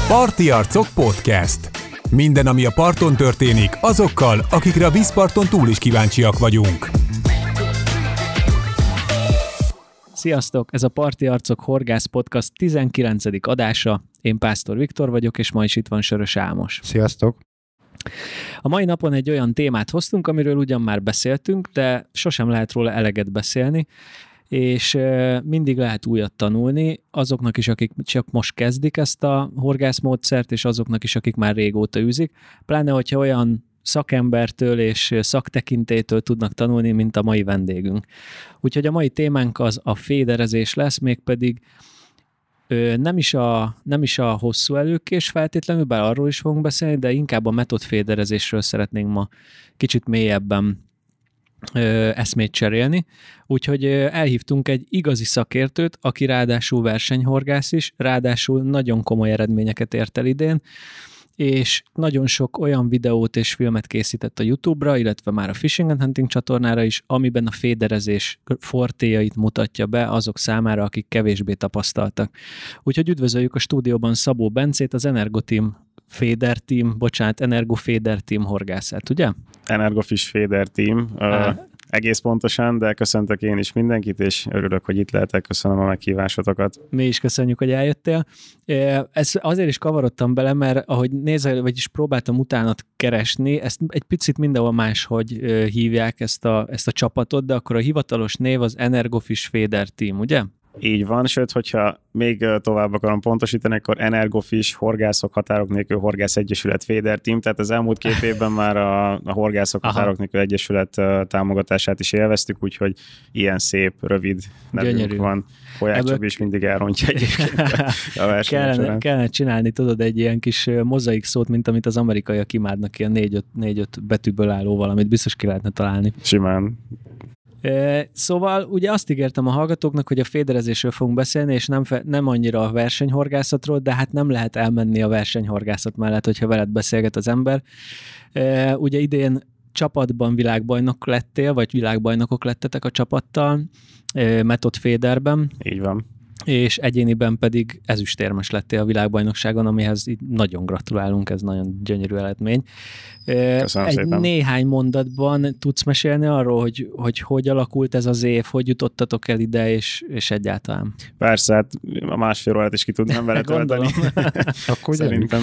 Parti Arcok Podcast. Minden, ami a parton történik, azokkal, akikre a vízparton túl is kíváncsiak vagyunk. Sziasztok! Ez a Parti Arcok Horgász Podcast 19. adása. Én Pásztor Viktor vagyok, és ma is itt van Sörös Ámos. Sziasztok! A mai napon egy olyan témát hoztunk, amiről ugyan már beszéltünk, de sosem lehet róla eleget beszélni, és mindig lehet újat tanulni azoknak is, akik csak most kezdik ezt a horgászmódszert, és azoknak is, akik már régóta űzik. Pláne, hogyha olyan szakembertől és szaktekintélytől tudnak tanulni, mint a mai vendégünk. Úgyhogy a mai témánk az a féderezés lesz, mégpedig nem is a hosszú előkés feltétlenül, bár arról is fogunk beszélni, de inkább a metódféderezésről szeretnénk ma kicsit mélyebben eszmét cserélni. Úgyhogy elhívtunk egy igazi szakértőt, aki ráadásul versenyhorgász is, ráadásul nagyon komoly eredményeket ért el idén, és nagyon sok olyan videót és filmet készített a YouTube-ra, illetve már a Fishing and Hunting csatornára is, amiben a féderezés fortéjait mutatja be azok számára, akik kevésbé tapasztaltak. Úgyhogy üdvözöljük a stúdióban Szabó Bencét, az Energo Féder Team horgászát, ugye? Energofish Féder Team. Egész pontosan, de köszöntök én is mindenkit, és örülök, hogy itt lehetek. Köszönöm a meghívásotokat. Mi is köszönjük, hogy eljöttél. Ez azért is kavarodtam bele, mert ahogy vagyis próbáltam utánat keresni, ezt egy picit mindenhol máshogy hívják ezt a csapatot, de akkor a hivatalos név az Energofish Féder Team, ugye? Így van, sőt, hogyha még tovább akarom pontosítani, akkor Energofish Horgászok Határok Nélkül Horgász Egyesület Féder Team, tehát az elmúlt 2 évben már a Horgászok Határok Nélkül Egyesület támogatását is élveztük, úgyhogy ilyen szép, rövid nevünk van. Polyák Csabi is mindig elrontja egyébként a versenyen. Kellene csinálni, tudod, egy ilyen kis mozaik szót, mint amit az amerikaiak imádnak, ilyen 4-5 betűből álló valamit, biztos ki lehetne találni. Simán. Szóval ugye azt ígértem a hallgatóknak, hogy a féderezésről fogunk beszélni, és nem annyira a versenyhorgászatról, de hát nem lehet elmenni a versenyhorgászat mellett, hogyha veled beszélget az ember. Ugye idén csapatban világbajnok lettél, vagy világbajnokok lettetek a csapattal, metódféderben. Így van. És egyéniben pedig ezüstérmes lettél a világbajnokságon, amihez így nagyon gratulálunk, ez nagyon gyönyörű eredmény. Köszönöm szépen. Néhány mondatban tudsz mesélni arról, hogy alakult ez az év, hogy jutottatok el ide, és egyáltalán? Persze, hát a másfél órát is ki tudnám vele tölteni. Akkor szerintem.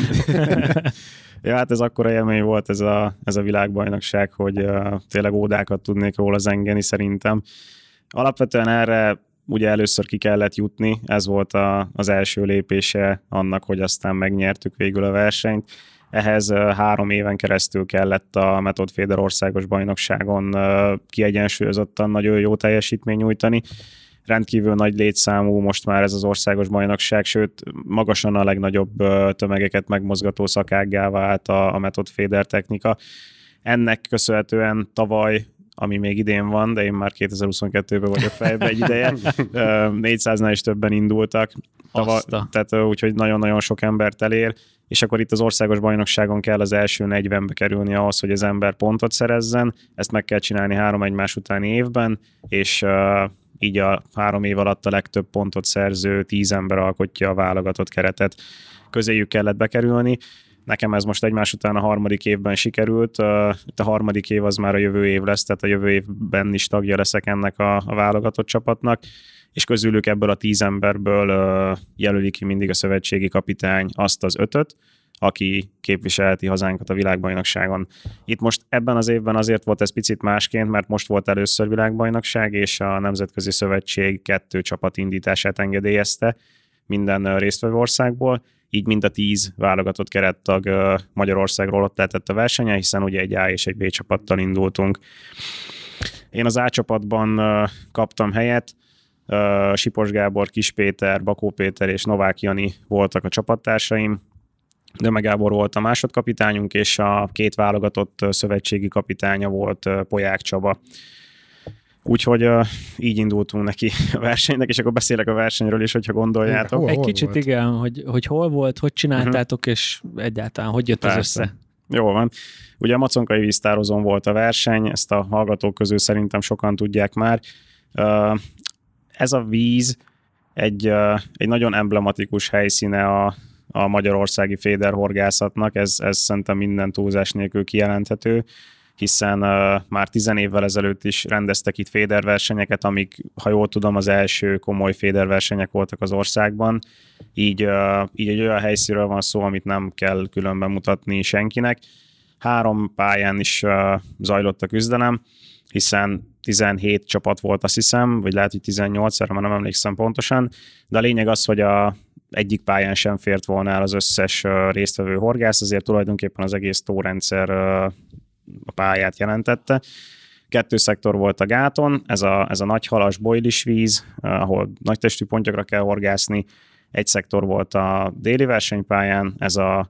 Ja, hát ez akkora élmény volt ez a világbajnokság, hogy tényleg ódákat tudnék róla zengeni szerintem. Alapvetően erre ugye először ki kellett jutni, ez volt az első lépése annak, hogy aztán megnyertük végül a versenyt. Ehhez 3 éven keresztül kellett a metódféder országos bajnokságon kiegyensúlyozottan nagyon jó teljesítmény nyújtani. Rendkívül nagy létszámú most már ez az országos bajnokság, sőt magasan a legnagyobb tömegeket megmozgató szakággá vált a metódféder technika. Ennek köszönhetően tavaly, ami még idén van, de én már 2022-ben vagyok fejbe egy ideje, 400-nál is többen indultak, tehát úgyhogy nagyon-nagyon sok embert elér, és akkor itt az országos bajnokságon kell az első 40-be kerülni ahhoz, hogy az ember pontot szerezzen, ezt meg kell csinálni 3 egymás utáni évben, és így a 3 év alatt a legtöbb pontot szerző 10 ember alkotja a válogatott keretet. Közéjük kellett bekerülni. Nekem ez most egymás után a 3. évben sikerült. A 3. év az már a jövő év lesz, tehát a jövő évben is tagja leszek ennek a válogatott csapatnak, és közülük ebből a 10 emberből jelöli ki mindig a szövetségi kapitány azt az 5-öt, aki képviselheti hazánkat a világbajnokságon. Itt most ebben az évben azért volt ez picit másként, mert most volt először világbajnokság, és a Nemzetközi Szövetség 2 csapat indítását engedélyezte minden résztvevő országból, így mind a 10 válogatott kerettag Magyarországról ott lehetett a versenyen, hiszen ugye egy A és egy B csapattal indultunk. Én az A csapatban kaptam helyet, Sipos Gábor, Kis Péter, Bakó Péter és Novák Jani voltak a csapattársaim, Döme Gábor volt a másodkapitányunk, és a 2 válogatott szövetségi kapitánya volt Polyák Csaba. Úgyhogy így indultunk neki a versenynek, és akkor beszélek a versenyről is, hogyha gondoljátok. Egy kicsit volt? Igen, hogy hol volt, hogy csináltátok, és egyáltalán hogy jött ez össze? Jól van. Ugye a Maconkai víztározón volt a verseny, ezt a hallgatók közül szerintem sokan tudják már. Ez a víz egy nagyon emblematikus helyszíne a magyarországi féderhorgászatnak, ez szerintem minden túlzás nélkül kijelenthető, hiszen már 10 évvel ezelőtt is rendeztek itt féderversenyeket, amik, ha jól tudom, az első komoly féderversenyek voltak az országban. Így egy olyan helyszínről van szó, amit nem kell külön bemutatni senkinek. 3 pályán is zajlott a küzdelem, hiszen 17 csapat volt, azt hiszem, vagy lehet, hogy 18, erre már nem emlékszem pontosan, de a lényeg az, hogy egyik pályán sem fért volna el az összes résztvevő horgász, ezért tulajdonképpen az egész tórendszer a pályát jelentette. 2 szektor volt a gáton, ez a nagyhalas bojlis víz, ahol nagy testű pontyokra kell horgászni. Egy szektor volt a déli versenypályán, ez a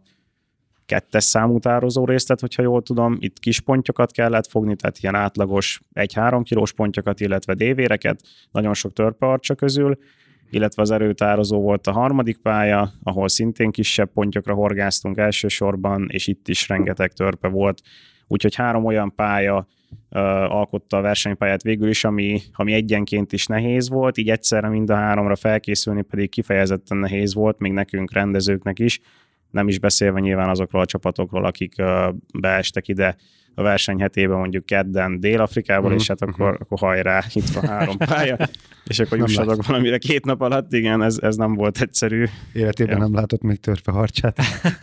2-es számú tározó részlet, hogyha jól tudom, itt kis pontyokat kellett fogni, tehát ilyen átlagos 1-3 kilós pontyokat, illetve dévéreket, nagyon sok törpeharcsa közül, illetve az erőtározó volt a harmadik pálya, ahol szintén kisebb pontyokra horgáztunk elsősorban, és itt is rengeteg törpe volt. Úgyhogy 3 olyan pálya alkotta a versenypályát végül is, ami egyenként is nehéz volt, így egyszerre mind a 3-ra felkészülni pedig kifejezetten nehéz volt, még nekünk rendezőknek is, nem is beszélve nyilván azokról a csapatokról, akik beestek ide a verseny hetében, mondjuk kedden Dél-Afrikából, és hát akkor hajrá, itt van 3 pálya, és akkor jussatok valamire 2 nap alatt, igen, ez nem volt egyszerű. Életében nem látott még törpeharcsát.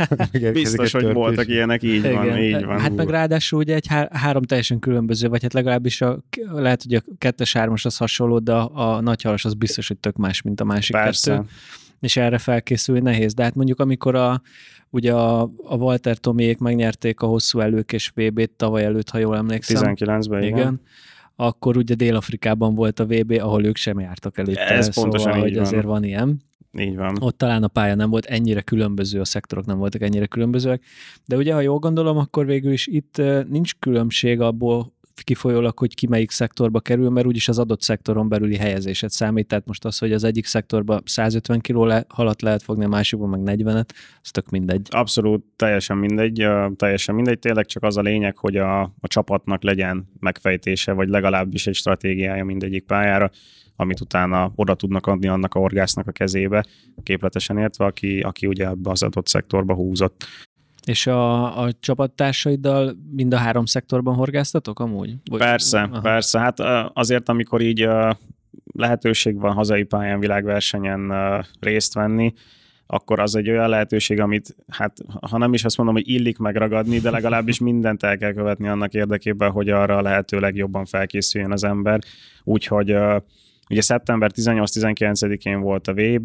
Biztos, hogy voltak ilyenek, így van. Hát meg ráadásul ugye egy 3 teljesen különböző, vagy hát legalábbis lehet, hogy a 2-3-as az hasonló, de a nagyhalas az biztos, hogy tök más, mint a másik 2. És erre felkészülni nehéz. De hát mondjuk amikor ugye a Walter Tomiék megnyerték a hosszú előkés VB-t tavaly előtt, ha jól emlékszem. 19-ben, igen. Akkor ugye Dél-Afrikában volt a VB, ahol ők sem jártak előtte. Ez szóval, pontosan így hogy van. azért van ilyen. Így van. Ott talán a pálya nem volt ennyire különböző, a szektorok nem voltak ennyire különbözőek, de ugye, ha jól gondolom, akkor végül is itt nincs különbség abból kifolyólag, hogy ki melyik szektorba kerül, mert úgyis az adott szektoron belüli helyezésed számít, tehát most az, hogy az egyik szektorban 150 kiló halat lehet fogni, a másikban meg 40-et, az tök mindegy. Abszolút, teljesen mindegy, tényleg csak az a lényeg, hogy a csapatnak legyen megfejtése, vagy legalábbis egy stratégiája mindegyik pályára, amit utána oda tudnak adni annak a horgásznak a kezébe, képletesen értve, aki ugye ebbe az adott szektorba húzott. És a csapattársaiddal mind a 3 szektorban horgáztatok amúgy? Persze. Hát azért, amikor így lehetőség van hazai pályán, világversenyen részt venni, akkor az egy olyan lehetőség, amit, hát ha nem is azt mondom, hogy illik megragadni, de legalábbis mindent el kell követni annak érdekében, hogy arra a lehető legjobban felkészüljön az ember. Úgyhogy ugye szeptember 18-19-én volt a VB,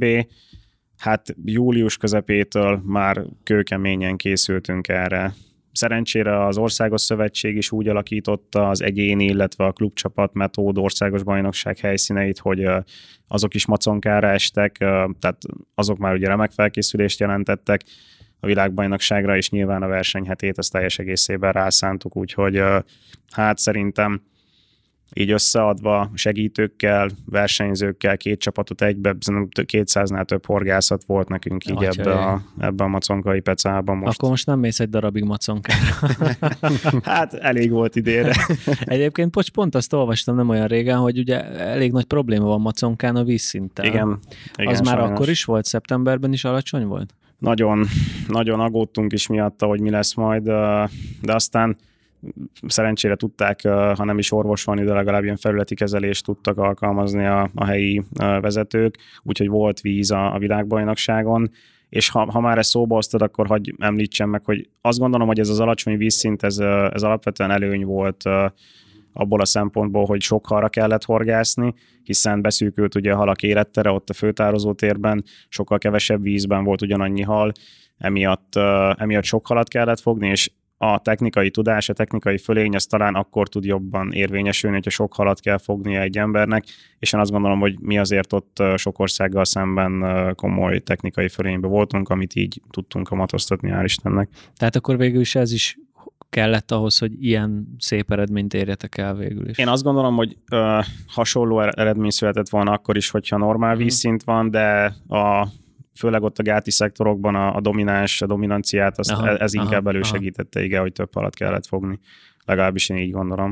hát július közepétől már kőkeményen készültünk erre. Szerencsére az Országos Szövetség is úgy alakította az egyéni, illetve a klubcsapat metód országos bajnokság helyszíneit, hogy azok is maconkára estek, tehát azok már ugye remek felkészülést jelentettek a világbajnokságra, és nyilván a versenyhetét ezt teljes egészében rászántuk, úgyhogy hát szerintem így összeadva segítőkkel, versenyzőkkel, 2 csapatot egybe, 200-nál több horgászat volt nekünk így ebbe a maconkai pecában most. Akkor most nem mész egy darabig maconkára. Hát elég volt idénre. Egyébként pont azt olvastam nem olyan régen, hogy ugye elég nagy probléma van maconkán a vízszinttel. Igen, az már akkor is volt, szeptemberben is alacsony volt? Nagyon, nagyon aggódtunk is miatta, hogy mi lesz majd, de aztán szerencsére tudták, ha nem is orvosolni, de legalább ilyen felületi kezelést tudtak alkalmazni a helyi vezetők, úgyhogy volt víz a világbajnokságon, és ha már ezt szóba hoztad, akkor hagyj említsem meg, hogy azt gondolom, hogy ez az alacsony vízszint, ez alapvetően előny volt abból a szempontból, hogy sok halra kellett horgászni, hiszen beszűkült ugye a halak élettere ott a főtározó térben, sokkal kevesebb vízben volt ugyanannyi hal, emiatt sok halat kellett fogni, és a technikai tudás, a technikai fölény az talán akkor tud jobban érvényesülni, hogyha sok halat kell fognia egy embernek, és én azt gondolom, hogy mi azért ott sok országgal szemben komoly technikai fölényben voltunk, amit így tudtunk kamatoztatni, hál' Istennek. Tehát akkor végül is ez is kellett ahhoz, hogy ilyen szép eredményt érjetek el végül is. Én azt gondolom, hogy hasonló eredmény született volna akkor is, hogyha normál vízszint van, de főleg ott a gáti szektorokban a dominanciát, ez inkább elősegítette, igen, hogy több halat kellett fogni. Legalábbis én így gondolom.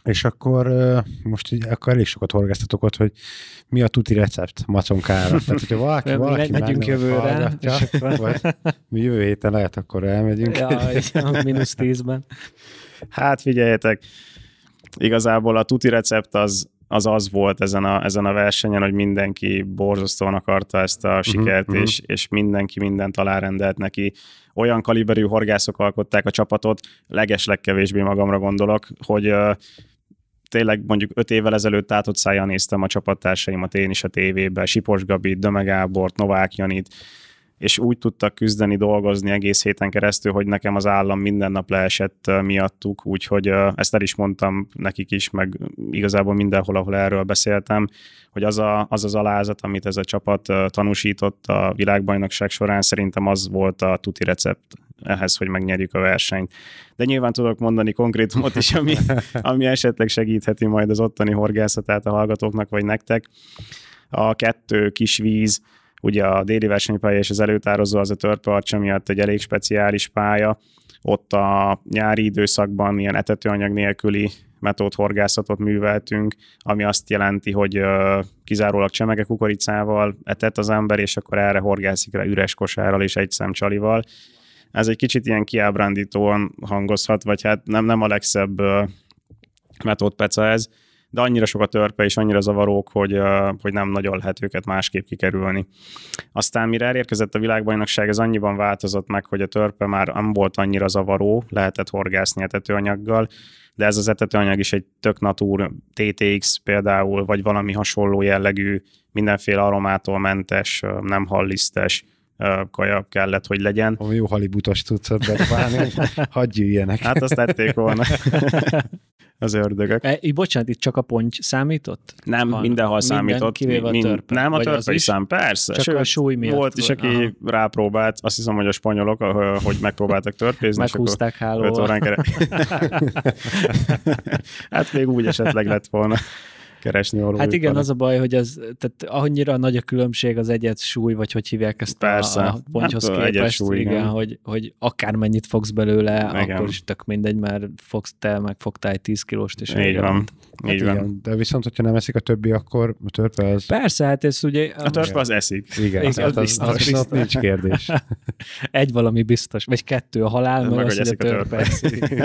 És akkor most így, akkor elég sokat horgásztatok ott, hogy mi a tuti recept maconkára. Tehát, hogyha valaki megyünk jövőre, vagy mi jövő héten lehet, akkor elmegyünk. Ja, -10-ben. Hát figyeljetek, igazából a tuti recept az volt ezen a versenyen, hogy mindenki borzasztóan akarta ezt a sikert, és mindenki mindent alárendelt neki. Olyan kaliberű horgászok alkották a csapatot, legkevésbé magamra gondolok, hogy tényleg mondjuk 5 évvel ezelőtt tátott szájjal néztem a csapattársaimat én is a tévében, Sipos Gabit, Döme Gábort, Novák Janit, és úgy tudtak küzdeni, dolgozni egész héten keresztül, hogy nekem az állam minden nap leesett miattuk, úgyhogy ezt el is mondtam nekik is, meg igazából mindenhol, ahol erről beszéltem, hogy az alázat, amit ez a csapat tanúsított a világbajnokság során, szerintem az volt a tuti recept ehhez, hogy megnyerjük a versenyt. De nyilván tudok mondani konkrétumot is, ami esetleg segítheti majd az ottani horgászatát a hallgatóknak, vagy nektek. A 2 kis víz, ugye a déli versenypálya és az előtározó az a Törpeharcsa miatt egy elég speciális pálya. Ott a nyári időszakban ilyen etetőanyag nélküli metódhorgászatot műveltünk, ami azt jelenti, hogy kizárólag csemege kukoricával etet az ember, és akkor erre horgászik rá üres kosárral és egy szem csalival. Ez egy kicsit ilyen kiábrándítóan hangozhat, vagy hát nem a legszebb metódpeca ez, de annyira sok a törpe és annyira zavarók, hogy nem nagyon lehet őket másképp kikerülni. Aztán mire elérkezett a világbajnokság, ez annyiban változott meg, hogy a törpe már nem volt annyira zavaró, lehetett horgászni etetőanyaggal, de ez az etetőanyag is egy tök natúr TTX például, vagy valami hasonló jellegű, mindenféle aromától mentes, nem hallisztes kaja kellett, hogy legyen. Ami jó halibutos tudsz bedobálni, hadd jöjjenek. Hát azt tették volna. Az ördögök. Bocsánat, itt csak a ponty számított? Nem, mindenhol számított. Kivéve a törpe. Nem, a törpe is szám, persze. Csak sőt, a súly miatt. Volt is, aki rápróbált, azt hiszem, hogy a spanyolok, hogy megpróbáltak törpézni. Meghúzták hálóval. Hát még úgy esetleg lett volna keresni orvójukat. Hát igen, az a baj, hogy tehát annyira nagy a különbség az egyet súly, vagy hogy hívják ezt a pontyhoz képest, súly, igen, hogy akármennyit fogsz belőle, igen. akkor is tök mindegy, mert te megfogtál egy 10 kilóst, és így van. Hát igen, de viszont, hogyha nem eszik a többi, akkor a törpe az... Persze, hát ez ugye... A törpe az eszik. Igen, az biztos. Nincs kérdés. Egy valami biztos, vagy 2 a halál, mert az, hogy a törpe eszik.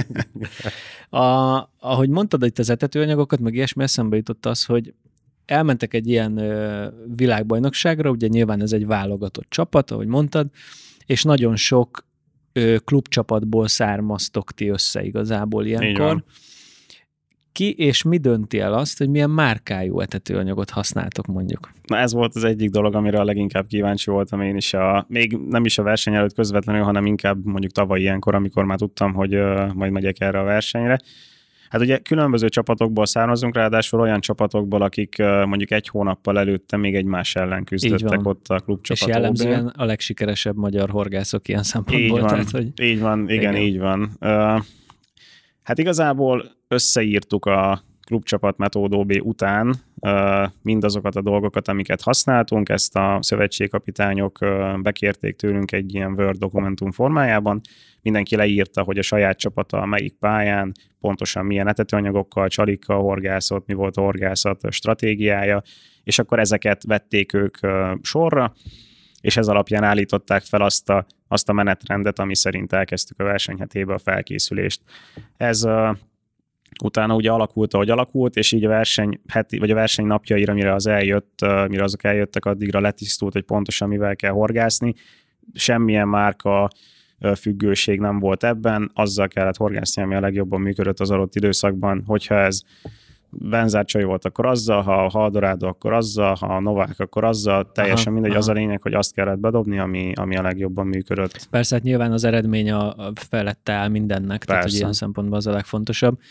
Ahogy mondtad itt az etetőanyagokat, meg ilyesmi, eszembe jutott az, hogy elmentek egy ilyen világbajnokságra, ugye nyilván ez egy válogatott csapat, ahogy mondtad, és nagyon sok klubcsapatból származtok ti össze igazából ilyenkor. Ki és mi dönti el azt, hogy milyen márkájú etetőanyagot használtok mondjuk? Na ez volt az egyik dolog, amire a leginkább kíváncsi voltam én is, még nem is a verseny előtt közvetlenül, hanem inkább mondjuk tavaly ilyenkor, amikor már tudtam, hogy majd megyek erre a versenyre. Hát ugye különböző csapatokból származunk, ráadásul olyan csapatokból, akik mondjuk 1 hónappal előtte még egymás ellen küzdöttek ott a klubcsapatok. És jellemzően a legsikeresebb magyar horgászok ilyen szempontból. Így van, tehát, hogy... így van, igen, így van. Hát igazából összeírtuk a klubcsapat Metódó B után mindazokat a dolgokat, amiket használtunk, ezt a szövetségkapitányok bekérték tőlünk egy ilyen Word dokumentum formájában, mindenki leírta, hogy a saját csapata melyik pályán, pontosan milyen etetőanyagokkal, csalikkal horgászott, mi volt a horgászat stratégiája, és akkor ezeket vették ők sorra, és ez alapján állították fel azt a menetrendet, ami szerint elkezdtük a versenyhetébe a felkészülést. Ez utána ugye alakult, ahogy alakult, és így a verseny napjaira, mire azok eljöttek, addigra letisztult, hogy pontosan mivel kell horgászni. Semmilyen márka függőség nem volt ebben, azzal kellett horgászni, ami a legjobban működött az adott időszakban, hogyha ez Benzárcsai volt, akkor azzal, ha a Haldorado, akkor azzal, ha a Novák, akkor azzal, teljesen mindegy, az a lényeg, hogy azt kellett bedobni, ami a legjobban működött. Persze, hát nyilván az eredmény a felette áll mindennek, tehát hogy ilyen szempontból az a legfontosabb.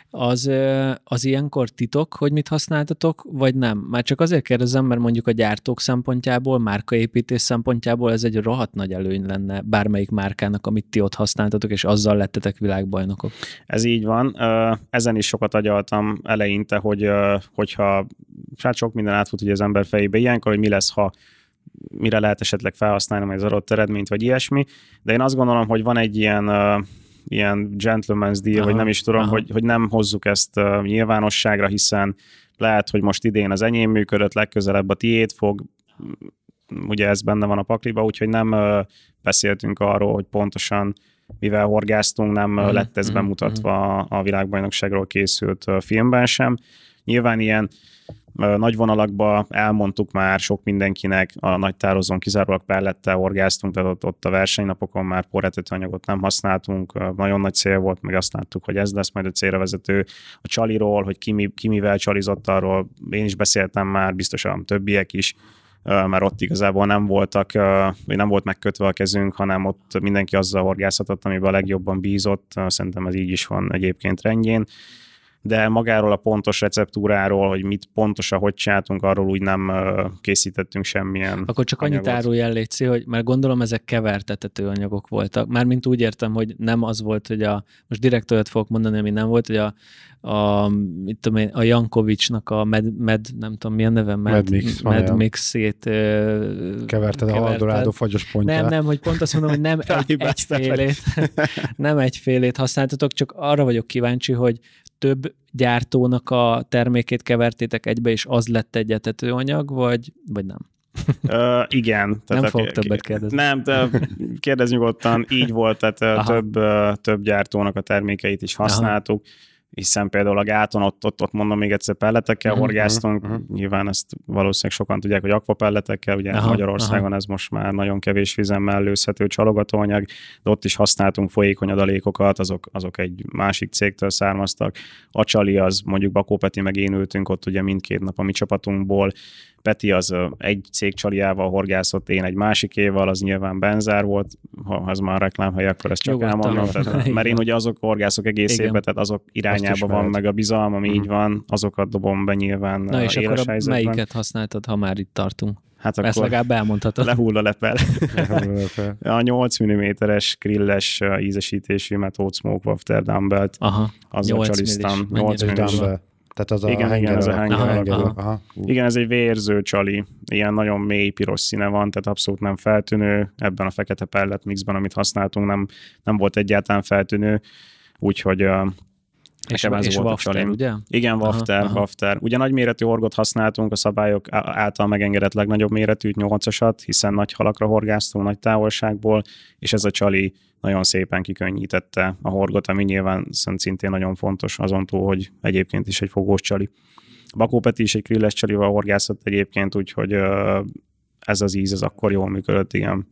Az ilyenkor titok, hogy mit használtatok, vagy nem? Már csak azért kérdezem, mert mondjuk a gyártók szempontjából, márkaépítés szempontjából ez egy rohadt nagy előny lenne bármelyik márkának, amit ti ott használtatok, és azzal lettetek világbajnokok. Ez így van. Ezen is sokat agyaltam eleinte, hogyha hát sok minden átfut ugye az ember fejébe ilyenkor, hogy mi lesz, ha mire lehet esetleg felhasználni az adott eredményt, vagy ilyesmi. De én azt gondolom, hogy van egy ilyen ilyen gentleman's deal, vagy nem is tudom, hogy nem hozzuk ezt nyilvánosságra, hiszen lehet, hogy most idén az enyém működött, legközelebb a tiéd fog, ugye ez benne van a pakliba, úgyhogy nem beszéltünk arról, hogy pontosan mivel horgáztunk, nem lett ez bemutatva a világbajnokságról készült filmben sem. Nyilván ilyen nagy vonalakban elmondtuk már sok mindenkinek, a nagy tározón kizárólag pellettel horgáztunk, tehát ott a versenynapokon már porretetőanyagot nem használtunk, nagyon nagy cél volt, meg azt láttuk, hogy ez lesz majd a célra vezető. A csaliról, hogy ki mivel csalizott, arról én is beszéltem már, biztosan többiek is, mert ott igazából nem voltak, vagy nem volt megkötve a kezünk, hanem ott mindenki azzal horgászhatott, amiben a legjobban bízott. Szerintem ez így is van egyébként rendjén. De magáról a pontos receptúráról, hogy mit pontosan hogy csináltunk, arról úgy nem készítettünk semmilyen Akkor csak anyagot. annyit árulj el, létszi, hogy mert gondolom ezek kevertetető anyagok voltak. Mármint úgy értem, hogy nem az volt, hogy most direkt olyat fogok mondani, ami nem volt, hogy a Jankovicsnak a nem tudom mi a neve, Medmixét keverted a Eldorado fagyos pontját. Nem, hogy pont azt mondom, hogy nem egyfélét használtatok, csak arra vagyok kíváncsi, hogy több gyártónak a termékét kevertétek egybe, és az lett egy etetőanyag, vagy nem? Igen. Nem fogok többet kérdezni. Nem, de kérdezz nyugodtan, így volt, tehát több gyártónak a termékeit is használtuk, hiszen például a gáton ott mondom még egyszer pelletekkel horgáztunk, nyilván ezt valószínűleg sokan tudják, hogy akvapelletekkel, ugye Magyarországon ez most már nagyon kevés vízen mellőzhető csalogatóanyag, de ott is használtunk folyékony adalékokat, azok egy másik cégtől származtak. A csali az mondjuk Bakó Peti meg én ültünk ott ugye mindkét nap a mi csapatunkból, Peti az egy cég csaliával horgászott, én egy másikéval, az nyilván Benzár volt, ha ez már reklámhely, akkor ezt csak elmondom, mert én ugye azok horgászok egész évben, tehát azok irányába van meg a bizalmam, így van, azokat dobom be nyilván. Na és akkor melyiket használtad, ha már itt tartunk? Hát ezt akkor legalább elmondhatod. Lehull a lepel. A 8 mm-es grilles ízesítésű Method Smoke Wafter Dumbbell-t. Azzal csalisztam. 8 mm. Tehát az igen, ez a hanger. Igen, ez egy vérző csali, ilyen nagyon mély piros színe van, tehát abszolút nem feltűnő. Ebben a fekete pellet mixben, amit használtunk, nem volt egyáltalán feltűnő, úgyhogy és Wafter, ugye? Igen, Wafter. Ugye nagyméretű horgot használtunk, a szabályok által megengedett legnagyobb méretűt, 8-asat, hiszen nagy halakra horgáztunk nagy távolságból, és ez a csali nagyon szépen kikönnyítette a horgot, ami nyilván szintén nagyon fontos azon túl, hogy egyébként is egy fogós csali. Bakó Peti is egy grilles csalival horgászott egyébként, úgyhogy ez az íz, ez akkor jól működött, igen.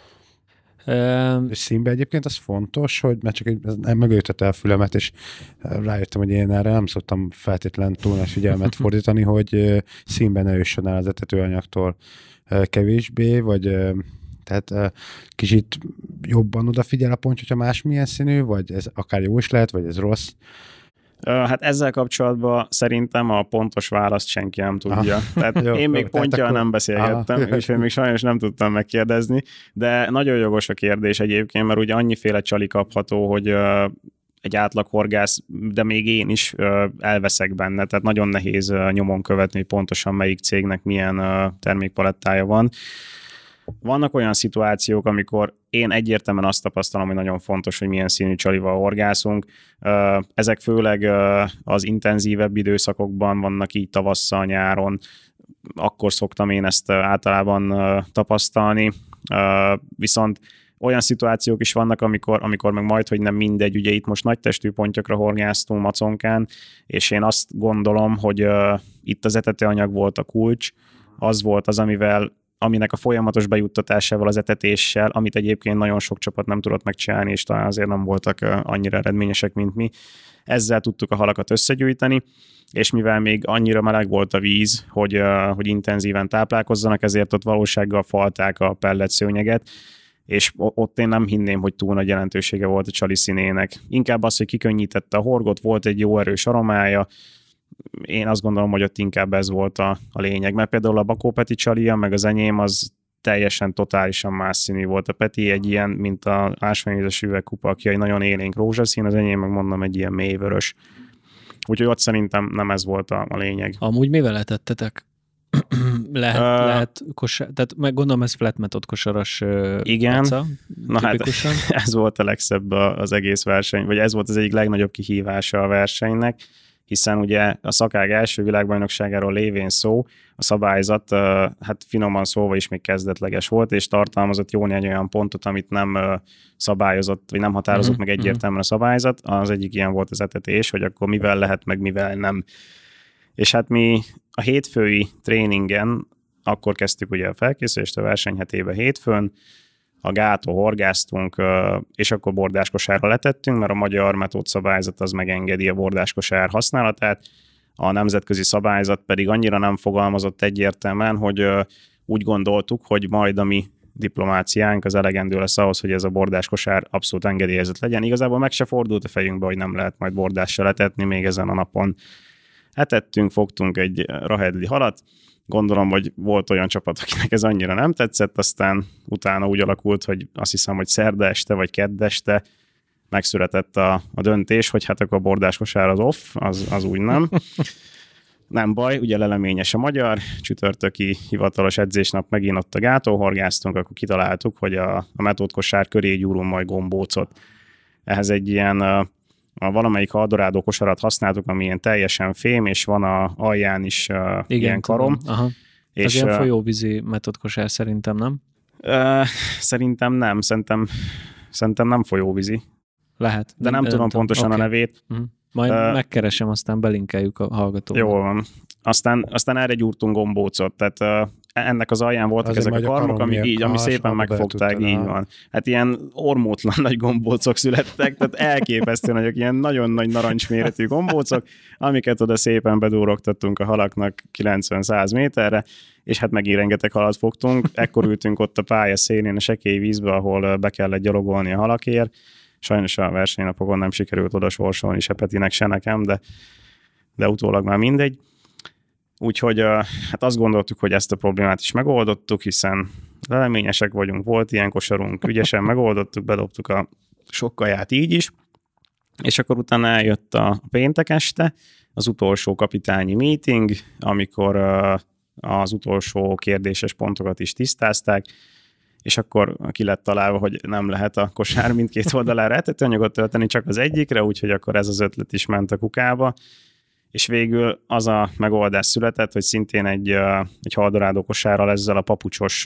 És színben egyébként az fontos, hogy mert csak megöltette a fülemet, és rájöttem, hogy én erre nem szoktam feltétlen túl nagy figyelmet fordítani, hogy színben ne üssön el az etetőanyagtól kevésbé, vagy tehát kicsit jobban odafigyel a ponty, hogyha másmilyen színű, vagy ez akár jó is lehet, vagy ez rossz. Hát ezzel kapcsolatban szerintem a pontos választ senki nem tudja. Tehát jó, én még pontjal nem beszélgettem, úgyhogy még sajnos nem tudtam megkérdezni, de nagyon jogos a kérdés egyébként, mert ugye annyiféle csali kapható, hogy egy átlag horgász, de még én is elveszek benne, tehát nagyon nehéz nyomon követni, hogy pontosan melyik cégnek milyen termékpalettája van. Vannak olyan szituációk, amikor én egyértelműen azt tapasztalom, hogy nagyon fontos, hogy milyen színű csalival horgászunk. Ezek főleg az intenzívebb időszakokban vannak így tavasszal, nyáron. Akkor szoktam én ezt általában tapasztalni. Viszont olyan szituációk is vannak, amikor meg majd, hogy nem mindegy, ugye itt most nagy testű pontyokra horgáztunk maconkán, és én azt gondolom, hogy itt az etetőanyag volt a kulcs, az volt az, aminek a folyamatos bejuttatásával, az etetéssel, amit egyébként nagyon sok csapat nem tudott megcsinálni, és talán azért nem voltak annyira eredményesek, mint mi. Ezzel tudtuk a halakat összegyűjteni, és mivel még annyira meleg volt a víz, hogy intenzíven táplálkozzanak, ezért ott valósággal falták a pellet szőnyeget, és ott én nem hinném, hogy túl nagy jelentősége volt a csali színének. Inkább az, hogy kikönnyítette a horgot, volt egy jó erős aromája. Én azt gondolom, hogy ott inkább ez volt a lényeg, mert például a Bakó Peti csalia, meg az enyém, az teljesen totálisan más színű volt. A Peti egy ilyen, mint a ásványvizes üvegkupa, aki egy nagyon élénk rózsaszín, az enyém meg mondom egy ilyen mélyvörös. Úgyhogy ott szerintem nem ez volt a lényeg. Amúgy mivel etettetek? Lehet kosár, tehát meg gondolom ez flat method kosaras igen. Peca, na tipikusan. Hát ez volt a legszebb az egész verseny, vagy ez volt az egyik legnagyobb kihívása a versenynek, hiszen ugye a szakág első világbajnokságáról lévén szó, a szabályzat, hát finoman szólva is még kezdetleges volt, és tartalmazott jó néhány olyan pontot, amit nem szabályozott, vagy nem határozott meg egyértelműen a szabályzat. Az egyik ilyen volt az etetés, hogy akkor mivel lehet, meg mivel nem. És hát mi a hétfői tréningen, akkor kezdtük ugye a felkészülést a versenyhetébe hétfőn, a gáton horgáztunk, és akkor bordáskosárra letettünk, mert a magyar metódszabályzat az megengedi a bordáskosár használatát, a nemzetközi szabályzat pedig annyira nem fogalmazott egyértelműen, hogy úgy gondoltuk, hogy majd a mi diplomáciánk az elegendő lesz ahhoz, hogy ez a bordáskosár abszolút engedélyezett legyen. Igazából meg se fordult a fejünkbe, hogy nem lehet majd bordással letetni még ezen a napon. Etettünk, fogtunk egy rahedli halat, gondolom, hogy volt olyan csapat, akinek ez annyira nem tetszett, aztán utána úgy alakult, hogy azt hiszem, hogy szerda este vagy kedd este megszületett a döntés, hogy hát akkor a bordáskosár az off, az úgy nem. Nem baj, ugye leleményes a magyar, csütörtöki hivatalos edzésnap megint ott a gáton horgáztunk, akkor kitaláltuk, hogy a metódkosár köré gyúrunk majd gombócot. Ehhez egy ilyen valamelyik Eldorado kosarat használtuk, ami ilyen teljesen fém, és van a alján is ilyen karom. Aha. És ez ilyen folyóvízi metódkosár szerintem, nem? Szerintem nem, szerintem nem folyóvízi. Lehet. De nem tudom pontosan a nevét. Majd megkeresem, aztán belinkeljük a hallgatókat. Jó van. Aztán erre gyúrtunk gombócot, tehát ennek az alján voltak ezek a karmok, ami szépen megfogták, így van. Hát ilyen ormótlan nagy gombócok születtek, tehát elképesztő nagyok, ilyen nagyon nagy narancsméretű gombócok, amiket oda szépen bedúrogtattunk a halaknak 90-100 méterre, és hát megint rengeteg halat fogtunk. Ekkor ültünk ott a pálya szélén a sekély vízbe, ahol be kellett gyalogolni a halakért. Sajnos a versenynapokon nem sikerült oda sorsolni se Petinek, se nekem, de utólag már mindegy. Úgyhogy hát azt gondoltuk, hogy ezt a problémát is megoldottuk, hiszen leleményesek vagyunk, volt ilyen kosarunk, ügyesen megoldottuk, bedobtuk a sok kaját így is, és akkor utána eljött a péntek este, az utolsó kapitányi meeting, amikor az utolsó kérdéses pontokat is tisztázták, és akkor ki lett találva, hogy nem lehet a kosár mindkét oldalára etetőanyagot tölteni, csak az egyikre, úgyhogy akkor ez az ötlet is ment a kukába. És végül az a megoldás született, hogy szintén egy Eldorado kosárral ezzel a papucsos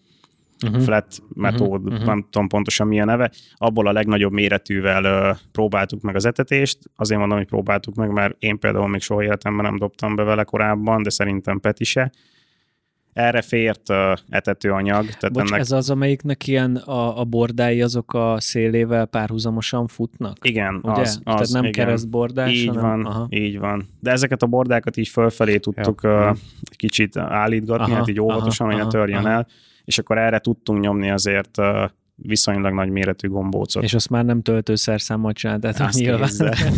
flat metód, nem tudom pontosan mi a neve, abból a legnagyobb méretűvel próbáltuk meg az etetést. Azért mondom, hogy próbáltuk meg, mert én például még soha életemben nem dobtam be vele korábban, de szerintem Peti se. Erre fért etetőanyag. Bocs, ez az, amelyiknek ilyen a bordái azok a szélével párhuzamosan futnak? Igen, ugye? Tehát nem keresztbordás, így van. De ezeket a bordákat így fölfelé tudtuk kicsit állítgatni, hát így óvatosan, hogy ne törjön el, és akkor erre tudtunk nyomni azért viszonylag nagy méretű gombócot. És azt már nem töltőszerszámmal csináltátok nyilván.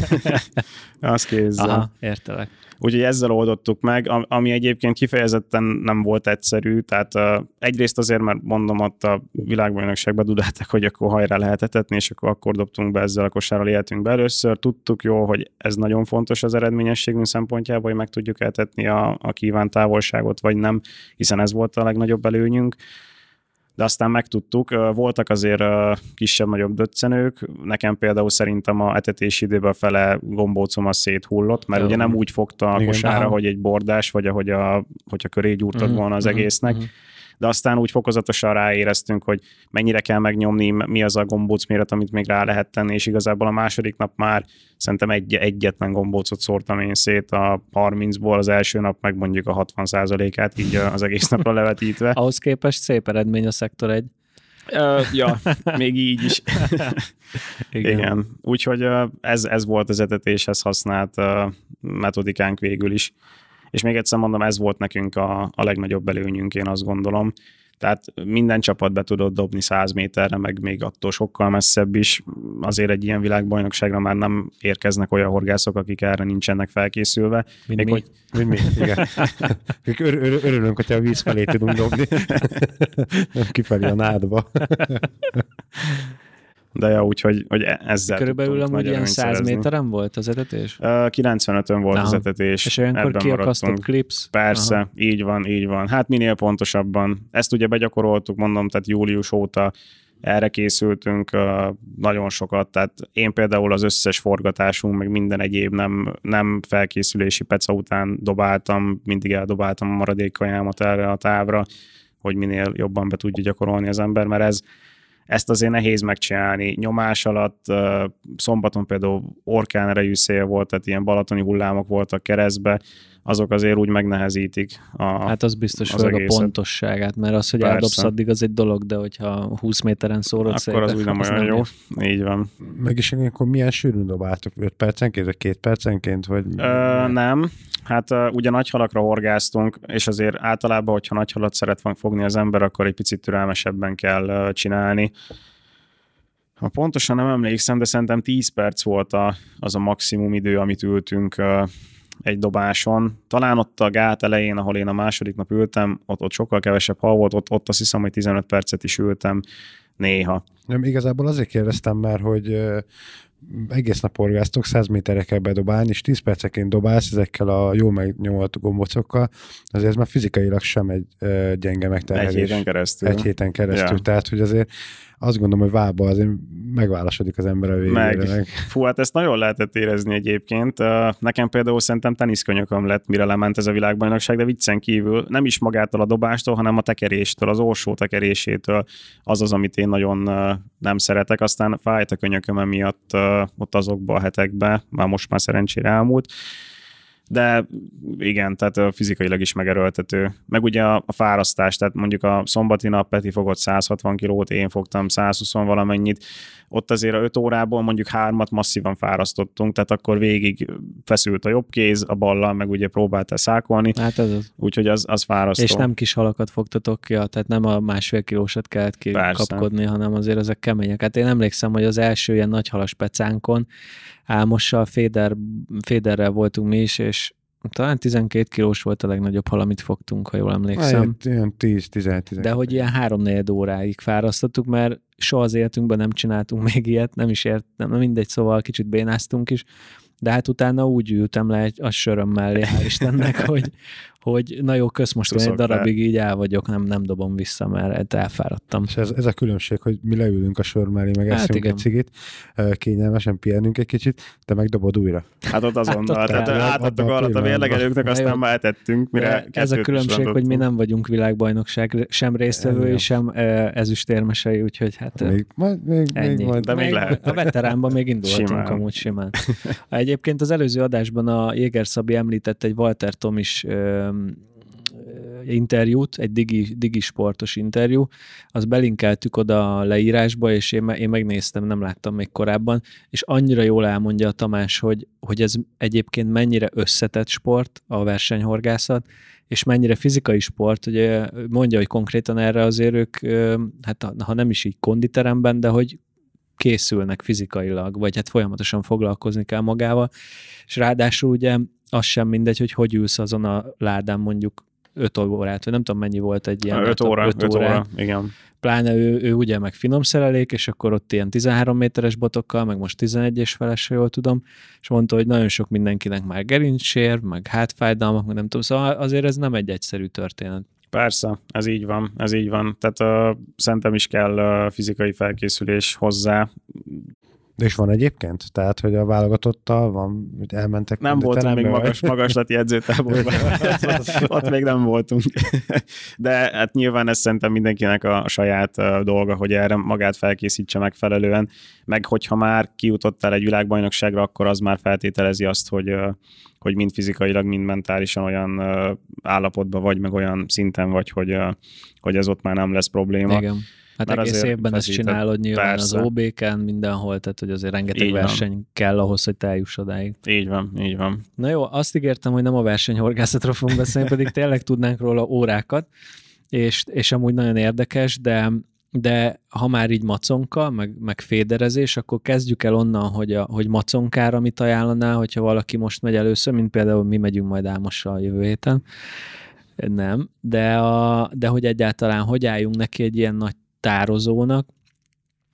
Azt kézzel. Aha, értelek. Úgyhogy ezzel oldottuk meg, ami egyébként kifejezetten nem volt egyszerű, tehát egyrészt azért, mert mondom, ott a világbajnokságban dudáltak, hogy akkor hajrá lehet etetni, és akkor dobtunk be ezzel a kosárral életünkbe először. Tudtuk jó, hogy ez nagyon fontos az eredményességünk szempontjából, hogy meg tudjuk etetni a kívánt távolságot, vagy nem, hiszen ez volt a legnagyobb előnyünk. De aztán megtudtuk, voltak azért kisebb-nagyobb döccenők, nekem például szerintem a etetési időben fele gombócom az széthullott, mert ugye nem úgy fogta a kosárra, hogy egy bordás, vagy hogyha köré gyúrtad volna az egésznek, de aztán úgy fokozatosan ráéreztünk, hogy mennyire kell megnyomni, mi az a gombóc méret, amit még rá lehet tenni, és igazából a második nap már szerintem egyetlen gombócot szórtam én szét a 30-ból, az első nap meg mondjuk a 60%-át így az egész napra levetítve. Ahhoz képest szép eredmény a szektor 1. Ja, még így is. Igen. Úgyhogy ez volt az etetéshez használt metodikánk végül is. És még egyszer mondom, ez volt nekünk a legnagyobb előnyünk, én azt gondolom. Tehát minden csapat be tudott dobni 100 méterre, meg még attól sokkal messzebb is. Azért egy ilyen világbajnokságra már nem érkeznek olyan horgászok, akik erre nincsenek felkészülve. Mint mi? Igen. Örülünk, hogyha a víz felé tudunk dobni. Kifelé a nádba. De ja, úgyhogy hogy ezzel körülbelül amúgy ilyen 100 méteren volt az etetés? 95-ön volt az etetés. És olyankor kiakasztott klipsz? Persze, Aha. így van. Hát minél pontosabban. Ezt ugye begyakoroltuk, mondom, tehát július óta erre készültünk nagyon sokat, tehát én például az összes forgatásunk, meg minden egyéb nem felkészülési peca után dobáltam, mindig eldobáltam a maradék kajámat erre a távra, hogy minél jobban be tudja gyakorolni az ember, mert ezt azért nehéz megcsinálni. Nyomás alatt szombaton például orkán erejű szél volt, tehát ilyen balatoni hullámok voltak keresztbe, azok azért úgy megnehezítik hát az biztos, hogy a pontosságát, mert az, hogy eldobsz addig, az egy dolog, de hogyha 20 méteren szórod szét, akkor az úgy nem olyan jó. Így van. Meg is akkor milyen sűrűn dobáltok? 5 percenként, vagy 2 percenként? Vagy... Nem. Hát ugye nagy halakra horgáztunk, és azért általában, hogyha nagy halat szeret fogni az ember, akkor egy picit türelmesebben kell csinálni. Ha pontosan nem emlékszem, de szerintem 10 perc volt az a maximum idő, amit ültünk egy dobáson. Talán ott a gát elején, ahol én a második nap ültem, ott sokkal kevesebb hal volt, ott azt hiszem, hogy 15 percet is ültem néha. Nem, igazából azért kérdeztem már, hogy egész nap horgáztok, 100 méterre kell bedobálni, és 10 perceként dobálsz ezekkel a jó megnyomolt gombocokkal, azért ez már fizikailag sem egy gyenge megterhelés. Egy héten keresztül. Ja. Tehát, hogy azért azt gondolom, hogy vába azért megválasodik az ember a végére. Fú, hát ezt nagyon lehetett érezni egyébként. Nekem például szerintem teniszkönyököm lett, mire lement ez a világbajnokság, de viccen kívül nem is magától a dobástól, hanem a tekeréstől, az orsó tekerésétől az, amit én nagyon nem szeretek. Aztán fájt a könyököm emiatt ott azokban a hetekben, most már szerencsére elmúlt. De igen, tehát fizikailag is megerőltető. Meg ugye a fárasztás, tehát mondjuk a szombati nap Peti fogott 160 kilót, én fogtam 120 valamennyit. Ott azért a 5 órából mondjuk 3-at masszívan fárasztottunk, tehát akkor végig feszült a jobb kéz, a ballal meg ugye próbáltál szákolni. Hát az. Úgyhogy az fárasztó. És nem kis halakat fogtatok ki, tehát nem a 1,5 kilósat kellett kapkodni, hanem azért ezek kemények. Hát én emlékszem, hogy az első ilyen nagy halas pecánkon Álmossal, Féderrel voltunk mi is, és talán 12 kilós volt a legnagyobb hal, amit fogtunk, ha jól emlékszem. Ilyen 10-12. De hogy ilyen 3-4 óráig fárasztottuk, mert soha az életünkben nem csináltunk még ilyet, nem mindegy, szóval kicsit bénáztunk is, de hát utána úgy ültem le a söröm mellé, hál' Istennek, hogy na jó, kösz, most én egy darabig így el vagyok, nem dobom vissza, mert elfáradtam. És ez a különbség, hogy mi leülünk a sör mellé, meg eszünk egy cigit, kényelmesen pihenünk egy kicsit, de megdobod újra. Hát ott azonnal, tehát átadtuk alatt a mérlegelőknek, aztán már etettünk, mire ez a különbség, hogy mi nem vagyunk világbajnokság sem résztvevői, sem ezüstérmesei, úgyhogy hát még de még lehet. A veteránban még indulhatunk amúgy simán. Egyébként az előző adásban a Jéger Szabi említett egy Walter Tomis interjút, egy digi sportos interjú, azt belinkeltük oda a leírásba, és én megnéztem, nem láttam még korábban, és annyira jól elmondja a Tamás, hogy ez egyébként mennyire összetett sport, a versenyhorgászat, és mennyire fizikai sport, ugye mondja, hogy konkrétan erre azért ők, hát ha nem is így konditeremben, de hogy készülnek fizikailag, vagy hát folyamatosan foglalkozni kell magával, és ráadásul ugye az sem mindegy, hogy ülsz azon a ládán mondjuk 5 órát, vagy nem tudom mennyi volt egy ilyen 5 óra, igen. Pláne ő ugye meg finom szerelék, és akkor ott ilyen 13 méteres botokkal, meg most 11-es feles, jól tudom, és mondta, hogy nagyon sok mindenkinek már gerincsér, meg hátfájdalmak, meg nem tudom, szóval azért ez nem egy egyszerű történet. Persze, ez így van. Tehát szerintem is kell fizikai felkészülés hozzá. De is van egyébként? Tehát, hogy a válogatottal van, hogy elmentek? Nem voltunk még magaslati edzőtáborban. Ott még nem voltunk. De hát nyilván ez szerintem mindenkinek a saját dolga, hogy erre magát felkészítse megfelelően. Meg hogyha már kijutottál egy világbajnokságra, akkor az már feltételezi azt, hogy mind fizikailag, mind mentálisan olyan állapotban vagy, meg olyan szinten vagy, hogy ez ott már nem lesz probléma. Igen. Hát egész évben ezt csinálod nyilván persze. Az OB-ken, mindenhol, tehát hogy azért rengeteg így verseny van. Kell ahhoz, hogy te eljuss odáig. Így van. Na jó, azt ígértem, hogy nem a versenyhorgászatról fogunk beszélni, pedig tényleg tudnánk róla órákat, és amúgy nagyon érdekes, de ha már így maconka, meg féderezés, akkor kezdjük el onnan, hogy maconkára mit ajánlanál, hogyha valaki most megy először, mint például mi megyünk majd Álmossal a jövő héten. Nem, de hogy egyáltalán hogy álljunk neki egy ilyen nagy tározónak,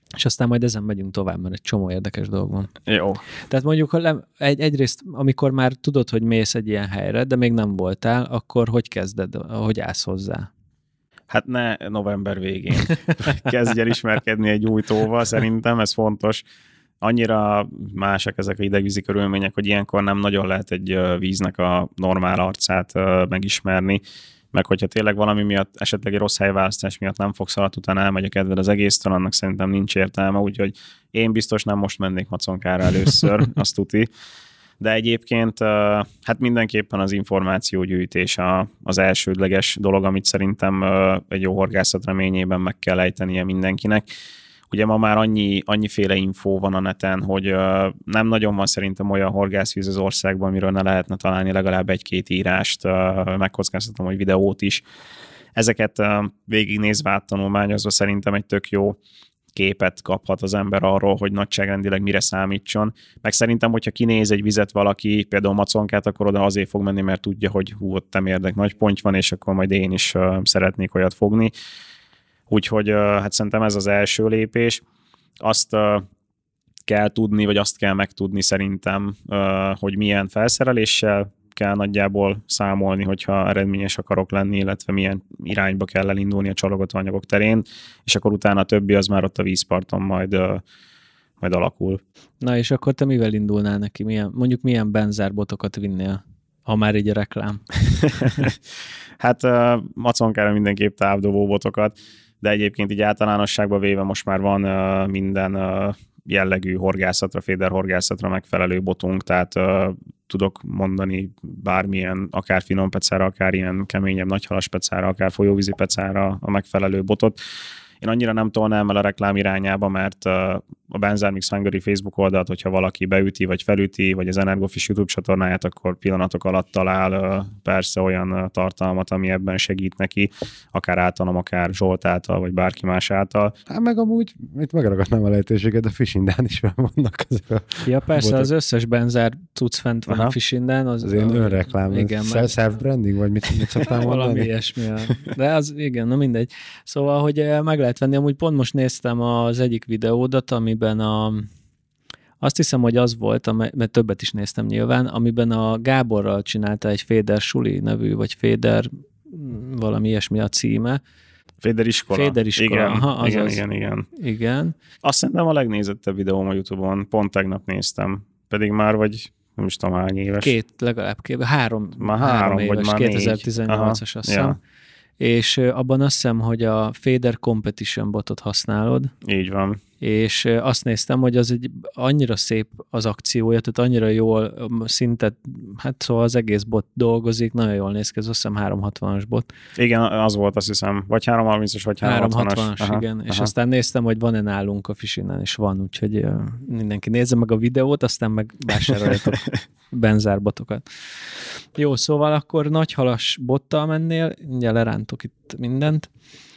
és aztán majd ezen megyünk tovább, mert egy csomó érdekes dolog van. Jó. Tehát mondjuk, egyrészt, amikor már tudod, hogy mész egy ilyen helyre, de még nem voltál, akkor hogy kezded, hogy állsz hozzá? Hát ne november végén kezdj el ismerkedni egy új tóval, szerintem ez fontos. Annyira másak ezek a idegvízi körülmények, hogy ilyenkor nem nagyon lehet egy víznek a normál arcát megismerni, meg hogyha tényleg valami miatt, esetleg egy rossz helyválasztás miatt nem fogsz alatt, utána elmegy a kedved az egésztől, annak szerintem nincs értelme, úgyhogy én biztos nem most mennék Maconkára először, azt tuti. De egyébként hát mindenképpen az információgyűjtés az elsődleges dolog, amit szerintem egy jó horgászat reményében meg kell ejtenie mindenkinek. Ugye ma már annyiféle infó van a neten, hogy nem nagyon van szerintem olyan horgászvíz az országban, amiről ne lehetne találni legalább egy-két írást, megkockáztatom, hogy videót is. Ezeket végignézve, áttanulmányozva szerintem egy tök jó képet kaphat az ember arról, hogy nagyságrendileg mire számítson. Meg szerintem, hogyha kinéz egy vizet valaki, például Maconkát, akkor oda azért fog menni, mert tudja, hogy ott temérdek nagy ponty van, és akkor majd én is szeretnék olyat fogni. Úgyhogy hát szerintem ez az első lépés. Azt kell tudni, vagy azt kell megtudni szerintem, hogy milyen felszereléssel kell nagyjából számolni, hogyha eredményes akarok lenni, illetve milyen irányba kell elindulni a csalogató anyagok terén, és akkor utána a többi az már ott a vízparton majd alakul. Na és akkor te mivel indulnál neki? Mondjuk milyen benzárbotokat vinnél, ha már így a reklám? Hát Maconkára mindenképp távdobó botokat, de egyébként így általánosságban véve most már van minden jellegű horgászatra, féderhorgászatra megfelelő botunk, tehát tudok mondani bármilyen, akár finom pecára, akár ilyen keményebb nagyhalas pecára, akár folyóvízi pecára a megfelelő botot. Én annyira nem tolnám el a reklám irányába, mert a Benzármix Hungary Facebook oldalt, hogyha valaki beüti, vagy felüti, vagy az Energofish YouTube csatornáját, akkor pillanatok alatt talál persze olyan tartalmat, ami ebben segít neki, akár általam, akár Zsolt által, vagy bárki más által. Hát meg amúgy itt megragadnám a lehetőséget, a Fishindán is vannak ezek a Ja, persze, botok. az összes benzár cucc fent van a Fishindán. Az én önreklám. Igen, self-branding, vagy mit szoktam mondani? Valami ilyesmi. De az, igen, na mindegy. Szóval, hogy meg lehet venni, amúgy pont most néztem az egyik videódat, amiben azt hiszem, hogy az volt, mert többet is néztem nyilván, amiben a Gáborral csinálta egy Féder Suli nevű, vagy Féder valami ilyesmi a címe. Féderiskola. Féderiskola. Igen, Aha, igen. Azt szerintem a legnézettebb videóm a YouTube-on, pont tegnap néztem. Pedig már vagy nem is tudom hány éves. Legalább három éves, vagy már 2018-as azt hiszem. Ja. És abban azt hiszem, hogy a Féder Competition botot használod. Így van. És azt néztem, hogy az egy annyira szép az akciója, tehát annyira jól szintet, hát szóval az egész bot dolgozik, nagyon jól néz ki, ez azt hiszem 360-as bot. Igen, az volt, azt hiszem, vagy 330-as, vagy 360-as. Igen, és aztán néztem, hogy van-e nálunk a Fishingen, és van, úgyhogy mindenki nézze meg a videót, aztán meg vásároljatok benzárbotokat. Jó, szóval akkor nagyhalas bottal mennél, ugye lerántok itt mindent,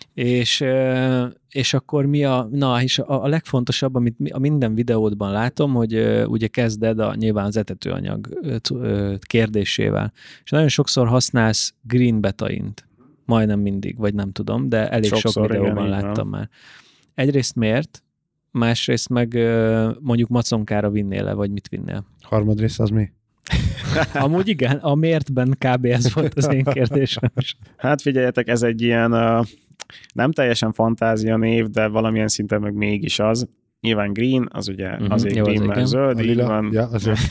és akkor és a legfontosabb, amit a minden videódban látom, hogy ugye kezded nyilván az etetőanyag kérdésével. És nagyon sokszor használsz green betaint. Majdnem mindig, vagy nem tudom, de elég sok videóban igen, láttam már. Egyrészt miért? Másrészt meg mondjuk Maconkára vinnél-e, vagy mit vinnél? Harmadrészt az mi? Amúgy igen, a miértben kb. Ez volt az én kérdésem. Hát figyeljetek, ez egy ilyen nem teljesen fantázia név, de valamilyen szinten meg mégis az. Nyilván green, az ugye azért jó, green, mert zöld, így van. Ja, azért.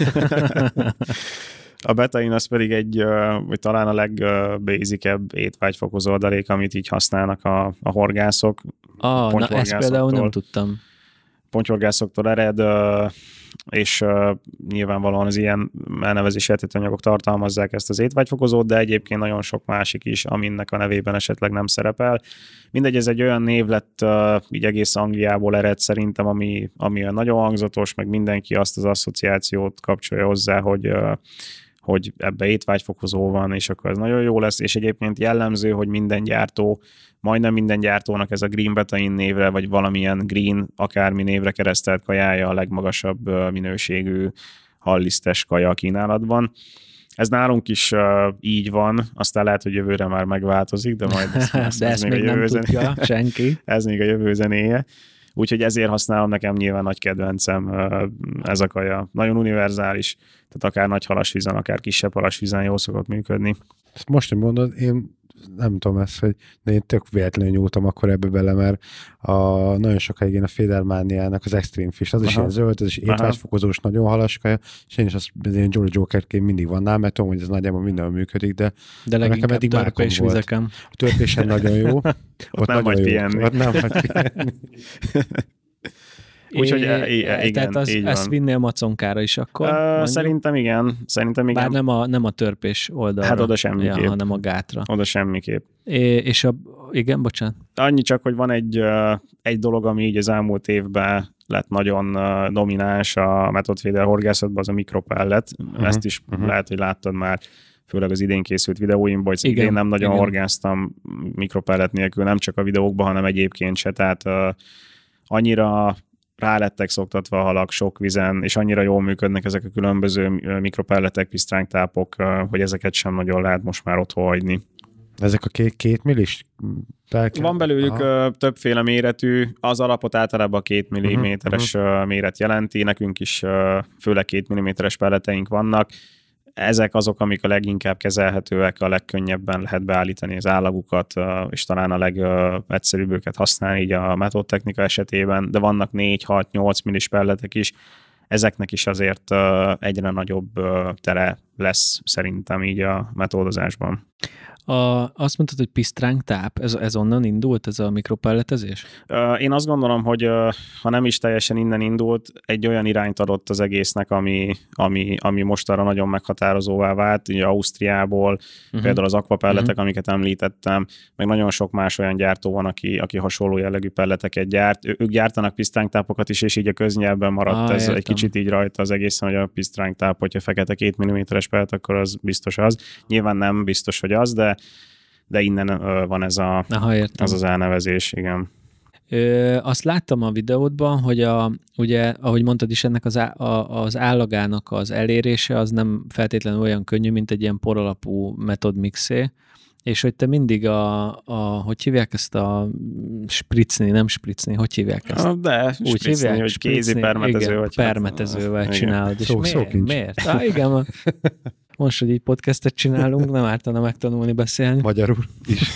A betain az pedig vagy talán a legbasicebb étvágyfokozó adalék, amit így használnak a horgászok. Na ezt például nem tudtam. Pontyhorgászoktól ered, és nyilvánvalóan az ilyen elnevezési etetőanyagok tartalmazzák ezt az étvágyfokozót, de egyébként nagyon sok másik is, aminek a nevében esetleg nem szerepel. Mindegy, ez egy olyan név lett, így egész Angliából ered szerintem, ami olyan nagyon hangzatos, meg mindenki azt az asszociációt kapcsolja hozzá, hogy ebbe étvágyfokozó van, és akkor ez nagyon jó lesz, és egyébként jellemző, hogy majdnem minden gyártónak ez a Green Betain névre, vagy valamilyen green, akármi névre keresztelt kajája a legmagasabb minőségű hallisztes kaja a kínálatban. Ez nálunk is így van, aztán lehet, hogy jövőre már megváltozik, de majd ezt még nem tudja senki. Ez még a jövő zenéje. Úgyhogy ezért használom, nekem nyilván nagy kedvencem ez a kaja. Nagyon univerzális, tehát akár nagy halasvízen, akár kisebb halasvízen jól szokott működni. Ezt most, hogy mondod, én nem tudom ezt, de én tök véletlenül nyúltam akkor ebbe bele, mert nagyon sokáig én a Federmániának az Extreme Fish, az is ilyen zöld, ez is étvágyfokozós, nagyon halaskaja, és én is az ilyen Jolly Jokerként mindig van nálam, mert tudom, hogy ez nagyjából mindenhol működik, de leginkább törpés vizeken. A törpésen nagyon jó. Ott nem vagy pihenni. Ott nem vagy pihenni. Úgyhogy igen, tehát ezt vinnél maconkára is akkor? Szerintem igen. Bár nem a törpés oldalra. Hát oda semmiképp. Hanem a gátra. Oda semmiképp. És igen, bocsánat. Annyi csak, hogy van egy dolog, ami így az elmúlt évben lett nagyon domináns a metodféder horgászatban, az a mikropellet. Ezt is lehet, hogy láttad már, főleg az idén készült videóimban, hogy idén nem nagyon horgáztam mikropellet nélkül, nem csak a videókban, hanem egyébként se. Tehát annyira rá lettek szoktatva a halak sok vizen, és annyira jól működnek ezek a különböző mikropelletek, pisztrángtápok, hogy ezeket sem nagyon lehet most már otthon hagyni. Ezek a 2 millis? Van belőlük többféle méretű, az alapot általában 2 mm-es méret jelenti, nekünk is főleg 2 mm-es pelleteink vannak. Ezek azok, amik a leginkább kezelhetőek, a legkönnyebben lehet beállítani az állagukat, és talán a legegyszerűbb őket használni így a metódtechnika esetében, de vannak 4-6-8 millis pelletek is, ezeknek is azért egyre nagyobb tere lesz szerintem így a metódozásban. Azt mondtad, hogy pisztrángtáp, ez onnan indult, ez a mikropelletezés? Én azt gondolom, hogy ha nem is teljesen innen indult, egy olyan irányt adott az egésznek, ami mostanra nagyon meghatározóvá vált, ugye Ausztriából, például az akvapelletek, amiket említettem, meg nagyon sok más olyan gyártó van, aki hasonló jellegű pelleteket gyárt. Ők gyártanak pisztrángtápokat is, és így a köznyelvben maradt ez egy kicsit így rajta az egészen, hogy a pisztrángtáp, hogyha fekete 2 mm-es pellet, akkor az biztos az. Nyilván nem biztos, hogy az, de innen van ez az elnevezés, igen. Azt láttam a videódban, hogy ugye, ahogy mondtad is, ennek az állagának az elérése az nem feltétlenül olyan könnyű, mint egy ilyen poralapú metodmixé, és hogy te mindig hogy hívják ezt a nem spricni, hogy hívják ezt? De, úgy hívják, hogy kézi permetező. Igen, permetezővel csinálod. És miért? Igen, most, hogy így podcastet csinálunk, nem ártana megtanulni beszélni. Magyarul is.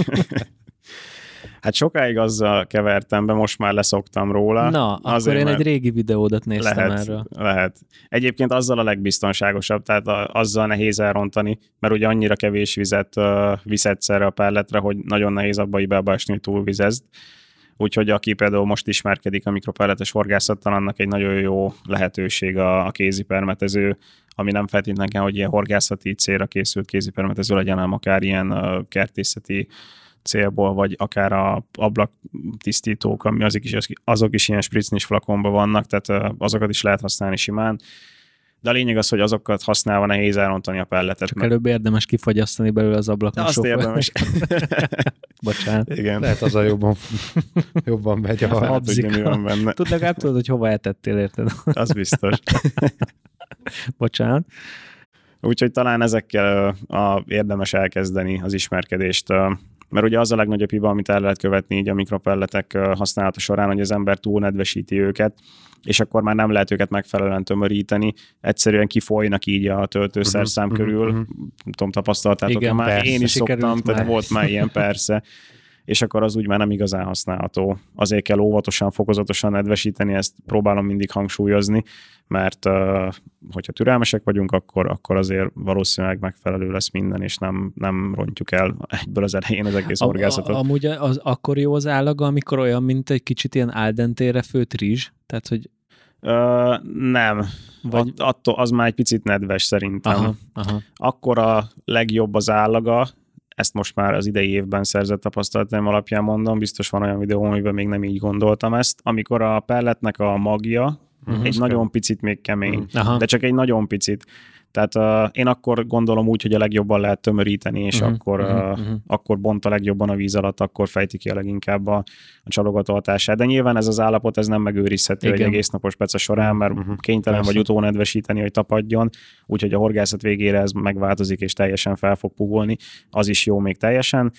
Hát sokáig azzal kevertem be, most már leszoktam róla. Na, azért, akkor én egy régi videódat néztem erről. Lehet. Egyébként azzal a legbiztonságosabb, tehát azzal nehéz elrontani, mert ugye annyira kevés vizet visz egyszerre a pelletre, hogy nagyon nehéz abba beesni, hogy túlvizezd. Úgyhogy aki például most ismerkedik a mikropelletes horgászattal, annak egy nagyon jó lehetőség a kézipermetező, ami nem feltétlenül, hogy ilyen horgászati célra készült kézipermetező legyen, hanem akár ilyen kertészeti célból, vagy akár a ablaktisztítók, ami azok is ilyen spritznis flakonban vannak, tehát azokat is lehet használni simán. De a lényeg az, hogy azokat használva nehéz elrontani a pelletet. Csak előbb érdemes kifagyasztani belőle az ablakon. Azt érdemes. Bocsánat. Igen. Lehet az a jobban megy a habzik. Legalább tudod, hogy hova etettél, érted? Az biztos. Bocsánat. Úgyhogy talán ezekkel érdemes elkezdeni az ismerkedést. Mert ugye az a legnagyobb hiba, amit el lehet követni így a mikropelletek használata során, hogy az ember túl nedvesíti őket, és akkor már nem lehet őket megfelelően tömöríteni. Egyszerűen kifolynak így a töltőszerszám körül. Nem tudom, tapasztaltátok. Igen, már persze, én is szoktam, tehát már. volt már ilyen persze. És akkor az úgy már nem igazán használható. Azért kell óvatosan, fokozatosan nedvesíteni, ezt próbálom mindig hangsúlyozni, mert hogyha türelmesek vagyunk, akkor azért valószínűleg megfelelő lesz minden, és nem rontjuk el egyből az elején az egész horgászatot. Amúgy akkor jó az állaga, amikor olyan, mint egy kicsit ilyen al dentére főtt rizs? Tehát, hogy... Nem. Vagy... Attól az már egy picit nedves szerintem. Aha. Akkor a legjobb az állaga, ezt most már az idei évben szerzett tapasztalataim alapján mondom, biztos van olyan videó, amiben még nem így gondoltam ezt. Amikor a pelletnek a magja egy nagyon picit még kemény, de csak egy nagyon picit. Tehát én akkor gondolom úgy, hogy a legjobban lehet tömöríteni, és akkor bont a legjobban a víz alatt, akkor fejti ki a leginkább a csalogató hatását. De nyilván ez az állapot, ez nem megőrizhető egy egész napos peca során, mert kénytelen vagy utónedvesíteni, hogy tapadjon, úgyhogy a horgászat végére ez megváltozik, és teljesen fel fog puhulni. Az is jó még teljesen,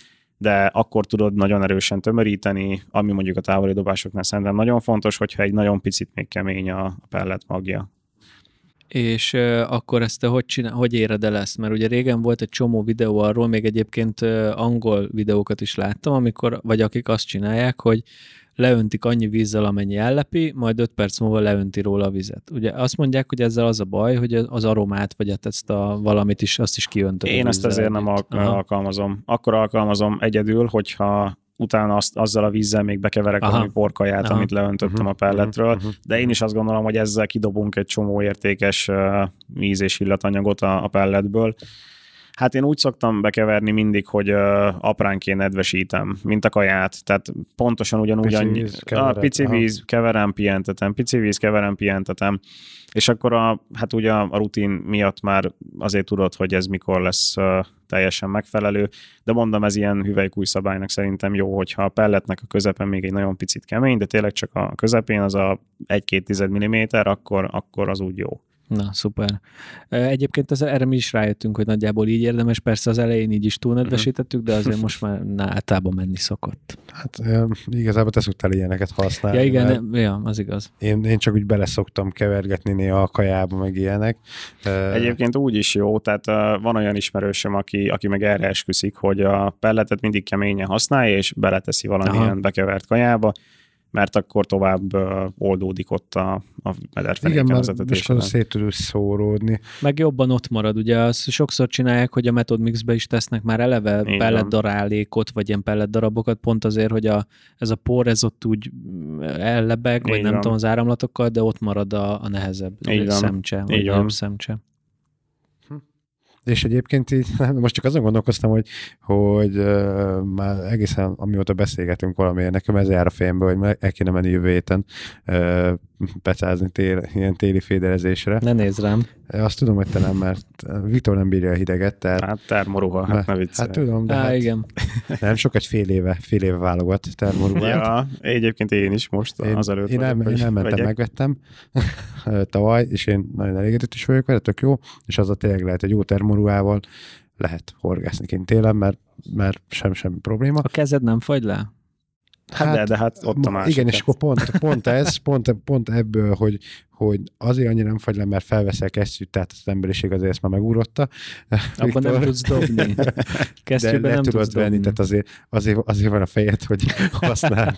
de akkor tudod nagyon erősen tömöríteni, ami mondjuk a távoli dobásoknál szerintem nagyon fontos, hogyha egy nagyon picit még kemény a pellet magja. És akkor ezt te hogy éred el ezt? Mert ugye régen volt egy csomó videó arról, még egyébként angol videókat is láttam, amikor, vagy akik azt csinálják, hogy leöntik annyi vízzel, amennyi ellepi, majd 5 perc múlva leönti róla a vizet. Ugye azt mondják, hogy ezzel az a baj, hogy az aromát, vagy ezt a valamit is, azt is kiöntöd. Én ezt azért nem alkalmazom. Akkor alkalmazom egyedül, hogyha utána azzal a vízzel még bekeverek valami porkaját, amit leöntöttem a pelletről, de én is azt gondolom, hogy ezzel kidobunk egy csomó értékes víz- és illatanyagot a pelletből. Hát én úgy szoktam bekeverni mindig, hogy apránként nedvesítem, mint a kaját, tehát pontosan ugyanúgy pici víz, keverem, pihentetem, pici víz, keverem, pihentetem, és akkor hát ugye a rutin miatt már azért tudod, hogy ez mikor lesz teljesen megfelelő, de mondom, ez ilyen hüvelykújszabálynak szerintem jó, hogyha a pelletnek a közepen még egy nagyon picit kemény, de tényleg csak a közepén az a 1-2 mm, akkor az úgy jó. Na, szuper. Egyébként erre mi is rájöttünk, hogy nagyjából így érdemes. Persze az elején így is túlnedvesítettük, de azért most már általában menni szokott. Hát igazából te szoktál ilyeneket használni. Ja, igen, az igaz. Én csak úgy bele szoktam kevergetni néha a kajába, meg ilyenek. Egyébként úgy is jó, tehát van olyan ismerősöm, aki meg erre esküszik, hogy a pelletet mindig keményen használja, és beleteszi valamilyen bekevert kajába, mert akkor tovább oldódik ott a mederfenéken az etetésben. Igen, mert szét tud szóródni. Meg jobban ott marad, ugye azt sokszor csinálják, hogy a Method Mixbe is tesznek már eleve pelletdarálékot, vagy ilyen pelletdarabokat, pont azért, hogy ez a por, ez ott úgy ellebeg, vagy nem tudom az áramlatokkal, de ott marad a nehezebb szemcse, vagy nagyobb szemcse. És egyébként így, most csak azon gondolkoztam, hogy már egészen amióta beszélgetünk valamiért, nekem ez jár a fejembe, hogy el kéne menni jövő héten pecázni ilyen téli féderezésre. Ne nézz rám. Azt tudom, hogy te nem, mert Viktor nem bírja a hideget. Tehát, hát termoruha, hát ne viccelj. Hát tudom, de igen. Nem sok, egy fél éve válogat termoruhát. Ja, egyébként én is most azelőtt én elmentem, megvettem tavaly, és én nagyon elégedett is vagyok vele, tök jó, és az a tényleg lehet egy jó termoruhával lehet horgászni kint télen, mert semmi probléma. A kezed nem fagy le? Hát de ott a másik. Igen, és akkor pont ebből, hogy azért annyira nem fagy le, mert felveszel kesztyűt, tehát az emberiség azért ezt már megúrotta. Abban nem tudsz dobni. Kesztyűben nem tudsz venni, tehát azért van a fejed, hogy használd.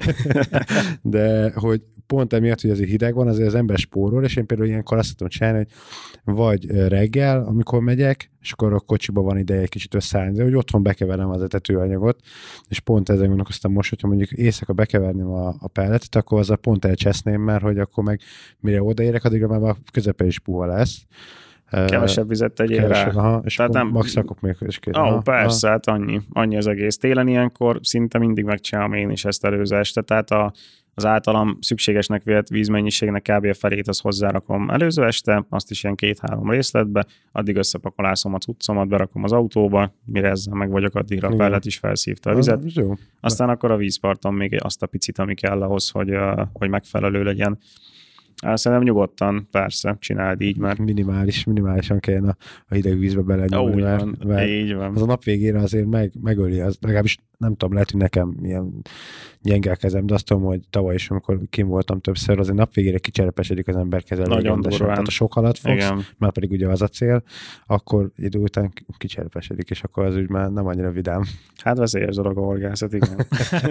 De hogy pont emiatt, hogy azért hideg van, azért az ember spórol, és én például ilyenkor azt tudom csinálni, hogy vagy reggel, amikor megyek, és akkor a kocsiba van ideje egy kicsit összeállni, de hogy otthon bekeverem az etetőanyagot, és pont ezen gondolkoztam most, hogyha mondjuk éjszaka bekeverném a pelletet, akkor azzal pont elcseszném, mert hogy akkor meg mire odaérek, addigra már a közepe is puha lesz. Kevesebb vizet tegyél rá. És tehát nem max rakok még is két. Persze, hát annyi az egész. Télen ilyenkor szinte mindig megcsinálom én is ezt előző este, tehát az általam szükségesnek vélt vízmennyiségnek kb. A felét azt hozzárakom előző este, azt is ilyen 2-3 részletbe, addig összepakolászom a cuccomat, berakom az autóba, mire ezzel meg vagyok, addigra a pellet is felszívta a vizet. Aztán akkor a vízparton még azt a picit, ami kell ahhoz, hogy megfelelő legyen. Szerintem nyugodtan, persze, csináld így, mert... Minimálisan kellene a hideg vízbe belenyúlni, mert így van. Az a nap végére azért megöli, az legalábbis nem tudom, lehet, hogy nekem ilyen gyenge a kezem, de azt tudom, hogy tavaly is, amikor kim voltam többször, azért nap végére kicserepesedik az ember keze. Nagyon durván. Tehát a sok halat fogsz, már pedig ugye az a cél, akkor idő után kicserepesedik, és akkor az úgy már nem annyira vidám. Hát veszélyes dolog a horgászat, igen.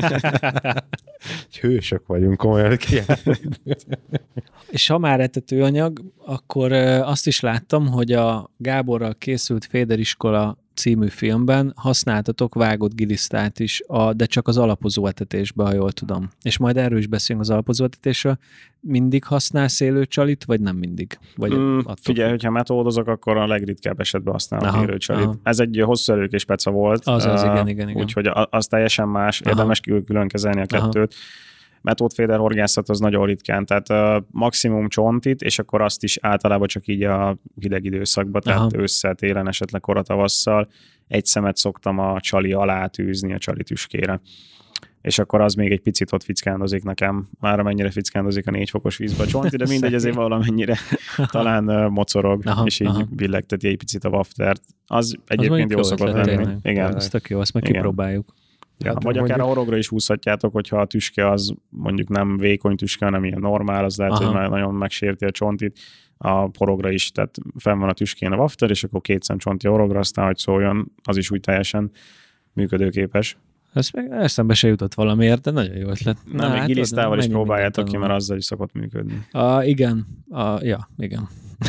Hősök vagyunk, komolyan. És ha már etetőanyag, akkor azt is láttam, hogy a Gáborral készült Féderiskola című filmben használtatok vágott gilisztát is, de csak az alapozó etetésbe, ha jól tudom. És majd erről is beszélünk az alapozó etetésről. Mindig használsz élőcsalit, vagy nem mindig? Vagy figyelj, hogyha metódozok, akkor a legritkább esetben használom élőcsalit. Ez egy hosszú előkés peca volt. Az igen. Úgyhogy az teljesen más, érdemes külön kezelni a kettőt. Metódféder horgászat az nagyon ritkán, tehát maximum csontit, és akkor azt is általában csak így a hideg időszakban, tehát ősszel, télen, esetleg koratavasszal egy szemet szoktam a csali alá tűzni a csali tüskére. És akkor az még egy picit ott fickándozik nekem, már amennyire fickándozik a 4 fokos vízbe a csonti, de mindegy, azért valamennyire talán mocorog, és így billegteti egy picit a waftert. Az egyébként jó szokott lenni. Igen. Ez tök jó, azt meg kipróbáljuk. Ja, vagy akár a horogra is húzhatjátok, hogyha a tüske az mondjuk nem vékony tüske, hanem ilyen normál, az lehet, hogy már nagyon megsérti a csontit. A horogra is, tehát fenn van a tüskén a wafter, és akkor 2 szem csonti a horogra, aztán, hogy szóljon, az is úgy teljesen működőképes. Ezt meg eszembe se jutott valamiért, de nagyon jó ötlet. Nem, még gilisztával is próbáljátok ki, mert azzal is szokott működni. Igen. Igen.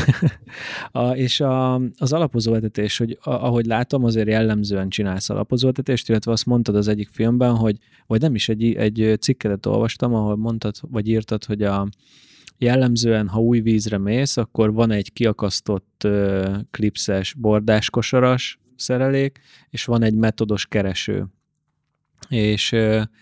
És az alapozóetetés, hogy ahogy látom, azért jellemzően csinálsz alapozóetetést, illetve azt mondtad az egyik filmben, hogy, vagy nem is egy cikkedet olvastam, ahol mondtad, vagy írtad, hogy jellemzően, ha új vízre mész, akkor van egy kiakasztott klipszes bordáskosaras szerelék, és van egy metodos kereső. És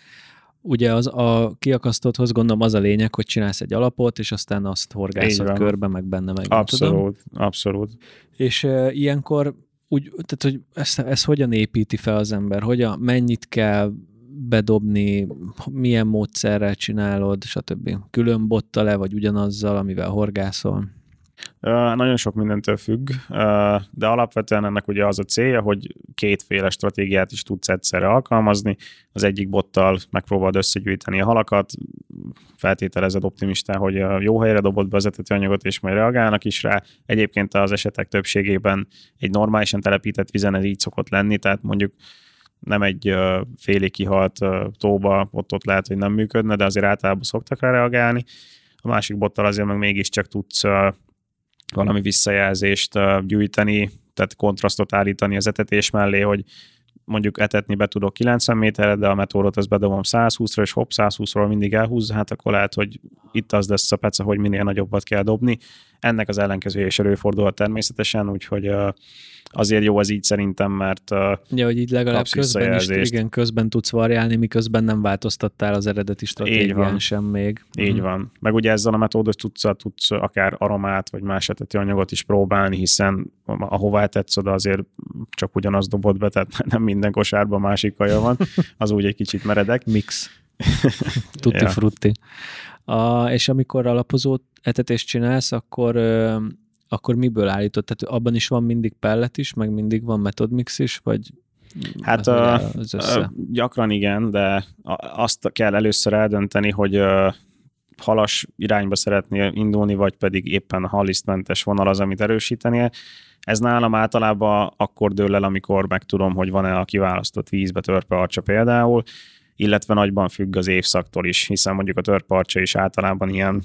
ugye a kiakasztotthoz gondolom az a lényeg, hogy csinálsz egy alapot, és aztán azt horgászod körbe, meg benne meg. Abszolút. És ilyenkor úgy, tehát, hogy ezt hogyan építi fel az ember? Mennyit kell bedobni, milyen módszerrel csinálod, stb. Külön bottal-e, vagy ugyanazzal, amivel horgászol? Nagyon sok mindentől függ, de alapvetően ennek ugye az a célja, hogy kétféle stratégiát is tudsz egyszerre alkalmazni. Az egyik bottal megpróbálod összegyűjteni a halakat, feltételezed optimistán, hogy jó helyre dobod be az etetőanyagot, és majd reagálnak is rá. Egyébként az esetek többségében egy normálisan telepített vizen ez így szokott lenni, tehát mondjuk nem egy félig kihalt tóba, ott lehet, hogy nem működne, de azért általában szoktak rá reagálni. A másik bottal azért meg mégiscsak tudsz valami visszajelzést gyűjteni, tehát kontrasztot állítani az etetés mellé, hogy mondjuk etetni be tudok 90 méterre, de a meteorot azt bedobom 120-ra, és hopp, 120-ról mindig elhúzza, hát akkor lehet, hogy itt az lesz a peca, hogy minél nagyobbat kell dobni. Ennek az ellenkezője is előfordulhat természetesen, úgyhogy azért jó az így szerintem, mert hogy így legalább közben tudsz variálni, miközben nem változtattál az eredeti stratégián sem még. Így van. Meg ugye ezzel a metódos tudsz akár aromát, vagy más etetőanyagot is próbálni, hiszen ahová etetsz oda, azért csak ugyanazt dobod be, tehát nem minden kosárban másik kaja van, az úgy egy kicsit meredek. Mix. Tutti frutti. És amikor alapozó etetést csinálsz, akkor miből állítod? Tehát abban is van mindig pellet is, meg mindig van metodmix is, vagy hát gyakran igen, de azt kell először eldönteni, hogy halas irányba szeretnél indulni, vagy pedig éppen a halisztmentes vonal az, amit erősítenél. Ez nálam általában akkor dől el, amikor megtudom, hogy van-e a kiválasztott vízbe törpeharcsa például, illetve nagyban függ az évszaktól is, hiszen mondjuk a törpeharcsa is általában ilyen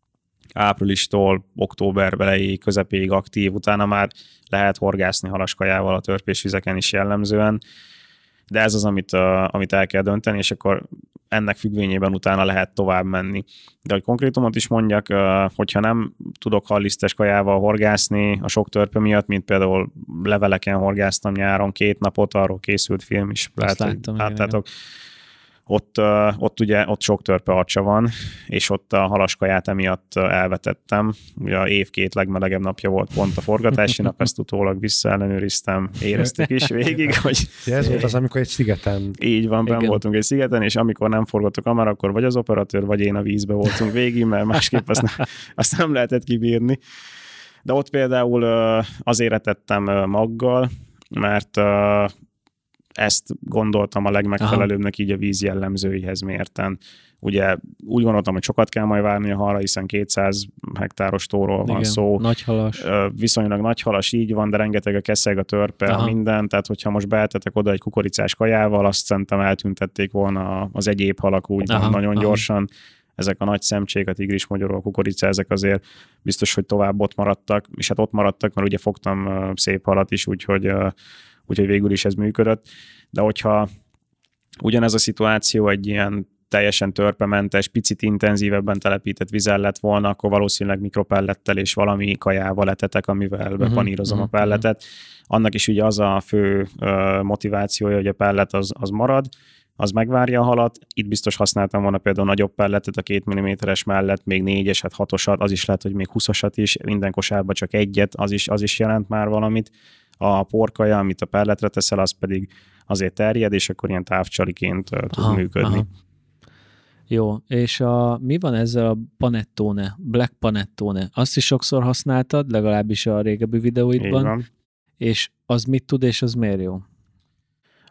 áprilistól október elejéig, közepéig aktív, utána már lehet horgászni halaskajával a törpésvizeken is jellemzően, de ez az, amit el kell dönteni, és akkor ennek függvényében utána lehet tovább menni. De hogy konkrétumot is mondjak, hogyha nem tudok halisztes kajával horgászni a sok törpe miatt, mint például leveleken horgáztam nyáron 2 napot, arról készült film is, láttátok. Ott sok törpeharcsa van, és ott a halaskaját emiatt elvetettem. Ugye a év 2 legmelegebb napja volt pont a forgatási nap, ezt utólag visszaellenőriztem, éreztük is végig, hogy... Ez volt az, amikor egy szigeten... Így van, benn voltunk egy szigeten, és amikor nem forgott a kamera, akkor vagy az operatőr, vagy én a vízbe voltunk végig, mert másképp azt nem lehetett kibírni. De ott például azért etettem maggal, mert ezt gondoltam a legmegfelelőbbnek így a víz jellemzőihez mérten. Ugye úgy gondoltam, hogy sokat kell majd várni a halra, hiszen 200 hektáros tóról van szó. Nagyhalas. Viszonylag nagyhalas, így van, de rengeteg a keszeg, a törpe, minden, tehát hogyha most beeltetek oda egy kukoricás kajával, azt szerintem eltüntették volna az egyéb halak úgy nagyon gyorsan. Ezek a nagy szemcsék, a tigrismagyoró, a kukorica, ezek azért biztos, hogy tovább ott maradtak, és hát ott maradtak, mert ugye fogtam szép halat is, úgyhogy végül is ez működött. De hogyha ugyanez a szituáció egy ilyen teljesen törpementes, picit intenzívebben telepített vizen lett volna, akkor valószínűleg mikropellettel és valami kajával etetek, amivel bepanírozom a pelletet. Annak is ugye az a fő motivációja, hogy a pellet az marad, az megvárja a halat. Itt biztos használtam volna például nagyobb pelletet, a 2 mm-es mellett, még 4-eset, 6-osat, az is lehet, hogy még 20-asat is, minden kosárban csak egyet, az is jelent már valamit. A porkaja, amit a pelletre teszel, az pedig azért terjed, és akkor ilyen távcsaliként tud működni. Jó, és mi van ezzel a panettone, black panettone? Azt is sokszor használtad, legalábbis a régebbi videóidban. És az mit tud, és az miért jó?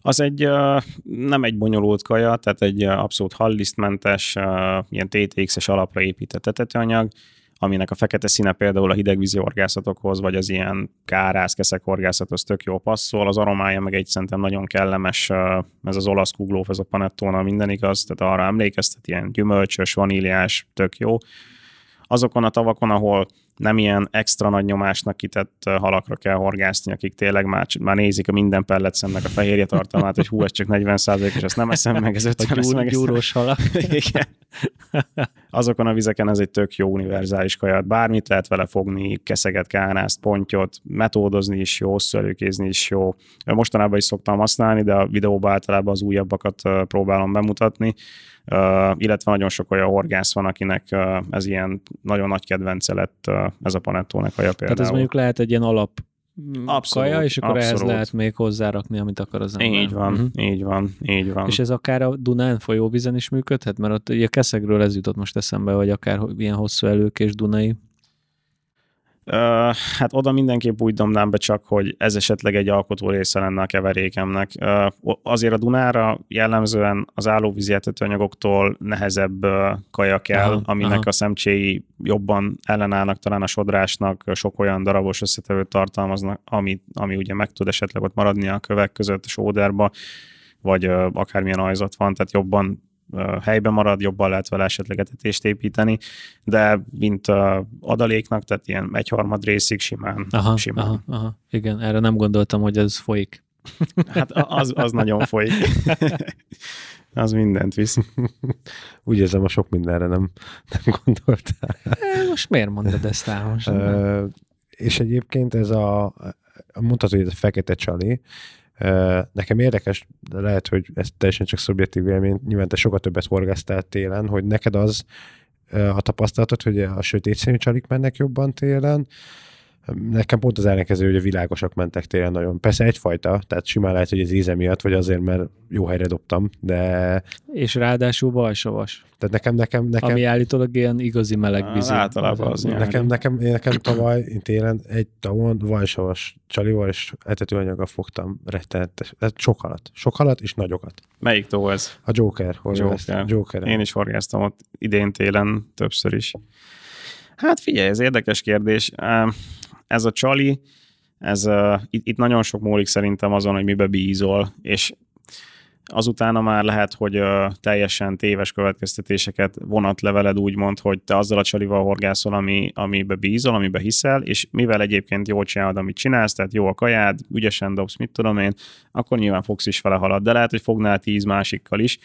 Az nem egy bonyolult kaja, tehát egy abszolút hallisztmentes, ilyen TTX-es alapra épített etetőanyag, aminek a fekete színe például a hidegvízi horgászatokhoz, vagy az ilyen kárászkeszek horgászathoz tök jó passzol, az aromája meg egy szerintem nagyon kellemes, ez az olasz kuglóf, ez a panettone, minden igaz, tehát arra emlékeztet, ilyen gyümölcsös, vaníliás, tök jó. Azokon a tavakon, ahol nem ilyen extra nagy nyomásnak kitett halakra kell horgászni, akik tényleg már nézik a minden pelletszemnek a fehérje tartalmát, hogy hú, ez csak 40%, és ezt nem eszem meg, ez 50 meg. Gyúrós halak. Igen. Azokon a vizeken ez egy tök jó univerzális kajat. Bármit lehet vele fogni, keszeget, kánázt, pontyot, metódozni is jó, hosszú előkézni is jó. Mostanában is szoktam használni, de a videóban általában az újabbakat próbálom bemutatni. Illetve nagyon sok olyan horgász van, akinek ez ilyen nagyon nagy kedvence lett ez a panettone kaja például. Tehát ez mondjuk lehet egy ilyen alap abszolút, kaja, és akkor abszolút. ehhez lehet még hozzárakni, amit akar az ember. Így van, így van. És ez akár a Dunán folyóvízen is működhet? Mert ott ugye Keszegről ez jutott most eszembe, hogy akár ilyen hosszú előkés Dunai. Hát oda mindenképp úgy domnám be csak, hogy ez esetleg egy alkotó része lenne a keverékemnek. Azért a Dunára jellemzően az állóvízi etetőanyagoktól nehezebb kaja kell, aminek a szemcséi jobban ellenállnak talán a sodrásnak, sok olyan darabos összetevőt tartalmaznak, ami ugye meg tud esetleg ott maradni a kövek között a sóderba, vagy akármilyen ajzat van, tehát jobban helyben marad, jobban lehet vele esetleg etetést építeni, de mint adaléknak, tehát ilyen 1/3 részig simán. Aha. Igen, erre nem gondoltam, hogy ez folyik. Hát az nagyon folyik. Az mindent visz. Úgy érzem, a sok mindenre nem gondoltál. Most miért mondod ezt el? És egyébként ez mondtad, hogy ez a fekete csali, nekem érdekes, de lehet, hogy ez teljesen csak szubjektív élmény, nyilván te sokat többet horgásztál télen, hogy neked az a tapasztalatod, hogy a sötét színű csalik mennek jobban télen. Nekem pont az ellenkező, hogy a világosak mentek télen nagyon. Persze egyfajta, tehát simán lehet, hogy az íze miatt, vagy azért, mert jó helyre dobtam, de... És ráadásul vajsavas. Tehát nekem... Ami állítólag ilyen igazi meleg vízi. Általában az. Nekem tavaly én télen egy tavon vajsavas csalival és etetőanyaggal fogtam rettenetes. Sok halat és nagyokat. Melyik tó ez? A Joker. Én is horgáztam ott idén télen többször is. Hát figyelj, ez érdekes kérdés. Ez a csali, itt nagyon sok múlik szerintem azon, hogy mibe bízol, és azutána már lehet, hogy teljesen téves következtetéseket vonat le veled úgymond, hogy te azzal a csalival horgászol, amibe bízol, amibe hiszel, és mivel egyébként jól csinálod, amit csinálsz, tehát jó a kajád, ügyesen dobsz, mit tudom én, akkor nyilván fogsz is vele halad, de lehet, hogy fognál 10 másikkal is.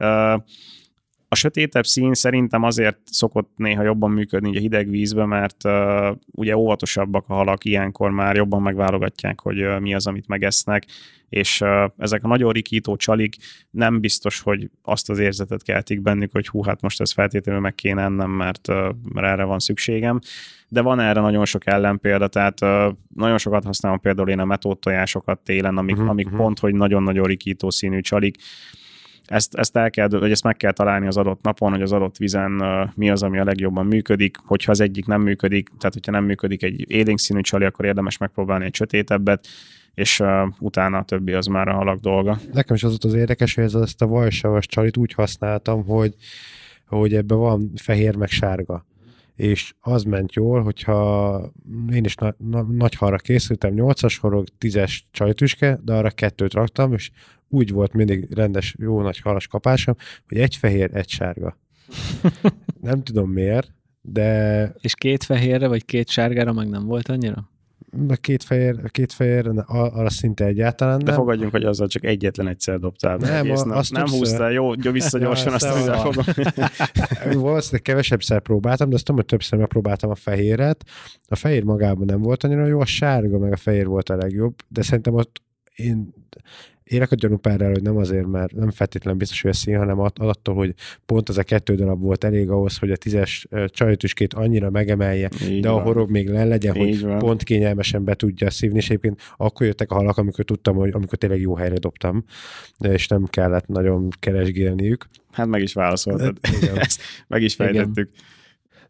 A sötétebb szín szerintem azért szokott néha jobban működni így a hideg vízbe, mert ugye óvatosabbak a halak, ilyenkor már jobban megválogatják, hogy mi az, amit megesznek, és ezek a nagyon rikító csalik nem biztos, hogy azt az érzetet keltik bennük, hogy hú, hát most ez feltétlenül meg kéne ennem, mert erre van szükségem. De van erre nagyon sok ellenpélda, tehát nagyon sokat használom például én a metód tojásokat télen, amik pont, hogy nagyon-nagyon rikító színű csalik. Ezt meg kell találni az adott napon, hogy az adott vizen mi az, ami a legjobban működik. Hogyha az egyik nem működik, tehát hogyha nem működik egy élénk színű csali, akkor érdemes megpróbálni egy sötétebbet, és utána a többi az már a halak dolga. Nekem is az ott az érdekes, hogy ezt a vajsavas csalit úgy használtam, hogy ebben van fehér meg sárga. És az ment jól, hogyha én is nagy halra készültem, 8-as horog, 10-es csajtüske, de arra 2-t raktam, és úgy volt mindig rendes, jó nagy halas kapásom, hogy egy fehér, egy sárga. Nem tudom miért, de... És 2 fehérre, vagy 2 sárgára meg nem volt annyira? A két fehér, arra szinte egyáltalán nem. De fogadjunk, hogy azzal csak egyetlen egyszer dobtál. Nem húztál, jó vissza gyorsan azt, hogy fogom. Valószínűleg kevesebbszer próbáltam, de azt tudom, hogy többször megpróbáltam a fehéret. A fehér magában nem volt annyira jó, a sárga meg a fehér volt a legjobb, de szerintem ott én élek a gyanúpárral, hogy nem azért, mert nem feltétlenül biztos, hogy a szín, hanem attól, hogy pont az a 2 darab volt elég ahhoz, hogy a 10-es csajtüskét annyira megemelje, így de van. A horog még le legyen, így hogy van. Pont kényelmesen be tudja szívni, és egyébként akkor jöttek a halak, amikor tudtam, hogy amikor tényleg jó helyre dobtam, és nem kellett nagyon keresgélniük. Hát meg is válaszoltad. Meg is fejtettük.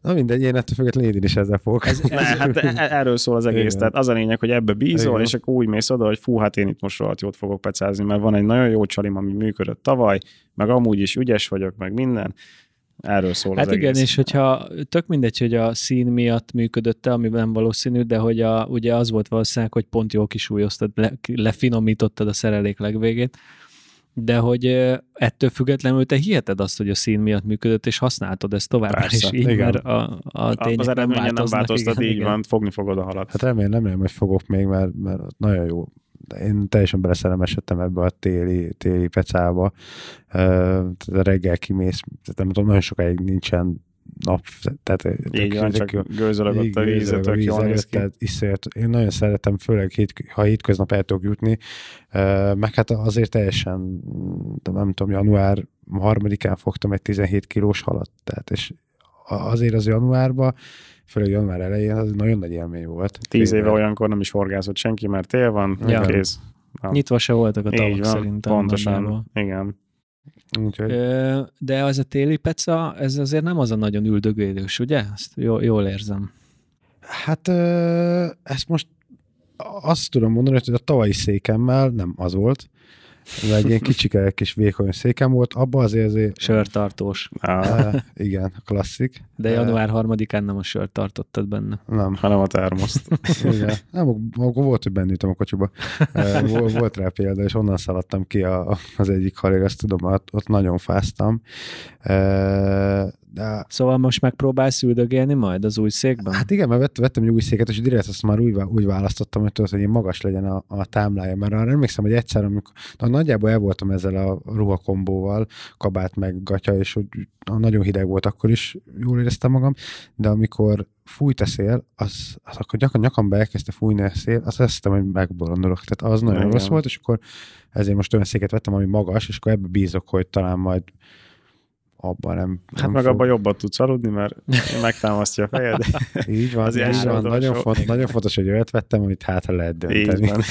Na mindegy, én ettől függetlenül én is ezzel fogok. Hát erről szól az egész. Igen. Tehát az a lényeg, hogy ebbe bízol, Igen. és akkor úgy mész oda, hogy fú, hát én itt most rohadt jót fogok pecázni, mert van egy nagyon jó csalim, ami működött tavaly, meg amúgy is ügyes vagyok, meg minden. Erről szól Hát az igen, egész. és hogyha tök mindegy, hogy a szín miatt működött-e, ami nem valószínű, de hogy ugye az volt valószínűleg, hogy pont jól kisúlyoztad, lefinomítottad a szerelék legvégét, de hogy ettől függetlenül te hiheted azt, hogy a szín miatt működött, és használtad ezt továbbra is így, igen. mert a tények az nem eredményen nem változnak. változtat, igen, így igen. van, fogni fogod a halat. Hát remélem, hogy fogok még, mert nagyon jó. De én teljesen beleszerelmesedtem ebbe a téli pecába. Reggel kimész, nem tudom, nagyon sokáig nincsen nap. Tehát, Így van, csak gőzölög ott a vízet, tök jól néz ki. Én nagyon szeretem, főleg ha hétköznap el tudok jutni, meg hát azért teljesen, nem tudom, január 3-án fogtam egy 17 kilós halat, tehát és azért az januárban, főleg január elején, az nagyon nagy élmény volt. 10 éve olyankor nem is horgászott senki, mert tél van, Ja. kész. Nyitva se voltak a Így tavak van, szerintem. pontosan, nagyjából. igen. Úgyhogy De az a téli peca, ez azért nem az a nagyon üldögélős, ugye? Ezt jól érzem. hát ezt most azt tudom mondani, hogy a tavalyi székemmel nem az volt, de egy ilyen kicsike, kis vékony székem volt, abban azért Sörtartós. igen, klasszik. De január 3-án nem a sört tartottad benne. Nem. Hanem a termoszt. Igen. Nem, akkor volt, hogy bennültem a kocsiba. Volt rá példa, és onnan szaladtam ki az egyik halér, azt tudom, ott nagyon fáztam. De Szóval most megpróbálsz üldögélni majd az új székben? hát igen, mert vettem egy új széket, és direkt azt már úgy választottam, hogy tudod, hogy magas legyen a támlája, mert arra emlékszem, hogy egyszer, amikor nagyjából el voltam ezzel a ruhakombóval, kabát meg gatya, és úgy, nagyon hideg volt, akkor is jól éreztem magam, de amikor fújt a szél, az akkor nyakamba elkezdte fújni a szél, azt hiszem, hogy megbolondulok. Tehát az nagyon igen. rossz volt, és akkor ezért most olyan széket vettem, ami magas, és akkor ebbe bízok, hogy talán majd abban nem Hát meg abban jobban tudsz aludni, mert megtámasztja a fejed. Így van, Azért így van. utolsó. Nagyon fontos, hogy olyat vettem, amit hátra lehet dönteni. Így van.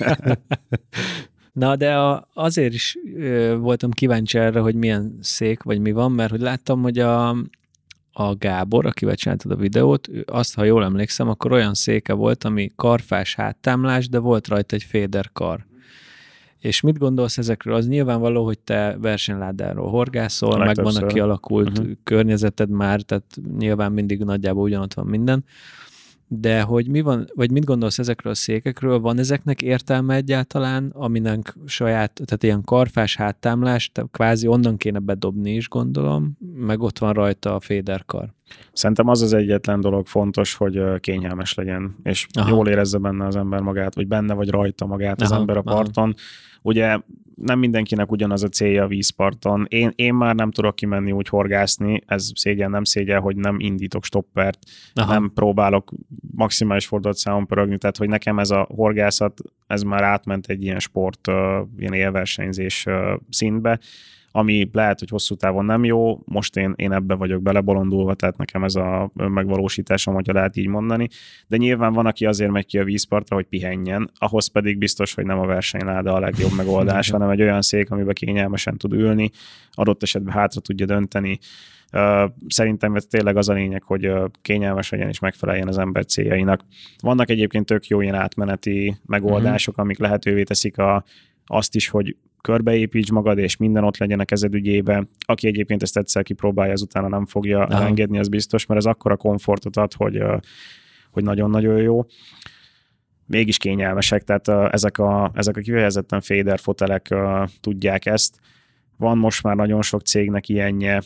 Na, de azért is voltam kíváncsi erre, hogy milyen szék, vagy mi van, mert hogy láttam, hogy a Gábor, akivel csináltad a videót, azt, ha jól emlékszem, akkor olyan széke volt, ami karfás háttámlás, de volt rajta egy féderkar. És mit gondolsz ezekről? Az nyilvánvaló, hogy te versenyládáról horgászol, meg van a kialakult környezeted már, tehát nyilván mindig nagyjából ugyanott van minden. De hogy mi van, vagy mit gondolsz ezekről a székekről? Van ezeknek értelme egyáltalán, aminek saját, tehát ilyen karfás háttámlás, kvázi onnan kéne bedobni is, gondolom, meg ott van rajta a féderkar. Szerintem az egyetlen dolog fontos, hogy kényelmes legyen, és jól érezze benne az ember magát, vagy benne vagy rajta magát az ember a parton. Ugye nem mindenkinek ugyanaz a célja a vízparton. Én már nem tudok kimenni úgy horgászni, ez szégyen, nem szégyen, hogy nem indítok stoppert, nem próbálok maximális fordulatszámon pörögni, tehát hogy nekem ez a horgászat, ez már átment egy ilyen sport, ilyen élversenyzés szintbe, ami lehet, hogy hosszú távon nem jó, most én ebbe vagyok belebolondulva, tehát nekem ez a önmegvalósításom, hogyha lehet így mondani, de nyilván van, aki azért megy ki a vízpartra, hogy pihenjen, ahhoz pedig biztos, hogy nem a versenyláda a legjobb megoldás, hanem egy olyan szék, amiben kényelmesen tud ülni, adott esetben hátra tudja dönteni. Szerintem ez tényleg az a lényeg, hogy kényelmes legyen és megfeleljen az ember céljainak. Vannak egyébként tök jó ilyen átmeneti megoldások, amik lehetővé teszik azt is, hogy körbeépíts magad, és minden ott legyen a kezed ügyébe. Aki egyébként ezt egyszer kipróbálja, az utána nem fogja elengedni, az biztos, mert ez akkora komfortot ad, hogy nagyon-nagyon jó. Mégis kényelmesek, tehát ezek a kifejezetten féder fotelek tudják ezt. Van most már nagyon sok cégnek ilyenje,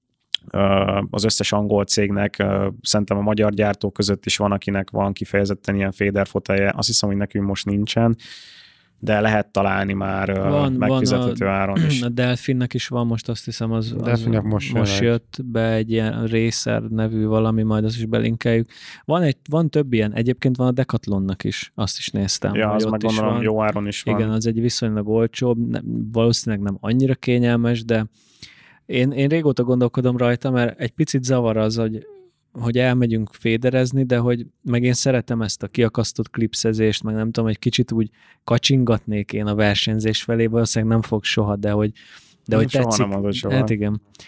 az összes angol cégnek, szerintem a magyar gyártók között is van, akinek van kifejezetten ilyen féder fotelje. Azt hiszem, hogy nekünk most nincsen, de lehet találni már megfizethető áron is. A Delfinnek is van most, azt hiszem, az most jött be egy ilyen Racer nevű valami, majd azt is belinkeljük. Van több ilyen, egyébként van a Decathlonnak is, azt is néztem. Ja, az meg gondolom jó áron is van. Igen, az egy viszonylag olcsóbb, valószínűleg nem annyira kényelmes, de én régóta gondolkodom rajta, mert egy picit zavar az, hogy elmegyünk féderezni, de hogy meg én szeretem ezt a kiakasztott klipszezést, meg nem tudom, egy kicsit úgy kacsingatnék én a versenyzés felé, valószínűleg nem fog soha, de hogy tetszik. Nem soha. Hát igen.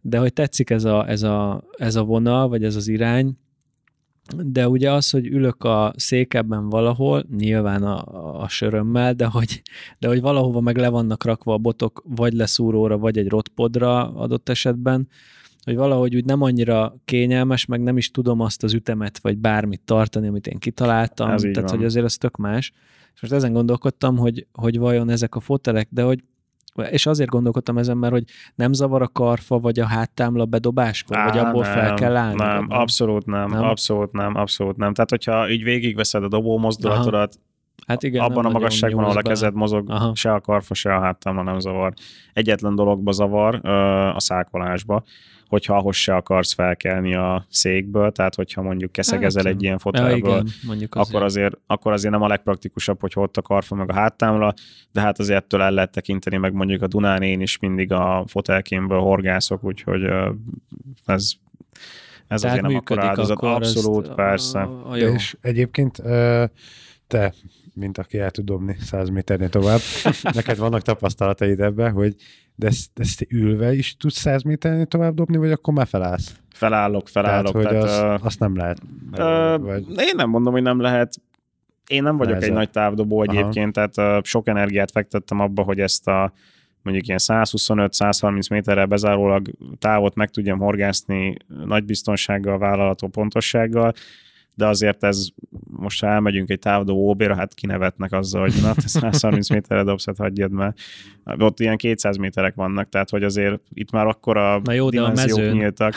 de hogy tetszik ez a vonal, vagy ez az irány, de ugye az, hogy ülök a székebben valahol, nyilván a sörömmel, de hogy valahova meg le vannak rakva a botok, vagy leszúróra, vagy egy rotpodra adott esetben, hogy valahogy úgy nem annyira kényelmes, meg nem is tudom azt az ütemet, vagy bármit tartani, amit én kitaláltam, tehát hogy azért ez tök más. És most ezen gondolkodtam, hogy vajon ezek a fotelek, de hogy és azért gondolkodtam ezen, mert hogy nem zavar a karfa, vagy a háttámla bedobáskor, vagy abból nem, fel kell állni? Nem, abszolút nem. Tehát, hogyha így végigveszed a dobó mozdulatodat, hát igen, abban a magasságban, ahol a kezed mozog, se a karfa, se a háttámla nem zavar. Egyetlen dologba zavar, a szákolásba, hogyha ahhoz se akarsz felkelni a székből, tehát hogyha mondjuk keszegezel egy ilyen fotelből, akkor azért nem a legpraktikusabb, hogy ott a karfa meg a háttámla, de hát azért ettől el lehet tekinteni, meg mondjuk a Dunán én is mindig a fotelkémből horgászok, úgyhogy ez azért nem akkor áldozat. Abszolút, persze. És egyébként te, mint aki el tud dobni 100 méternél tovább, neked vannak tapasztalataid ebben, hogy de ezt ülve is tudsz 100 méternél tovább dobni, vagy akkor már felállsz? Felállok. Tehát, hogy azt nem lehet. Én nem mondom, hogy nem lehet. Én nem vagyok egy nagy távdobó egyébként, tehát sok energiát fektettem abba, hogy ezt a mondjuk ilyen 125-130 méterrel bezárólag távot meg tudjam horgászni nagy biztonsággal, vállalható pontossággal, de azért ez, most ha elmegyünk egy távdobó OB-ra, hát kinevetnek azzal, hogy na, te 130 méterre dobsz, hát hagyjad, mert ott ilyen 200 méterek vannak, tehát hogy azért itt már akkora dimenziók nyíltak.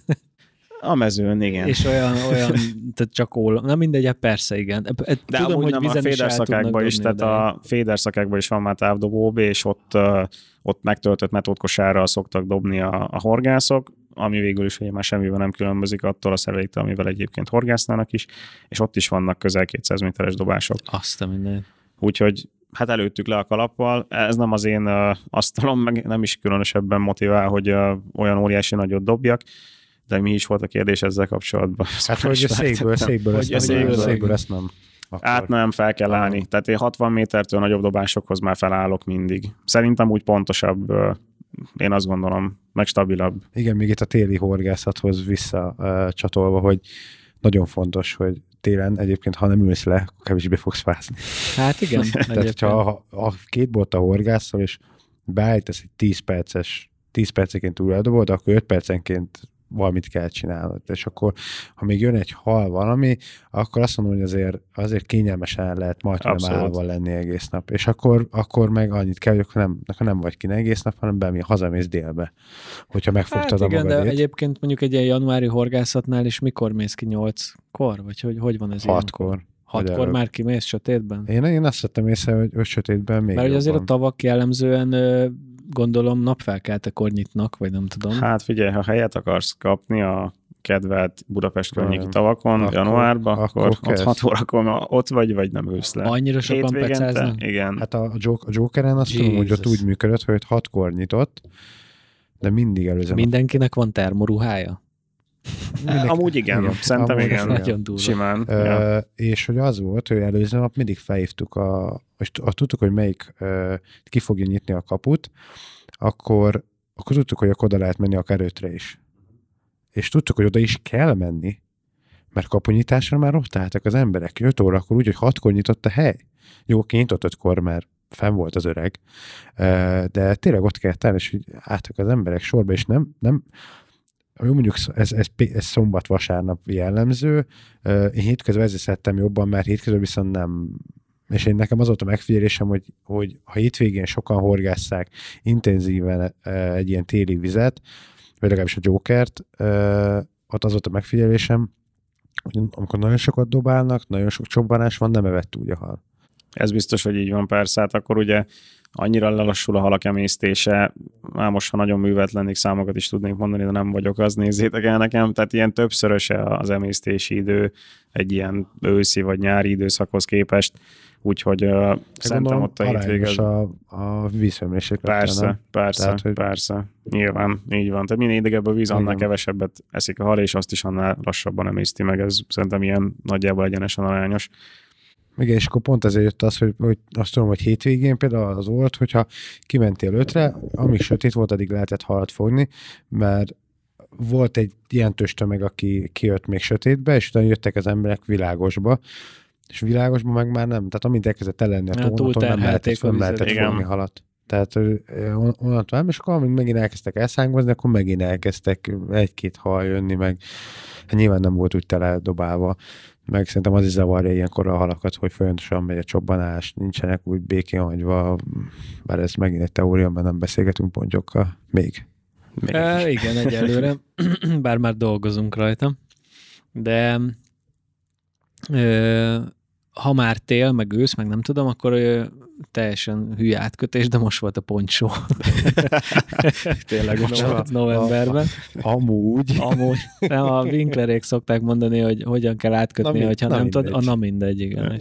A mezőn, igen. És olyan tehát csak na mindegy, persze, igen. De tudom, amúgy hogy nem a féderszakákban is, tehát a féderszakákban is van már távdobó OB, és ott megtöltött metódkosárral szoktak dobni a horgászok, ami végül is ugye már semmivel nem különbözik attól a szereléktől, amivel egyébként horgásznának is, és ott is vannak közel 200 méteres dobások. Azt a minden. Úgyhogy hát előttük le a kalappal. Ez nem az én asztalom, meg nem is különösebben motivál, hogy olyan óriási nagyot dobjak, de mi is volt a kérdés ezzel kapcsolatban. Hát, hogy a székből ezt nem. Akkor... nem, fel kell állni. Tehát én 60 métertől nagyobb dobásokhoz már felállok mindig. Szerintem úgy pontosabb, én azt gondolom, meg stabilabb. Igen, még itt a téli horgászathoz visszacsatolva, hogy nagyon fontos, hogy télen egyébként, ha nem ülsz le, akkor kevésbé fogsz fázni. Hát igen. Tehát ha két botta horgászol, és beállítasz egy 10 perceként túl eldobod, akkor 5 percenként valamit kell csinálnod. És akkor, ha még jön egy hal valami, akkor azt mondom, hogy azért kényelmesen lehet majd nem állva lenni egész nap. És akkor meg annyit kell, hogy akkor nem vagy ki egész nap, hanem hazamész délbe, hogyha megfogtad a magadét. De egyébként mondjuk egy ilyen januári horgászatnál is mikor mész ki 8-kor? Vagy hogy van ez? 6-kor. 6-kor már kimész sötétben? Én azt vettem észre, hogy sötétben még mert jobban. Azért a tavak jellemzően gondolom napfelkeltekor nyitnak, vagy nem tudom. Hát figyelj, ha helyet akarsz kapni a kedvelt Budapest környéki tavakon januárban, akkor ott 6 órakor ott vagy nem ülsz le. Annyira sokan pecáznak? Igen. Hát a Jokeren azt tudom, hogy ott úgy működött, hogy 6-kor nyitott, de mindig előző. Mindenkinek van termoruhája? Amúgy igen, szerintem igen. Nagyon durva. Simán. És hogy az volt, hogy előző nap mindig felhívtuk, és tudtuk, hogy melyik ki fogja nyitni a kaput, akkor tudtuk, hogy akkor oda lehet menni akár 5-re is. És tudtuk, hogy oda is kell menni, mert kapunyitásra már ott álltak az emberek. 5 órakor úgy, hogy 6-kor nyitott a hely. Jó, kinyitott 5-kor, mert fenn volt az öreg, de tényleg ott kellett állni, és álltak az emberek sorba, és nem jó, mondjuk ez szombat-vasárnap jellemző. Én hétközben ezért szerettem jobban, mert hétközben viszont nem. És én nekem az volt a megfigyelésem, hogy ha hétvégén sokan horgásszák intenzíven egy ilyen téli vizet, vagy legalábbis a Jokert, ott az volt a megfigyelésem, hogy amikor nagyon sokat dobálnak, nagyon sok csobbanás van, nem evett úgy a hal. Ez biztos, hogy így van, persze. Hát akkor ugye annyira lelassul a halak emésztése, már most, ha nagyon művelt lennék, számokat is tudnék mondani, de nem vagyok az, nézzétek el nekem. Tehát ilyen többszöröse az emésztési idő egy ilyen őszi vagy nyári időszakhoz képest, úgyhogy szerintem ott a hétvége... a vízhőmérsékletre. Persze. Nyilván, így van. Tehát minél idegebb a víz, annál kevesebbet eszik a hal, és azt is annál lassabban emészti meg. Ez szerintem ilyen nagyjából egyenesen arányos. Igen, és akkor pont ezért jött az, hogy azt tudom, hogy hétvégén például az volt, hogyha kimentél 5-re, amíg sötét volt, addig lehetett halat fogni, mert volt egy ilyen tömeg, aki kijött még sötétbe, és utána jöttek az emberek világosba, és világosban meg már nem. Tehát amint elkezdett elenni a tónaton, nem lehetett fogni halat. Tehát onnantól nem, és akkor amint megint elkezdtek elszángozni, akkor megint elkezdtek egy-két hal jönni, meg hát nyilván nem volt úgy teledobálva. Meg szerintem az is zavarja ilyenkor a halakat, hogy folyamatosan megy a csobbanás, nincsenek úgy békén hagyva, bár ez megint egy teória, mert nem beszélgetünk pontyokkal. Még. Igen, egyelőre, bár már dolgozunk rajta. De ha már tél, meg ősz, meg nem tudom, akkor teljesen hülye átkötés, de most volt a poncsó. Tényleg most volt novemberben. Amúgy. Nem, a Winklerék szokták mondani, hogy hogyan kell átkötni, hogyha nem tudod. Na mindegy, igen.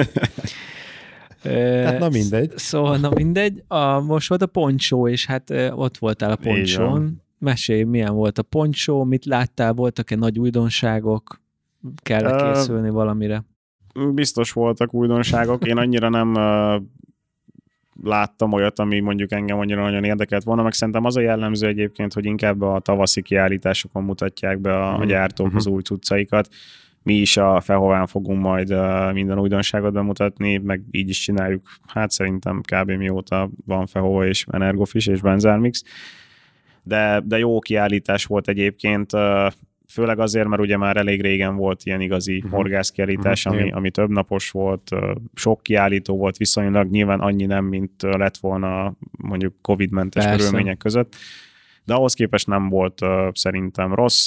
Hát na mindegy. Szóval na mindegy. Most volt a poncsó, és hát ott voltál a poncsón. Mesélj, milyen volt a poncsó, mit láttál, voltak-e nagy újdonságok, kell készülni valamire? Biztos voltak újdonságok. Én annyira nem láttam olyat, ami mondjuk engem annyira nagyon érdekelt volna, meg szerintem az a jellemző egyébként, hogy inkább a tavaszi kiállításokon mutatják be a gyártók az új cuccaikat. Mi is a Fehován fogunk majd minden újdonságot bemutatni, meg így is csináljuk, hát szerintem kb. Mióta van Fehova és Energofish és Benzermix. De jó kiállítás volt egyébként, főleg azért, mert ugye már elég régen volt ilyen igazi horgászkiállítás, ami több napos volt, sok kiállító volt viszonylag, nyilván annyi nem, mint lett volna mondjuk Covid-mentes körülmények között, de ahhoz képest nem volt szerintem rossz,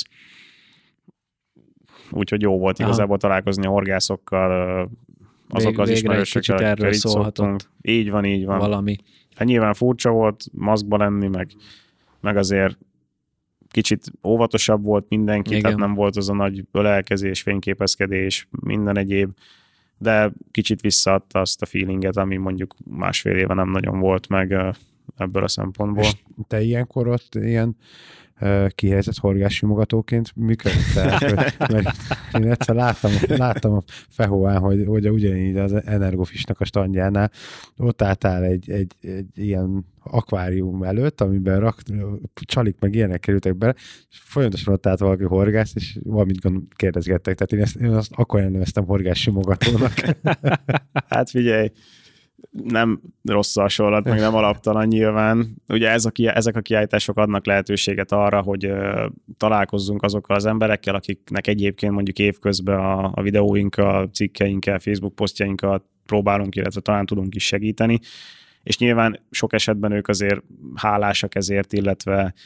úgyhogy jó volt igazából találkozni a horgászokkal, azok az ismerősökkel, akikkel így szoktunk. Így van. Valami. Hát nyilván furcsa volt maszkba lenni, meg azért kicsit óvatosabb volt mindenki, igen. Tehát nem volt az a nagy ölelkezés, fényképezkedés, minden egyéb, de kicsit visszaadta azt a feelinget, ami mondjuk másfél éve nem nagyon volt meg ebből a szempontból. És te ilyenkor ott ilyen kihelyezett horgássimogatóként működtál? Mert én egyszer láttam a Fehován, hogy ugyanígy az Energofishnak a standjánál ott álltál egy ilyen akvárium előtt, amiben csalik meg ilyenek kerültek bele, és folyamatosan ott állt valaki horgász, és valamit kérdezgettek. Tehát én azt akkor elneveztem horgássimogatónak. Hát figyelj, nem rossz a hasonlat, meg nem alaptalan nyilván. Ugye ezek a kiállítások adnak lehetőséget arra, hogy találkozzunk azokkal az emberekkel, akiknek egyébként mondjuk évközben a videóinkkal, cikkeinkkel, Facebook posztjainkkal próbálunk, illetve talán tudunk is segíteni. És nyilván sok esetben ők azért hálásak ezért, illetve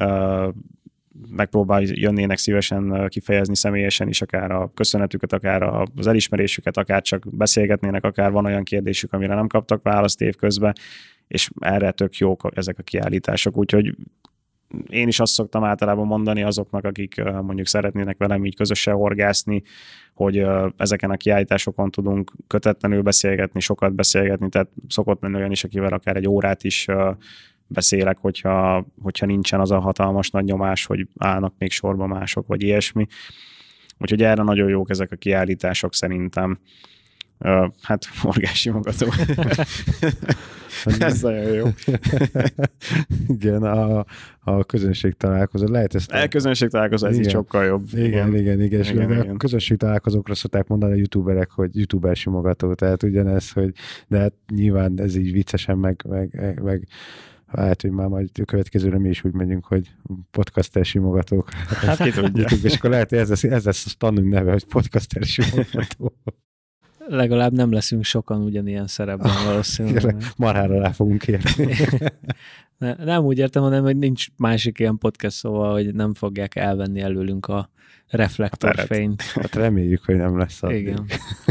jönnének szívesen kifejezni személyesen is, akár a köszönetüket, akár az elismerésüket, akár csak beszélgetnének, akár van olyan kérdésük, amire nem kaptak választ évközben, és erre tök jók ezek a kiállítások, úgyhogy én is azt szoktam általában mondani azoknak, akik mondjuk szeretnének velem így közösen horgászni, hogy ezeken a kiállításokon tudunk kötetlenül beszélgetni, sokat beszélgetni, tehát szokott menni olyan is, akivel akár egy órát is beszélek, hogyha nincsen az a hatalmas nagy nyomás, hogy állnak még sorba mások, vagy ilyesmi. Úgyhogy erre nagyon jók ezek a kiállítások szerintem. Hát horgássimogató. Ez nagyon jó. Igen, a közönség találkozó. Lehet ezt... A közönség találkozó, ez így sokkal jobb. Igen. A közönség találkozókra szokták mondani a youtuberek, hogy youtuber simogató, tehát ugyanez, hogy de hát nyilván ez így viccesen, meg lehet, hogy már majd a következőre mi is úgy megyünk, hogy podcaster simogatók. Hát ki tudja. És akkor lehet, hogy ez lesz a standunk neve, hogy podcaster simogató. Legalább nem leszünk sokan ugyanilyen szerepben valószínűleg. Marhára rá fogunk érni. Nem úgy értem, hanem, hogy nincs másik ilyen podcast, szóval, hogy nem fogják elvenni előlünk a reflektorfényt. Hát reméljük, hogy nem lesz addig. Igen.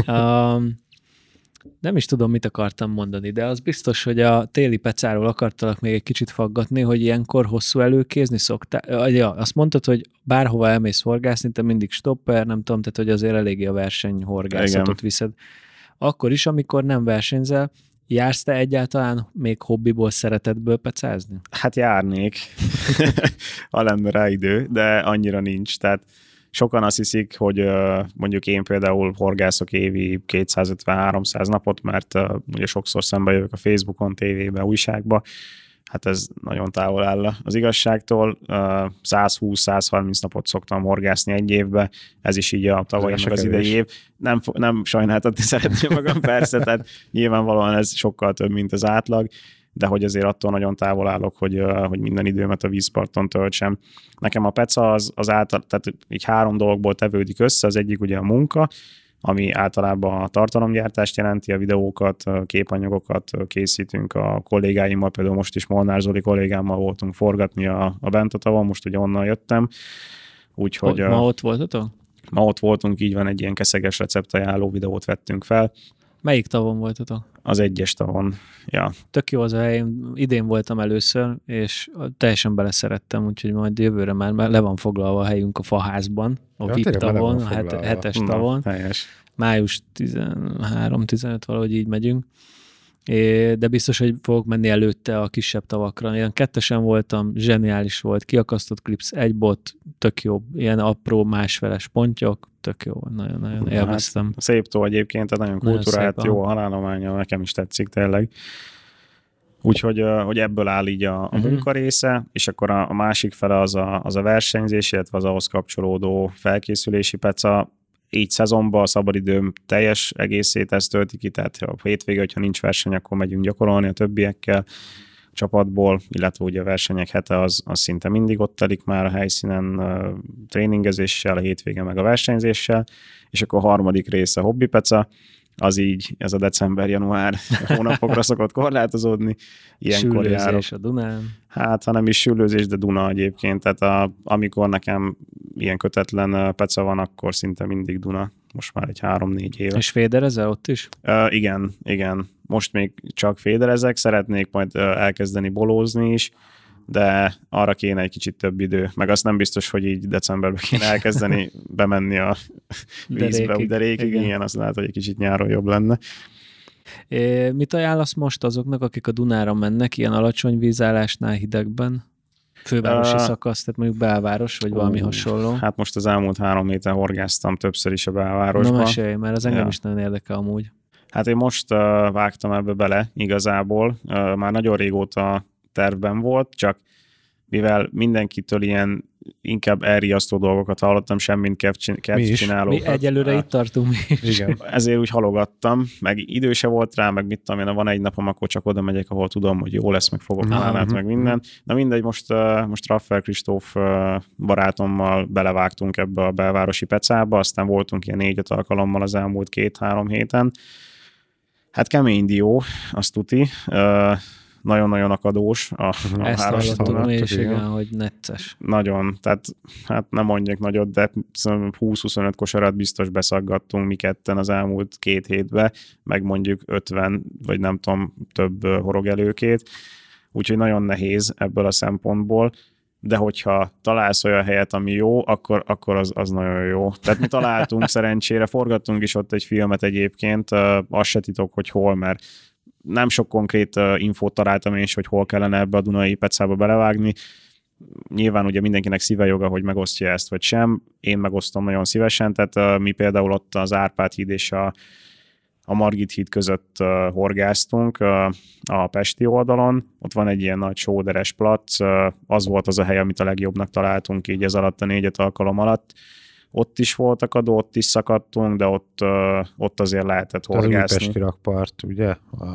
Nem is tudom, mit akartam mondani, de az biztos, hogy a téli pecáról akartalak még egy kicsit faggatni, hogy ilyenkor hosszú előkézni szoktál. Ja, azt mondtad, hogy bárhova elmész horgászni, te mindig stopper, nem tudom, tehát hogy azért eléggé a versenyhorgászatot viszed. Akkor is, amikor nem versenyzel, jársz te egyáltalán még hobbiból, szeretetből pecázni? Hát járnék, ha lenne rá idő, de annyira nincs, tehát sokan azt hiszik, hogy mondjuk én például horgászok évi 250-300 napot, mert ugye sokszor szembe jövök a Facebookon, tévébe, újságba. hát ez nagyon távol áll az igazságtól. 120-130 napot szoktam horgászni egy évbe, ez is így a tavalyi meg az idei év. Nem sajnáltatni szeretném magam, persze, tehát nyilvánvalóan ez sokkal több, mint az átlag, de hogy azért attól nagyon távol állok, hogy minden időmet a vízparton töltsem. Nekem a peca az által, tehát így 3 dologból tevődik össze, az egyik ugye a munka, ami általában a tartalomgyártást jelenti, a videókat, képanyagokat készítünk a kollégáimmal, például most is Molnár Zoli kollégámmal voltunk forgatni a Bentatavon, most ugye onnan jöttem. Úgyhogy, ma ott voltatok? Ma ott voltunk, így van, egy ilyen keszeges receptajánló videót vettünk fel. Melyik tavon voltatok? Az 1-es tavon, ja. Tök jó az a hely, én idén voltam először, és teljesen beleszerettem, úgyhogy majd jövőre már le van foglalva a helyünk a faházban, a VIP tavon, a 7-es tavon. Helyes. Május 13-15 valahogy így megyünk. De biztos, hogy fogok menni előtte a kisebb tavakra. Ilyen 2-esen voltam, zseniális volt, kiakasztott klipsz, egy bot, tök jó, ilyen apró másfeles pontyok, tök jó, nagyon élveztem. Hát, szép tó egyébként, tehát nagyon kultúrált, jó a halállománya, nekem is tetszik tényleg. Úgyhogy hogy ebből áll így a munka része, és akkor a másik fele az a versenyzés, illetve az ahhoz kapcsolódó felkészülési peca. Így szezonban a szabadidőm teljes egészét ezt tölti ki, tehát a hétvége, hogyha nincs verseny, akkor megyünk gyakorolni a többiekkel a csapatból, illetve ugye a versenyek hete az szinte mindig ott telik már a helyszínen tréningezéssel, a hétvége meg a versenyzéssel, és akkor a harmadik része hobbipeca, az így, ez a december-január hónapokra szokott korlátozódni. Ilyenkor sülőzés a Dunán. Hát, ha nem is sülőzés, de Duna egyébként. Tehát amikor nekem ilyen kötetlen peca van, akkor szinte mindig Duna. Most már egy 3-4 éve. És féderezel ott is? Igen. Most még csak féderezek, szeretnék majd elkezdeni bolózni is, de arra kéne egy kicsit több idő. Meg azt nem biztos, hogy így decemberben kéne elkezdeni bemenni a vízbe, de rékig, igen, azt lehet, hogy egy kicsit nyáron jobb lenne. Mit ajánlasz most azoknak, akik a Dunára mennek, ilyen alacsony vízállásnál hidegben? Fővárosi szakasz, tehát mondjuk belváros, vagy valami hasonló? Hát most az elmúlt 3 héten horgáztam többször is a belvárosba. Na mesélj, mert az engem is nagyon érdekel amúgy. Hát én most vágtam ebbe bele igazából. Már nagyon régóta tervben volt, csak mivel mindenkitől ilyen inkább elriasztó dolgokat hallottam, semmint kev csinálókat. Mi egyelőre itt tartunk mi is. Igen. Ezért úgy halogattam, meg idő se volt rá, meg mit tudom én, van egy napom, akkor csak oda megyek, ahol tudom, hogy jó lesz, meg fogok hálát, meg minden. Na mindegy, most Raffael Kristóf barátommal belevágtunk ebbe a belvárosi pecába, aztán voltunk ilyen 4-5 alkalommal az elmúlt 2-3 héten. Hát kemény dió, azt tuti. Nagyon-nagyon akadós a ezt hallottam és igen, hogy necces. Nagyon, tehát hát nem mondjak nagyot, de 20-25 kosarat biztos beszaggattunk mi ketten az elmúlt 2 hétbe, meg mondjuk 50, vagy nem tudom, több horogelőkét. Úgyhogy nagyon nehéz ebből a szempontból, de hogyha találsz olyan helyet, ami jó, akkor az nagyon jó. Tehát mi találtunk szerencsére, forgattunk is ott egy filmet egyébként, azt se titok, hogy hol, mert nem sok konkrét infót találtam én is, hogy hol kellene ebbe a Dunai pecába belevágni. Nyilván ugye mindenkinek szíve joga, hogy megosztja ezt vagy sem. Én megosztom nagyon szívesen, tehát mi például ott az Árpád híd és a Margit híd között horgáztunk a pesti oldalon. Ott van egy ilyen nagy sóderes plac, az volt az a hely, amit a legjobbnak találtunk így ez alatt a 4 alkalom alatt. Ott is volt akadó, ott is szakadtunk, de ott azért lehetett horgászni. Az újpesti rakpart, ugye?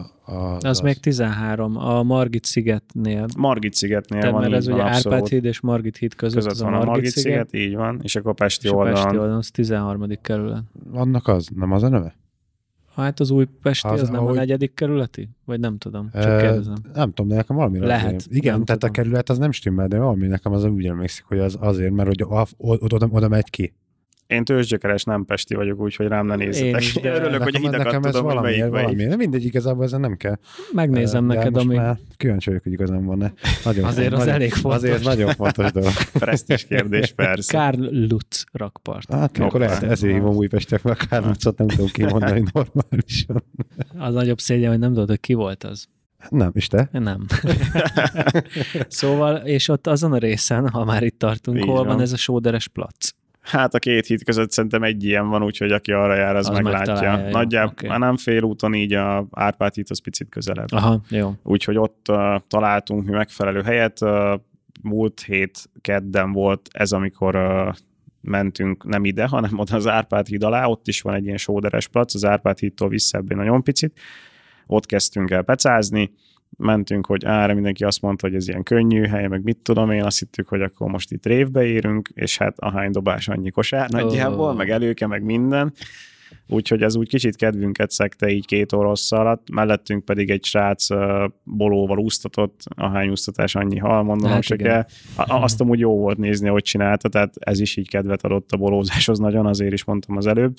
Az még 13, a Margit szigetnél. Margit szigetnél van, mert ez ugye Árpád híd és Margit híd között az van a Margit sziget, így van, és akkor Pesti oldalon. Az 13. kerület. Annak az, nem az a neve? Hát az Újpesti, az nem a 4. kerületi? Vagy nem tudom, csak kérdezem. Nem tudom, de nekem valami lehet. Igen, tehát tudom. A kerület az nem stimmel, de valami nekem az úgy emlékszik, hogy az azért, mert hogy oda megy ki. Én tőzsgyökeres, nem pesti vagyok, úgyhogy rám ne nézzetek. Én örülök, hogy a hidakat tudom, hogy melyik. De mindegy, igazából ezen nem kell. Megnézem neked, amíg... Kíváncsi vagyok, hogy igazán van-e. Azért az elég fontos. Azért nagyon fontos dolog. Presztízs kérdés, persze. Karl Lutz rakpart. Hát akkor lehet, ezért hívom Újpestiek, mert a Karl Lutzot nem tudom kimondani normálisan. Az nagyobb szégyen, hogy nem tudod, hogy ki volt az. Nem, és te? Nem. Szóval, és ott azon a részen, ha már itt tartunk, hol van ez a sóderes plac? Hát a 2 híd között szerintem egy ilyen van, úgyhogy aki arra jár, az meglátja. Nagyjából már nem félúton, így a Árpád híd az picit közelebb. Aha, jó. Úgyhogy ott találtunk mi megfelelő helyet. Múlt hét kedden volt ez, amikor mentünk nem ide, hanem oda az Árpád híd alá, ott is van egy ilyen sóderes plac, az Árpád hídtól visszebb egy nagyon picit. Ott kezdtünk el pecázni, mentünk, hogy erre mindenki azt mondta, hogy ez ilyen könnyű hely, meg mit tudom én, azt hittük, hogy akkor most itt révbe érünk, és hát ahány dobás annyi kosár nagyjából, meg előke, meg minden. Úgyhogy ez úgy kicsit kedvünket szekte így 2 óra alatt, mellettünk pedig egy srác bolóval úsztatott, ahány úsztatás annyi hal, mondom, hát se kell. Azt amúgy jó volt nézni, hogy csinálta, tehát ez is így kedvet adott a bolózáshoz nagyon, azért is mondtam az előbb.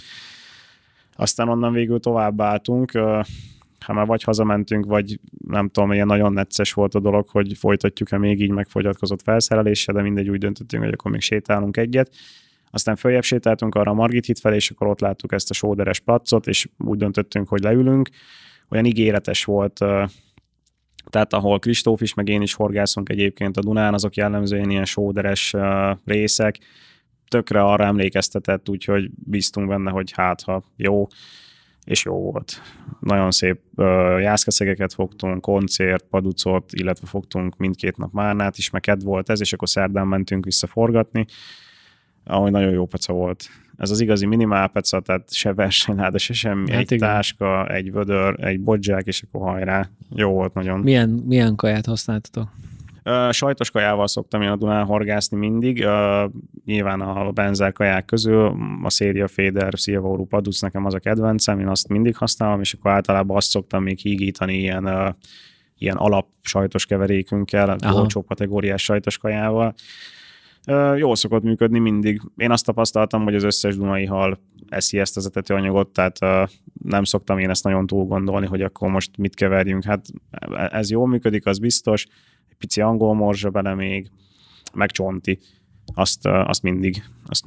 Aztán onnan végül tovább álltunk, ha már vagy hazamentünk, vagy nem tudom, ilyen nagyon necces volt a dolog, hogy folytatjuk-e még így megfogyatkozott felszereléssel, de mindegy, úgy döntöttünk, hogy akkor még sétálunk egyet. Aztán följebb sétáltunk arra a Margit híd felé, és akkor ott láttuk ezt a sóderes placot, és úgy döntöttünk, hogy leülünk. Olyan ígéretes volt, tehát ahol Kristóf is, meg én is horgászunk egyébként a Dunán, azok jellemzően ilyen sóderes részek, tökre arra emlékeztetett, úgyhogy bíztunk benne, hogy hát ha jó, és jó volt. Nagyon szép jászkaszegeket fogtunk, koncért, paducot, illetve fogtunk mindkét nap márnát is, meg kedv volt ez, és akkor szerdán mentünk vissza forgatni, ahogy nagyon jó peca volt. Ez az igazi minimál peca, tehát se versenyláda, se semmi, hát egy igen. Táska, egy vödör, egy bodzsák, és akkor hajrá. Jó volt nagyon. Milyen kaját használtatok? Sajtos kajával szoktam én a Dunán horgászni mindig. Nyilván a benzer kaják közül a Széria Féder Szilvaurú Paduc nekem az a kedvencem, én azt mindig használom, és akkor általában azt szoktam még hígítani ilyen alap sajtos keverékünkkel, olcsó kategóriás sajtos kajával. Jól szokott működni mindig. Én azt tapasztaltam, hogy az összes dunai hal eszi ezt az etetőanyagot, tehát nem szoktam én ezt nagyon túl gondolni, hogy akkor most mit keverjünk. Hát ez jól működik, az biztos. Egy pici angol morzsa bele még, meg csonti. Azt mindig.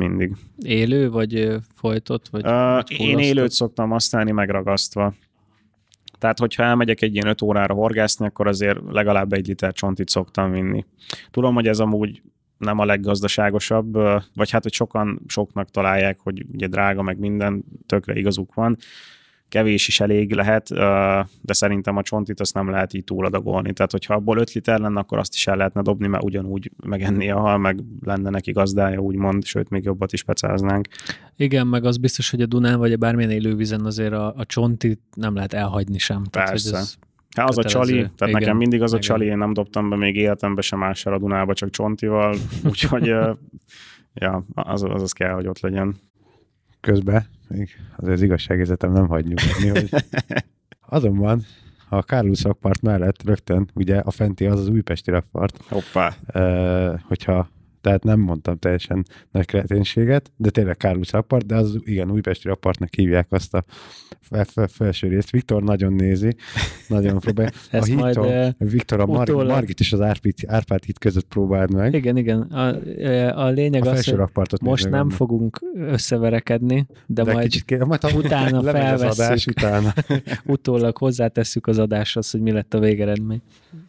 Élő, vagy folytott? Vagy én élőt szoktam használni megragasztva. Tehát, hogyha elmegyek egy ilyen 5 órára horgászni, akkor azért legalább 1 liter csontit szoktam vinni. Tudom, hogy ez amúgy nem a leggazdaságosabb, vagy hát, hogy soknak találják, hogy ugye drága, meg minden, tökre igazuk van. Kevés is elég lehet, de szerintem a csontit azt nem lehet így túladagolni. Tehát, hogyha abból 5 liter lenne, akkor azt is el lehetne dobni, mert ugyanúgy megenni a hal, meg lenne neki gazdája, úgymond, sőt, még jobbat is pecáznánk. Igen, meg az biztos, hogy a Dunán vagy a bármilyen élővízen azért a csontit nem lehet elhagyni sem. Persze. Tehát, hát az a csali, tehát igen, nekem mindig az a csali, én nem dobtam be még életemben sem mással a Dunába, csak csontival, úgyhogy ja, az kell, hogy ott legyen. Közben még azért az igazságérzetem nem hagy nyugodni, hogy azonban a Kárluc rakpart mellett rögtön, ugye a fenti az újpesti rakpart. Hoppá. Hogyha tehát nem mondtam teljesen nagy kreténséget, de tényleg Kárluc rakpart, de az igen, újpesti rakpartnak hívják azt a felső részt. Viktor nagyon nézi, nagyon próbálja. A hídtól, Viktor, a Margit és az Árpád híd között próbáld meg. Igen. A lényeg az, hogy most nem fogunk összeverekedni, de majd utána felvesszük, utólag hozzátesszük az adáshoz, hogy mi lett a végeredmény.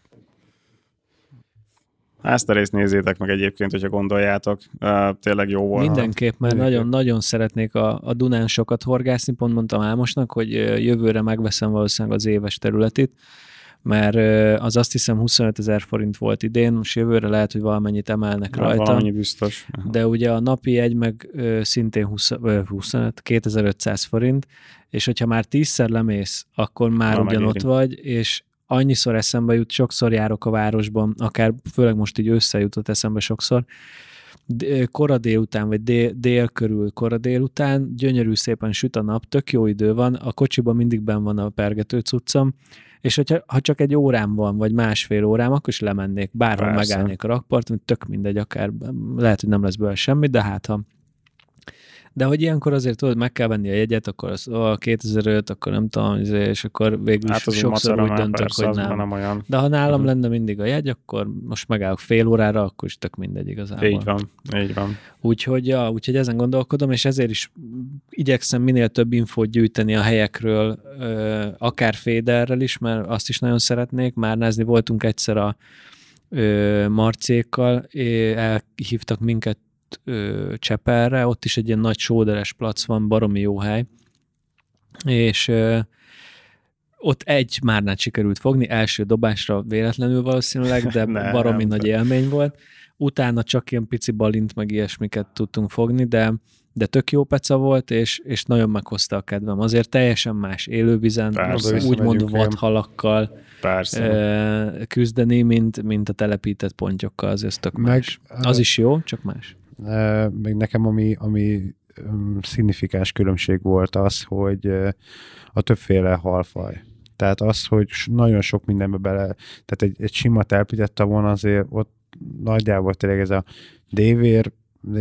Ezt a részt nézzétek meg egyébként, hogyha gondoljátok. Tényleg jó volt. Mindenképp, mert nagyon szeretnék a Dunán sokat horgászni, pont mondtam Ámosnak, hogy jövőre megveszem valószínűleg az éves területét, mert az azt hiszem 25 000 forint volt idén, most jövőre lehet, hogy valamennyit emelnek rajta. Valamennyi biztos. De ugye a napi egy meg szintén 2500 forint, és hogyha már 10-szer lemész, akkor már ugyanott vagy, és annyiszor eszembe jut, sokszor járok a városban, akár főleg most így ősszel jutott eszembe sokszor, kora délután, vagy dél körül kora délután, gyönyörű szépen süt a nap, tök jó idő van, a kocsiban mindig benn van a pergető cuccom, és ha csak egy órám van, vagy másfél órám, akkor is lemennék, bárhol megállnék a rakparton, tök mindegy, akár lehet, hogy nem lesz belőle semmi, de hát ha. De hogy ilyenkor azért tudod, meg kell venni a jegyet, akkor az 2005, akkor nem tudom, és akkor végül is sokszor úgy döntök, hogy nem. Olyan. De ha nálam lenne mindig a jegy, akkor most megállok fél órára, akkor is tök mindegy igazából. Így van. Úgyhogy ezen gondolkodom, és ezért is igyekszem minél több infót gyűjteni a helyekről, akár Féderrel is, mert azt is nagyon szeretnék. Márnázni voltunk egyszer a Marcékkal, elhívtak minket Csepelre, ott is egy ilyen nagy sóderes plac van, baromi jó hely, és ott egy márnát sikerült fogni, első dobásra véletlenül valószínűleg, de baromi nagy élmény volt. Utána csak ilyen pici balint, meg ilyesmiket tudtunk fogni, de tök jó peca volt, és nagyon meghozta a kedvem. Azért teljesen más élővizen, úgymond vadhalakkal küzdeni, mint a telepített pontyokkal, az tök más. Az is jó, csak más. Meg nekem, ami szignifikáns különbség volt az, hogy a többféle halfaj. Tehát az, hogy nagyon sok mindenbe bele, tehát egy sima telepített tavon azért ott nagyjából tényleg ez a dévér,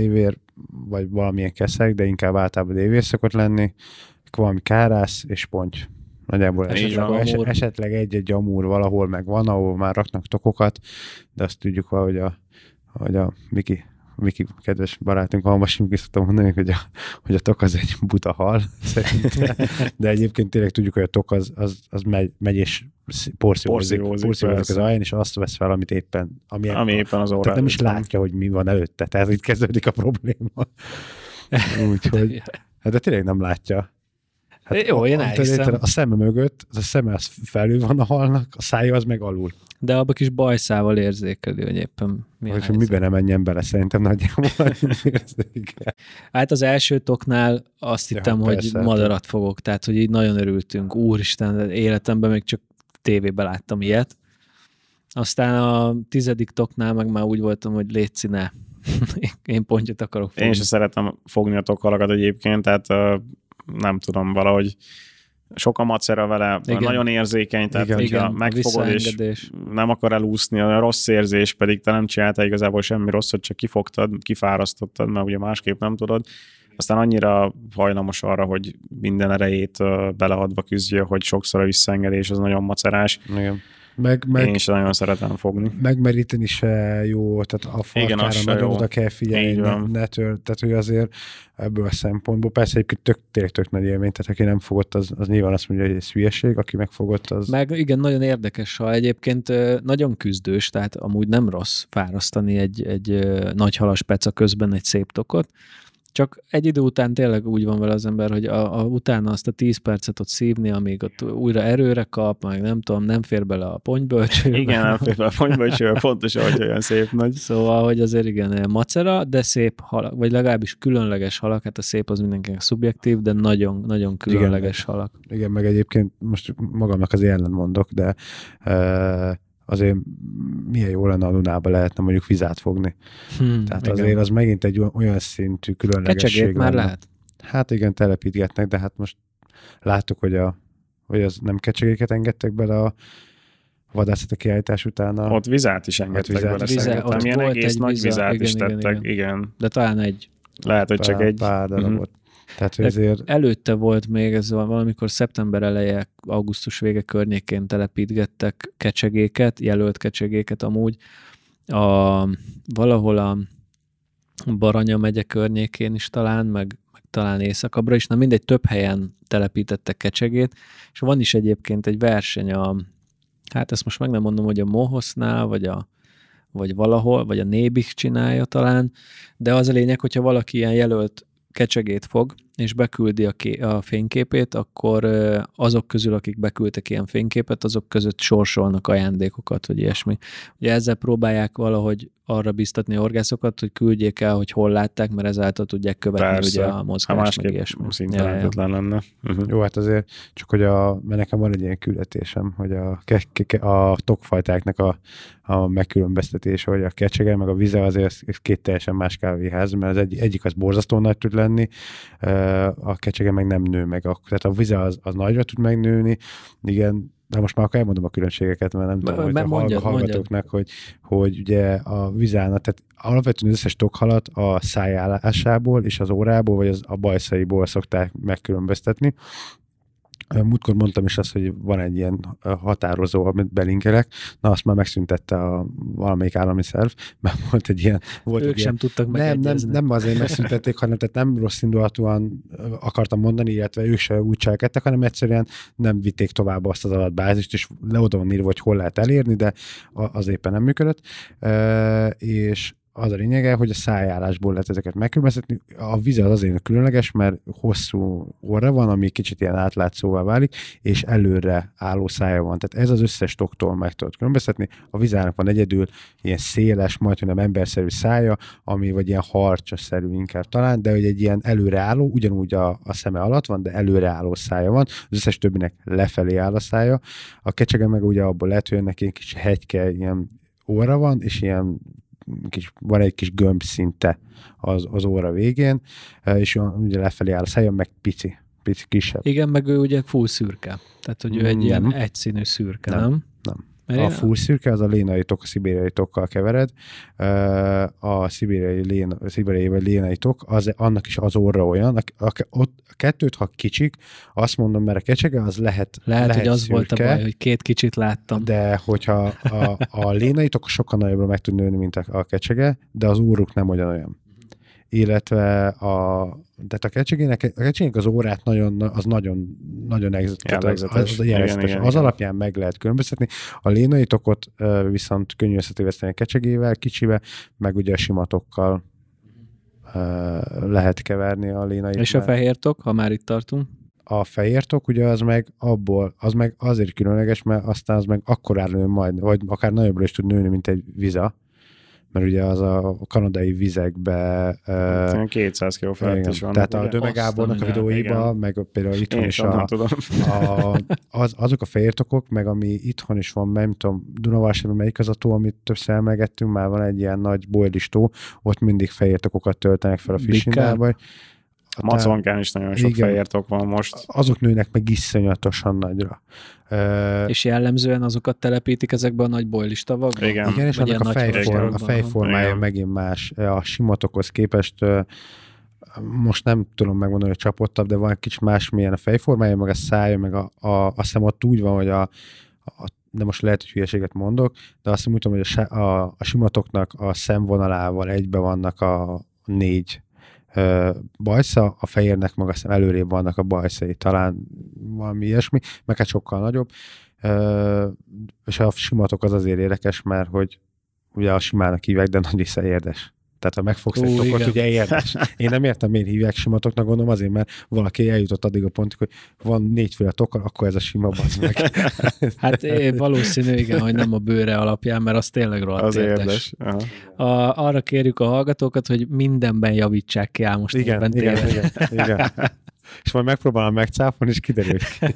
vagy valamilyen keszeg, de inkább általában dévér szokott lenni, valami kárász és ponty. Nagyjából esetleg egy-egy amúr valahol meg van, ahol már raknak tokokat, de azt tudjuk, hogy a Miki kedves barátunk, Halmasim, ki szoktam mondani, hogy a tok az egy buta hal, szerintem. De egyébként tényleg tudjuk, hogy a tok az megy és porszívózik az alján, és azt vesz fel, amit éppen, ami éppen az óra. Tehát nem is látja, hogy mi van előtte. Tehát itt kezdődik a probléma. Úgyhogy, hát de tényleg nem látja. Hát jó, én elhiszem. A szeme mögött, a szeme az felül van a halnak, a szája az meg alul. De abba kis bajszával érzékeli, hogy éppen mi a helyzet. Miben nem menjen bele, szerintem nagyjából érzékel. Hát az első toknál azt hittem, hogy persze, madarat fogok, tehát hogy így nagyon örültünk. Úristen, életemben még csak tévében láttam ilyet. Aztán a 10. toknál meg már úgy voltam, hogy létszi, ne. Én pontyot akarok fogni. Én sem szeretem fogni a tokhalakat egyébként, tehát nem tudom, valahogy sok a macera vele, nagyon érzékeny, tehát hogyha megfogod és nem akar elúszni, a rossz érzés, pedig te nem csináltál igazából semmi rosszat, csak kifogtad, kifárasztottad, mert ugye másképp nem tudod. Aztán annyira hajlamos arra, hogy minden erejét beleadva küzdje, hogy sokszor a visszaengedés az nagyon macerás. Igen. Én is nagyon szeretem fogni. Megmeríteni se jó, tehát a farkára nagyon oda kell figyelni, tehát hogy azért ebből a szempontból, persze egyébként tényleg tök nagy élmény, tehát aki nem fogott, az nyilván azt mondja, hogy ez hülyeség, aki megfogott, az... Meg igen, nagyon érdekes, ha egyébként nagyon küzdős, tehát amúgy nem rossz fárasztani egy nagy halas peca közben egy szép tokot, csak egy idő után tényleg úgy van vele az ember, hogy utána azt a 10 percet ott szívni, amíg ott újra erőre kap, meg nem tudom, nem fér bele a ponybölcsőbe. Igen, nem fér bele a ponybölcsőbe, pontosan, hogy olyan szép nagy. Szóval, hogy azért igen, macera, de szép halak, vagy legalábbis különleges halak, hát a szép az mindenkinek szubjektív, de nagyon, nagyon különleges halak. Igen, meg egyébként most magamnak az ellen mondok, de azért milyen jó lenne a Lunába lehetne mondjuk vizát fogni. Tehát igen. Azért az megint egy olyan szintű különlegesség. Kecsegét már lehet? Hát igen, telepítgetnek, de hát most láttuk, hogy az nem kecsegéket engedtek bele a vadászati kiállítás után. Ott vizát is engedtek bele. Ott milyen volt egész egy nagy vizát is tettek. Igen. De talán egy. Lehet, hogy csak egy. Pár darabot. Tehát, ezért... Előtte volt még, ez valamikor szeptember eleje, augusztus vége környékén telepítgettek kecsegéket, jelölt kecsegéket amúgy. Valahol a Baranya megye környékén is talán, meg talán északabbra is, mindegy, több helyen telepítettek kecsegét, és van is egyébként egy verseny hát ezt most meg nem mondom, hogy a Mohosznál, vagy valahol, vagy a Nébik csinálja talán, de az a lényeg, hogyha valaki ilyen jelölt kecsegét fog, és beküldi a fényképét, akkor azok közül, akik beküldtek ilyen fényképet, azok között sorsolnak ajándékokat, vagy ilyesmi. Ugye ezzel próbálják valahogy arra biztatni a horgászokat, hogy küldjék el, hogy hol látták, mert ezáltal tudják követni ugye a mozgást, meg ilyesmi. Szinte lehetetlen lenne. Jó, hát azért csak, hogy mert nekem van egy ilyen küldetésem, hogy a tokfajtáknak a megkülönböztetése, hogy a kecsege, meg a vize azért két teljesen más kávéház, mert az egyik az borzasztó nagy tud lenni, a kecsege meg nem nő meg. Tehát a vize az nagyra tud megnőni, igen, de most már akkor elmondom a különbségeket, mert nem tudom, hogy a hallgatóknak, hogy ugye a vizálnak, tehát alapvetően az összes tokhalat a szájállásából és az órából, vagy a bajszaiból szokták megkülönböztetni. Múltkor mondtam is azt, hogy van egy ilyen határozó, amit belinkelek, na azt már megszüntette valamelyik állami szerv, mert volt egy ilyen... Ők sem tudtak megegyezni. Nem azért megszüntették, hanem tehát nem rossz indulatúan akartam mondani, illetve ők se úgy cselekedtek, hanem egyszerűen nem vitték tovább azt az adatbázist, és le oda van írva, hogy hol lehet elérni, de az éppen nem működött. És az a lényege, hogy a szájállásból lehet ezeket megkülönböztetni. A vize az azért különleges, mert hosszú orra van, ami kicsit ilyen átlátszóvá válik, és előre álló szája van. Tehát ez az összes toktól meg tudod különböztetni. A vizának van egyedül ilyen széles, majdnem emberszerű szája, ami vagy ilyen harcsaszerű inkább talán, de hogy egy ilyen előreálló, ugyanúgy a szeme alatt van, de előreálló szája van. Az összes többinek lefelé áll a szája. A kecsege meg ugye abból lehet, hogy ennek egy kis hegyke, ilyen óra van, és ilyen van egy kis gömb szinte az óra végén, és ugye lefelé áll a szája, meg pici kisebb. Igen, meg ő ugye full szürke. Tehát, hogy ő egy ilyen egyszínű szürke, nem? Nem. A full szürke az a lénai tok, a szibériai tokkal kevered. A szibériai vagy lénai tok, annak is az orra olyan. A kettőt, ha kicsik, azt mondom, mert a kecsege az lehet hogy az szürke, volt a baj, hogy két kicsit láttam. De hogyha a lénai tok sokkal nagyobbra meg tud nőni, mint a kecsege, de az óruk nem olyan. Illetve tehát a kecsegének az órát nagyon egzotikus. Az alapján meg lehet különböztetni. A lénai tokot viszont könnyű összetéveszteni a kecsegével, kicsibe, meg ugye a simatokkal lehet keverni a lénait. És a fehér tok, ha már itt tartunk? A fehér tok ugye az meg azért különleges, mert aztán az meg akkorára nő majd, vagy akár nagyobbra is tud nőni, mint egy viza. Mert ugye az a kanadai vizek-be... 200 kg felett is van. Tehát a Döme Gábornak a videóiba, meg például itthon is azok a fehér tokok, meg ami itthon is van, nem tudom, Dunavásárban melyik az a tó, amit többször emlegettünk, már van egy ilyen nagy boilistó, ott mindig fehér tokokat töltenek fel a fishindába. A Maconkán is nagyon sok fehér tok van most. Azok nőnek meg iszonyatosan nagyra. És jellemzően azokat telepítik ezekbe a nagy boilistavakba? Igen, és annak a fejformája megint más. A simatokhoz képest most nem tudom megmondani, hogy csapottabb, de van egy kicsit más milyen a fejformája, meg a szája, meg a szem ott úgy van, hogy de most lehet, hogy hülyeséget mondok, de azt mondtam, hogy a simatoknak a szemvonalával egybe vannak a 4 bajsza, a fehérnek meg azt hiszem előrébb vannak a bajszai, talán valami ilyesmi, meg hát sokkal nagyobb. És a simatok az azért érdekes, mert hogy ugye a simának hívják, de nagy része érdes. Tehát ha megfogsz egy tokot, ugye érdes. Én nem értem, miért hívják simatoknak, gondolom azért, mert valaki eljutott addig a pontig, hogy van 4 tokkal, akkor ez a sima bazd meg. Hát valószínű, igen, hogy nem a bőre alapján, mert az tényleg rohadt érdes. Arra kérjük a hallgatókat, hogy mindenben javítsák ki most igen. És majd megpróbálom megcáfolni, és kiderül, hogy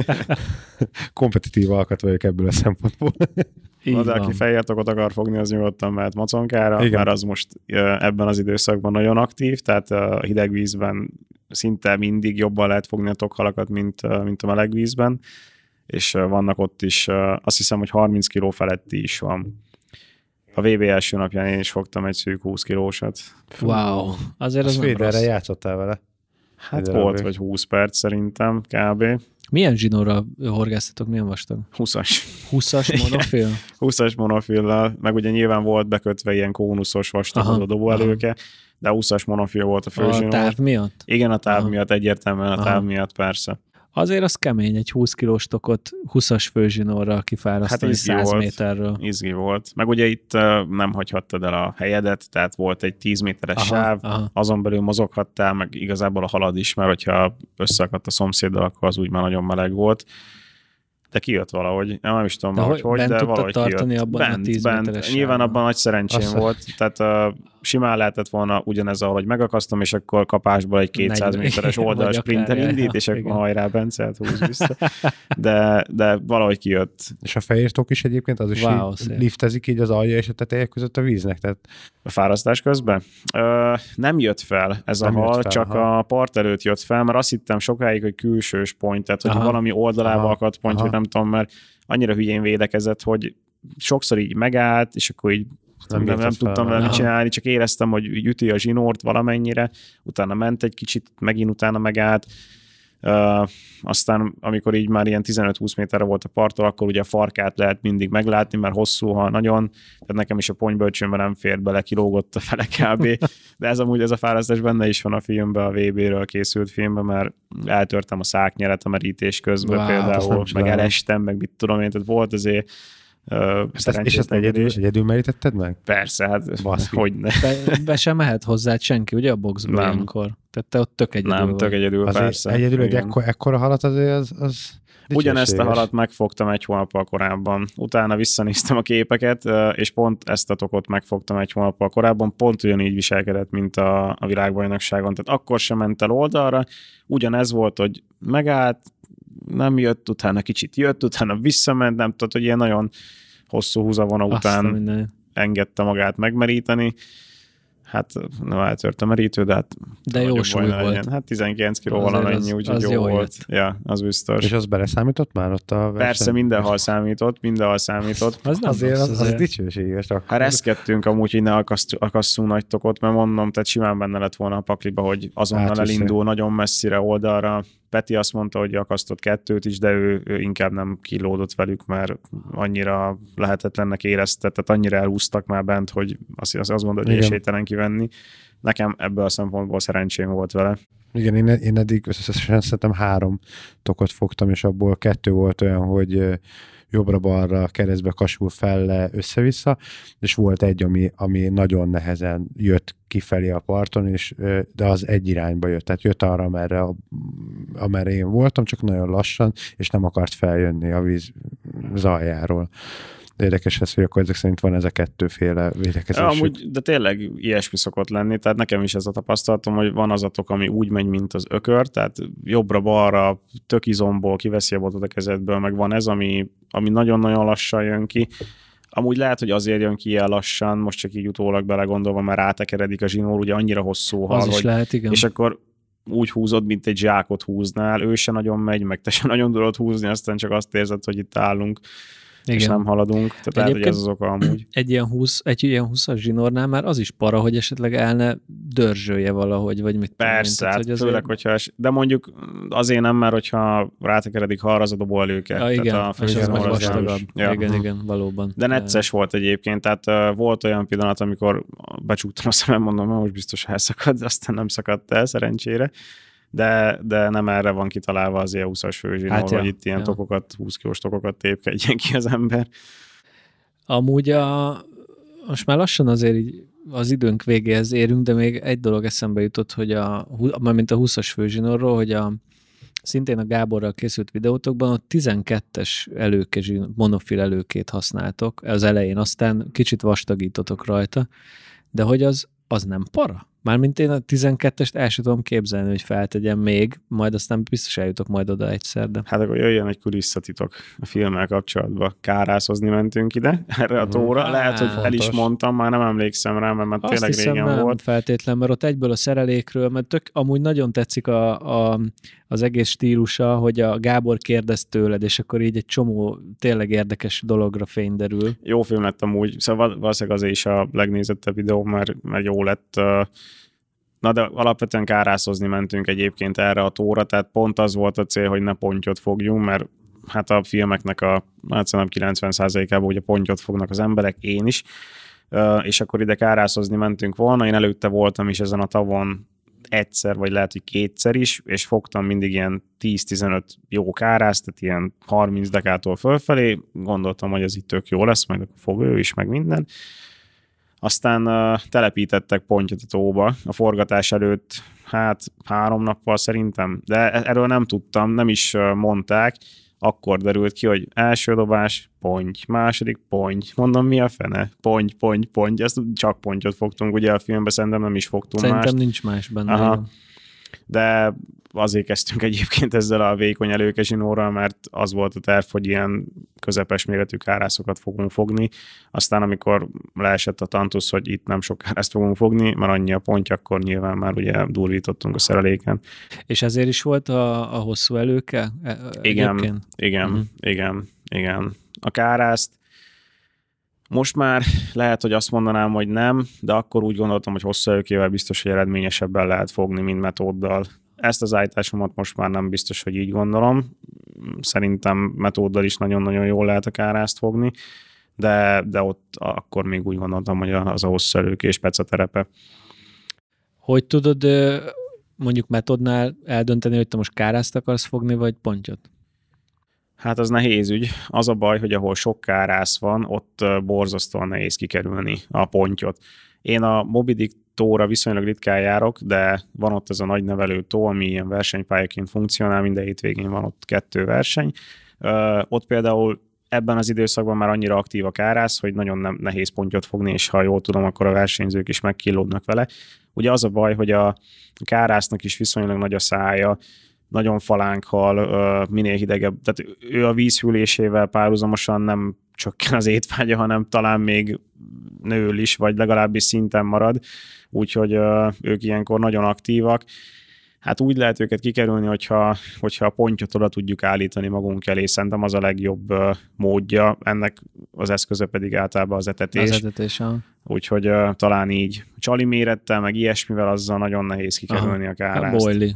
kompetitív alkat vagyok ebből a szempontból. De aki fehér tokot akar fogni, az nyugodtan mehet Maconkára, mert az most ebben az időszakban nagyon aktív, tehát a hideg vízben szinte mindig jobban lehet fogni a tokhalakat, mint a meleg vízben, és vannak ott is, azt hiszem, hogy 30 kg feletti is van. A VB első napján én is fogtam egy szűk 20 kilósat. Wow, azért az nem rossz. Játszottál vele? Hát volt, vagy 20 perc szerintem, kb. Milyen zsinórra horgásztatok, milyen vastag? 20-as. 20-as monofil? 20-as monofillal, meg ugye nyilván volt bekötve ilyen kónuszos vastag a dobóelőke, de 20-as monofil volt a főzsinór. A táv miatt? Igen, a táv miatt, egyértelműen a táv miatt, persze. Azért az kemény, egy 20 kilós tokot 20-as főzsinórral kifárasztani 100 méterről. Izgi volt. Meg ugye itt nem hagyhattad el a helyedet, tehát volt egy 10 méteres sáv, azon belül mozoghattál, meg igazából a halad is, mert hogyha összeakadt a szomszéddal, akkor az úgy már nagyon meleg volt. De kijött valahogy, nem is tudom, hogy, de valahogy kijött. Abban a 10 méteres nyilván abban nagy szerencsém volt, tehát simán lehetett volna ugyanez, ahogy megakasztom, és akkor kapásból egy 200 méteres oldal sprinten indít, és akkor hajrá, Bence, hát húz vissza. De valahogy kijött. És a fehér tok is egyébként az is liftezik így az alja és a teteje között a víznek? Tehát... A fárasztás közben? Nem jött fel ez a hal, csak a part előtt jött fel, mert azt hittem sokáig, hogy külsős pont, tehát hogy valami oldalába akadt pont, hogy nem tudom, mert annyira hülyén védekezett, hogy sokszor így megállt, és akkor így nem tudtam vele mit csinálni, csak éreztem, hogy üti a zsinórt valamennyire, utána ment egy kicsit, megint utána megállt. Aztán, amikor így már ilyen 15-20 méterre volt a parttól, akkor ugye a farkát lehet mindig meglátni, mert hosszú, ha nagyon, tehát nekem is a ponybölcsőmben nem fér bele, kilógott a fele kb. De ez a fárasztás benne is van a filmben, a VB-ről készült filmben, mert eltörtem a száknyeret a merítés közben például, meg elestem, meg mit tudom én, tehát volt azért És ezt egyedül merítetted meg? Persze, hát hogyne. Be sem mehet hozzád senki, ugye a boxba ilyenkor? Tehát te ott tök egyedül Nem, tök egyedül, persze. Egyedül egy ekkora halat azért az ugyanezt a halat megfogtam 1 hónappal korábban. Utána visszanéztem a képeket, és pont ezt a tokot megfogtam 1 hónappal korábban, pont ugyanígy viselkedett, mint a világbajnokságon. Tehát akkor sem ment el oldalra, ugyanez volt, hogy megállt, nem jött, utána kicsit jött, utána visszament, nem tudod, hogy ilyen nagyon hosszú húzavona után engedte magát megmeríteni. Hát nem eltört a merítő, de hát... De jó súly volt. Hát 19 kiló valamennyi, úgyhogy jó volt. Ja, az biztos. És az beleszámított már ott a versen? Persze, mindenhol számított. Az dicsőséges. Hát reszkedtünk amúgy, hogy ne akasszunk nagy tokot, mert mondom, tehát simán benne lett volna a pakliba, hogy azonnal elindul nagyon messzire oldalra. Peti azt mondta, hogy akasztott 2 is, de ő inkább nem kilódott velük, mert annyira lehetetlennek érezte, tehát annyira elhúztak már bent, hogy azt mondta, hogy esélytelen kivenni. Nekem ebből a szempontból szerencsém volt vele. Igen, én eddig összesen szerintem 3 tokot fogtam, és abból 2 volt olyan, hogy jobbra-balra, keresztbe, kasul felle, össze-vissza, és volt egy, ami nagyon nehezen jött kifelé a parton, de az egy irányba jött. Tehát jött arra, amerre én voltam, csak nagyon lassan, és nem akart feljönni a víz aljáról. Érdekes ez, hogy akkor ezek szerint van ez a 2 féle védekezésük. Amúgy, de tényleg ilyesmi szokott lenni, tehát nekem is ez a tapasztalatom, hogy van az a tok, ami úgy megy, mint az ökör, tehát jobbra-balra, tök izomból kiveszi a botot a kezedből, meg van ez, ami nagyon-nagyon lassan jön ki. Amúgy lehet, hogy azért jön ki ilyen lassan, most csak így utólag belegondolva, mert rátekeredik a zsinór, ugye annyira hosszú hal, az is lehet, igen. És akkor úgy húzod, mint egy zsákot húznál, ő se nagyon megy, meg te se nagyon tudod húzni, aztán csak azt érzed, hogy itt állunk. Igen. És nem haladunk. Tehát lehet, hogy ez az oka amúgy. Egy ilyen 20-as zsinórnál már az is para, hogy esetleg el ne dörzsölje valahogy, vagy mit tudom. Persze, hát hogy főleg, hogyha... De mondjuk azért nem, mert hogyha rátekeredik halra, az a dobóelőke. Ja, igen, tehát és az meg vastagabb. Ja. Igen, valóban. De necces volt egyébként, tehát volt olyan pillanat, amikor becsuktam a szemem, mondom, most biztos elszakad, aztán nem szakadt el, szerencsére. De nem erre van kitalálva az ilyen 20-as főzsinór, hogy itt ilyen tokokat, 20 kilós tokokat tépkedjen ki az ember. Amúgy most már lassan azért így az időnk végéhez érünk, de még egy dolog eszembe jutott, hogy mint a 20-as főzsinórról, hogy szintén a Gáborral készült videótokban ott 12-es monofil előkét használtok az elején, aztán kicsit vastagítotok rajta, de hogy az nem para? Mármint én a 12-est el sem tudom képzelni, hogy feltegyem még, majd aztán biztos eljutok majd oda egyszer. De... Hát akkor jöjjön egy kulisszatitok a filmmel kapcsolatban. Kárászozni mentünk ide, erre a tóra. Lehet, hogy el is mondtam, már nem emlékszem rá, mert azt tényleg régen nem volt. Feltétlen, mert ott egyből a szerelékről, mert amúgy nagyon tetszik az egész stílusa, hogy a Gábor kérdez tőled, és akkor így egy csomó tényleg érdekes dologra fény derül. Jó film lett amúgy, szóval valószínűleg azért is a legnézettebb videó, mert jó lett. Na de alapvetően kárászozni mentünk egyébként erre a tóra, tehát pont az volt a cél, hogy ne pontyot fogjunk, mert hát a filmeknek hát szerintem 90%-ában ugye pontyot fognak az emberek, én is, és akkor ide kárászozni mentünk volna, én előtte voltam is ezen a tavon egyszer, vagy lehet, hogy 2-szer is, és fogtam mindig ilyen 10-15 jó kárászt, tehát ilyen 30 dekától fölfelé, gondoltam, hogy ez itt tök jó lesz, majd akkor fog ő is, meg minden. Aztán telepítettek pontyot a tóba a forgatás előtt, hát 3 nappal szerintem, de erről nem tudtam, nem is mondták, akkor derült ki, hogy első dobás, ponty, második ponty, mondom, mi a fene? Ponty, ezt csak pontyot fogtunk, ugye a filmben szerintem nem is fogtunk mást. Szerintem nincs más benne. Aha. De azért kezdtünk egyébként ezzel a vékony előkezsinórral, mert az volt a terv, hogy ilyen közepes méretű kárászokat fogunk fogni. Aztán amikor leesett a tantusz, hogy itt nem sok kárászt fogunk fogni, mert annyi a pontja, akkor nyilván már ugye durvítottunk a szereléken. És ezért is volt a hosszú előke? Igen. A kárászt most már lehet, hogy azt mondanám, hogy nem, de akkor úgy gondoltam, hogy hosszú előkével biztos, hogy eredményesebben lehet fogni, mint metóddal. Ezt az állításomat most már nem biztos, hogy így gondolom. Szerintem metóddal is nagyon-nagyon jól lehet a kárászt fogni, de ott akkor még úgy gondoltam, hogy az a hosszú előkés pecaterepe. Hogy tudod mondjuk metódnál eldönteni, hogy te most kárászt akarsz fogni, vagy pontyot? Hát az nehéz ügy. Az a baj, hogy ahol sok kárász van, ott borzasztóan nehéz kikerülni a pontyot. Én a Moby Dick tóra viszonylag ritkán járok, de van ott ez a nagy nevelő tó, ami ilyen versenypályaként funkcionál, minden hétvégén van ott 2 verseny. Ott például ebben az időszakban már annyira aktív a kárász, hogy nagyon nehéz pontyot fogni, és ha jól tudom, akkor a versenyzők is megkillódnak vele. Ugye az a baj, hogy a kárásznak is viszonylag nagy a szája, nagyon falánk hal, minél hidegebb, tehát ő a vízhűlésével párhuzamosan nem csökken az étvágya, hanem talán még nő is, vagy legalábbis szinten marad, úgyhogy ők ilyenkor nagyon aktívak. Hát úgy lehet őket kikerülni, hogyha a pontyot oda tudjuk állítani magunk elé, szerintem az a legjobb módja, ennek az eszköze pedig általában az etetés. Az etetés, Úgyhogy talán így csali mérettel, meg ilyesmivel azzal nagyon nehéz kikerülni a kárászt. Boily,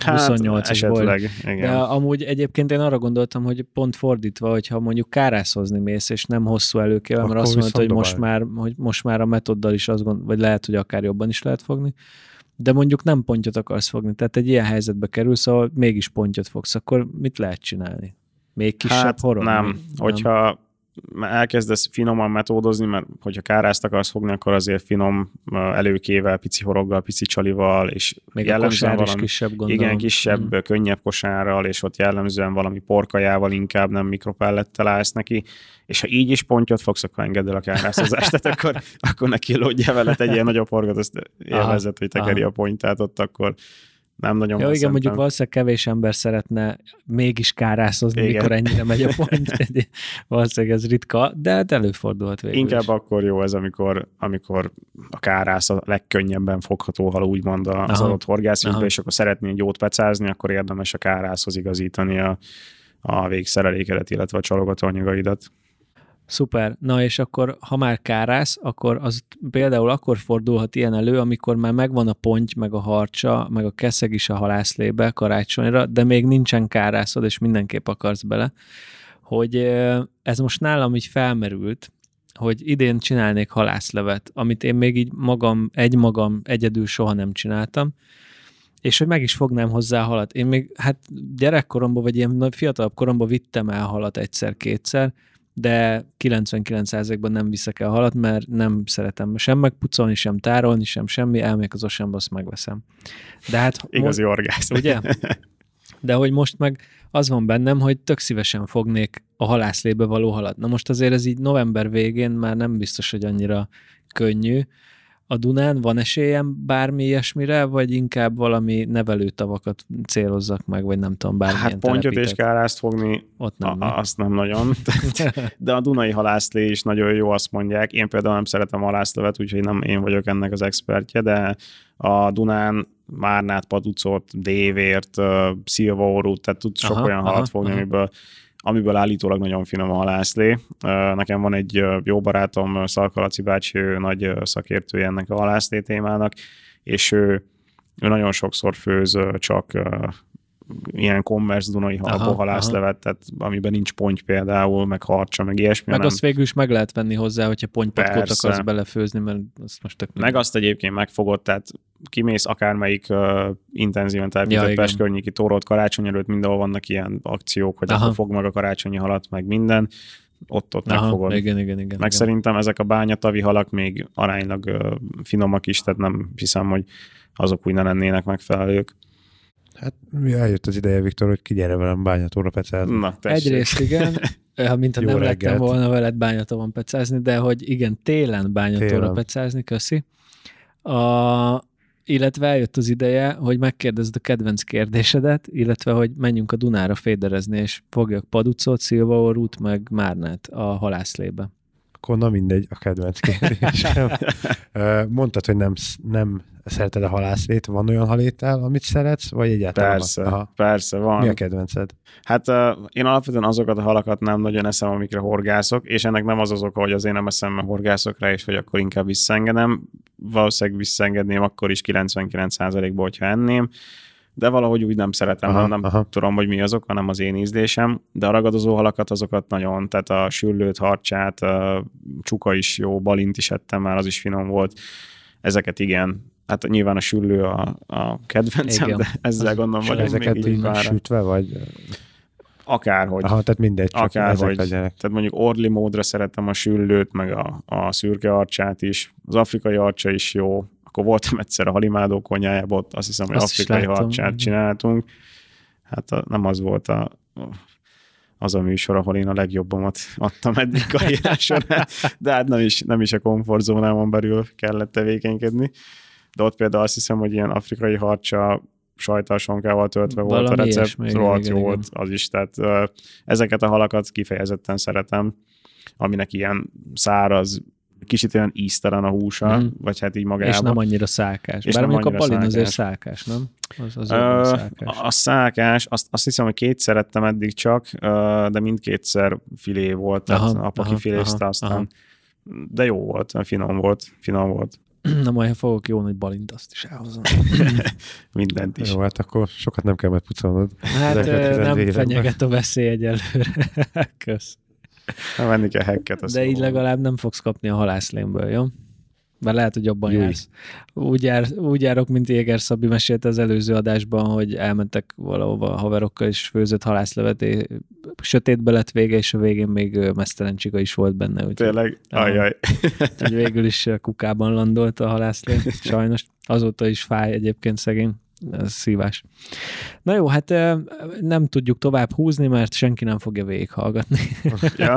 28-as Boily. Igen. De amúgy egyébként én arra gondoltam, hogy pont fordítva, hogyha mondjuk kárászozni mész, és nem hosszú előkével, mert azt mondod, hogy most már a metoddal is vagy lehet, hogy akár jobban is lehet fogni, de mondjuk nem pontyot akarsz fogni, tehát egy ilyen helyzetbe kerülsz, ahol mégis pontyot fogsz, akkor mit lehet csinálni? Még kisebb horog? Nem. Hogyha elkezdesz finoman metódozni, mert hogyha kárászt akarsz fogni, akkor azért finom előkével, pici horoggal, pici csalival, és még a kosár is kisebb, gondolom. Igen, kisebb, könnyebb kosárral, és ott jellemzően valami porkajával inkább, nem mikropellettel állsz neki, és ha így is pontyot fogsz, akkor engedd el a kárászozást, tehát akkor neki lódjál vele, tegyél nagyobb horgot, azt élvezett, hogy tekeri a ponty, tehát ott akkor nem nagyon. Jó, igen, mondjuk valószínűleg kevés ember szeretne mégis kárászozni, igen, mikor ennyire megy a pont. Valószínűleg ez ritka, de hát előfordulhat végül. Inkább is. Akkor jó ez, amikor a kárász a legkönnyebben fogható hal, úgymond az adott horgászügybe, és akkor szeretnél jót pecázni, akkor érdemes a kárászhoz igazítani a végszerelékedet, illetve a csalogatóanyagaidat. Szuper. Na és akkor, ha már kárász, akkor az például akkor fordulhat ilyen elő, amikor már megvan a ponty, meg a harcsa, meg a keszeg is a halászlébe karácsonyra, de még nincsen kárászod, és mindenképp akarsz bele, hogy ez most nálam így felmerült, hogy idén csinálnék halászlevet, amit én még így magam egyedül soha nem csináltam, és hogy meg is fognám hozzá halat. Én még gyerekkoromban, vagy ilyen fiatalabb koromban vittem el halat egyszer-kétszer, de 99%-ban nem viszek el halat, mert nem szeretem sem megpucolni, sem tárolni, sem semmi, elmegyek az Oceanba, azt megveszem. De hát igazi orgász. Ugye? De hogy most meg az van bennem, hogy tök szívesen fognék a halászlébe való halat. Na most azért ez így november végén már nem biztos, hogy annyira könnyű. A Dunán van esélyem bármi ilyesmire, vagy inkább valami nevelőtavakat célozzak meg, vagy nem tudom, bármilyen Hát pontyot és kárászt fogni, ott nem, azt nem nagyon. De a dunai halászlé is nagyon jó, azt mondják. Én például nem szeretem halászlevet, úgyhogy nem én vagyok ennek az expertje, de a Dunán márnát, paducot, dévért, szilvaorút, tehát tudsz sok olyan halat fogni, amiből állítólag nagyon finom a halászlé. Nekem van egy jó barátom, Szalka Laci bácsi, ő nagy szakértője ennek a halászlé témának, és ő nagyon sokszor főz csak ilyen commerce dunai halból halászlevet, tehát amiben nincs ponty például, meg harcsa, meg ilyesmi. Meg azt végül is meg lehet venni hozzá, hogyha pontypatkót akarsz belefőzni, mert azt most tök meg azt egyébként megfogod, tehát kimész akármelyik intenzíven telepített Pest környéki tórót karácsony előtt, mindenhol vannak ilyen akciók, hogy akkor fog meg a karácsonyi halat, meg minden, ott megfogod. Igen. Meg szerintem ezek a bányatavi halak még aránylag finomak is, tehát nem hiszem, hogy azok úgy ne lennének megfelelők. Hát eljött az ideje, Viktor, hogy kigyere velem bányatóra pecázni. Na, tessék. Egyrészt igen, mintha nem lettem volna veled bányatavon pecázni, de hogy igen, télen bányatóra pecázni, köszi. Illetve eljött az ideje, hogy megkérdezd a kedvenc kérdésedet, illetve hogy menjünk a Dunára féderezni, és fogjak paducot, szilvaorút, meg márnát a halászlébe. Akkor na mindegy, a kedvenc kérdésem. Mondtad, hogy nem szereted a halászlét. Van olyan halétel, amit szeretsz, vagy egyáltalán? Persze, van. Mi a kedvenced? Hát én alapvetően azokat a halakat nem nagyon eszem, amikre horgászok, és ennek nem az oka, hogy azért nem eszem, mert horgászok rá, és hogy akkor inkább visszaengedem. Valószínűleg visszaengedném akkor is 99%-ból, hogyha enném, de valahogy úgy nem szeretem, nem tudom, hogy mi azok, hanem az én ízlésem, de a ragadozó halakat azokat nagyon, tehát a süllőt, harcsát, csuka is jó, balint is ettem már, az is finom volt. Ezeket igen. Hát nyilván a süllő a kedvencem, igen. De ezzel gondolom, hogy ezeket még így sütve, vagy? akárhogy. Aha, tehát mindegy, csak akárhogy. ezek legyenek. Tehát mondjuk orli módra szeretem a süllőt, meg a szürke arcsát is. Az afrikai arcsa is jó. Akkor voltam egyszer a halimádó konyhájában, ott azt hiszem, hogy afrikai arcsát csináltunk. Hát nem az volt az a műsor, ahol én a legjobbamat adtam eddig karrierem során, de hát nem is a komfortzónámon belül kellett tevékenykedni. De ott például azt hiszem, hogy ilyen afrikai harcsa sajtalsonkával töltve volt a recept, rohadt jó volt az is. Tehát ezeket a halakat kifejezetten szeretem, aminek ilyen száraz, kicsit olyan íztelen a húsa, vagy hát így magában. És nem annyira szálkás. Bár mondjuk a balin azért szálkás, nem? Az szálkás. A szálkás, azt hiszem, hogy kétszer ettem eddig csak, de mindkétszer filé volt, tehát apa kifilézte aztán. De jó volt, finom volt. Na majd, ha fogok jó nagy balint, azt is elhozom. Mindent is. Jó, hát akkor sokat nem kell megpucolnod. Hát nem fenyeget a veszély egyelőre. Kösz. Nem venni kell hacket. De így legalább nem fogsz kapni a halászlémből, jó? Bár lehet, hogy jobban jársz. Úgy járok, mint Jéger Szabi mesélte az előző adásban, hogy elmentek valahova a haverokkal, és főzött halászlevet, sötétbe lett vége, és a végén még meztelen csiga is volt benne. Úgy, tényleg? Ajjaj. Úgy végül is kukában landolt a halászlé, sajnos. Azóta is fáj egyébként szegény. Ez szívás. Na jó, hát nem tudjuk tovább húzni, mert senki nem fogja végighallgatni. Ja.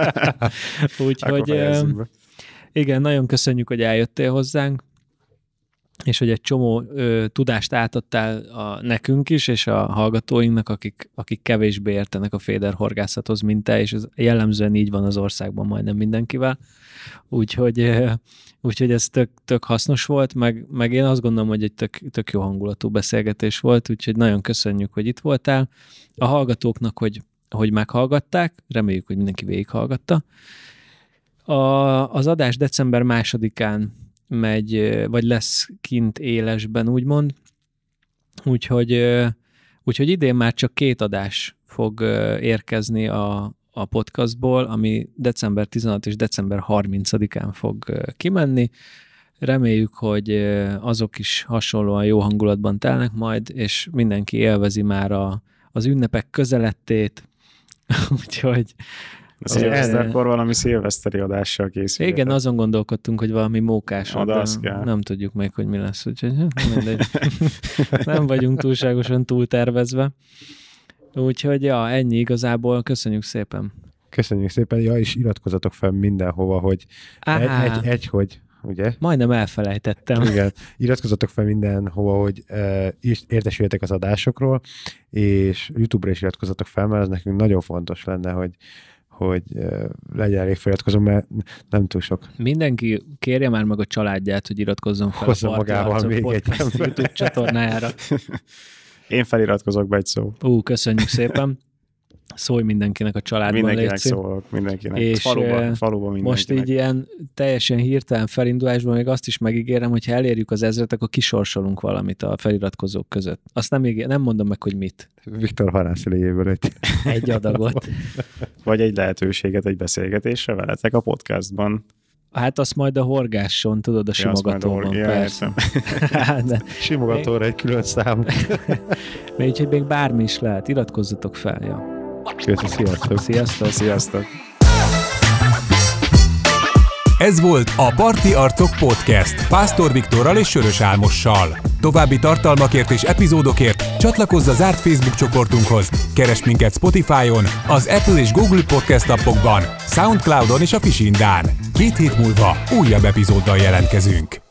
Úgyhogy igen, nagyon köszönjük, hogy eljöttél hozzánk, és hogy egy csomó tudást átadtál nekünk is, és a hallgatóinknak, akik kevésbé értenek a féderhorgászathoz, mint te, és ez jellemzően így van az országban majdnem mindenkivel. Úgyhogy ez tök hasznos volt, meg én azt gondolom, hogy egy tök jó hangulatú beszélgetés volt, úgyhogy nagyon köszönjük, hogy itt voltál. A hallgatóknak, hogy meghallgatták, reméljük, hogy mindenki végighallgatta. Az adás december 2-án megy, vagy lesz kint élesben, úgymond. Úgyhogy idén már csak 2 adás fog érkezni a podcastból, ami december 16 és december 30-án fog kimenni. Reméljük, hogy azok is hasonlóan jó hangulatban telnek majd, és mindenki élvezi már az ünnepek közelettét. Úgyhogy szilveszterkor valami szilveszteri adással készül. Igen, azon gondolkodtunk, hogy valami mókásod, de nem tudjuk még, hogy mi lesz, úgyhogy nem vagyunk túlságosan túltervezve. Úgyhogy ennyi igazából. Köszönjük szépen. Köszönjük szépen. Ja, és iratkozzatok fel mindenhova, hogy hogy, ugye? Majdnem elfelejtettem. Igen. Iratkozzatok fel mindenhova, hogy értesüljetek az adásokról, és YouTube-ra is iratkozzatok fel, mert ez nekünk nagyon fontos lenne, hogy legyen elég feliratkozó, mert nem túl sok. Mindenki kérje már meg a családját, hogy iratkozzon fel Hozzá magával még egy YouTube csatornájára. Én feliratkozok be egy szó. Köszönjük szépen. Szólj mindenkinek a családban. Mindenkinek szólok, mindenkinek. És faluban mindenkinek. Most így ilyen teljesen hirtelen felindulásban még azt is megígérem, hogy ha elérjük az 1000-et, akkor kisorsolunk valamit a feliratkozók között. Azt nem mondom meg, hogy mit. Viktor halászléjéből egy adagot. Vagy egy lehetőséget egy beszélgetésre veletek a podcastban. Hát azt majd a horgásson, tudod, a simogatóban. Persze. Simogatóra egy külön szám. Úgyhogy még bármi is lehet. Iratkozzatok fel, ja. Sziasztok. Sziasztok. Ez volt a Parti Arcok Podcast Pásztor Viktorral és Sörös Álmossal. További tartalmakért és epizódokért csatlakozz a zárt Facebook csoportunkhoz. Keresd minket Spotify-on, az Apple és Google Podcast appokban, Soundcloud-on és a Fisindán. 2 hét múlva újabb epizóddal jelentkezünk.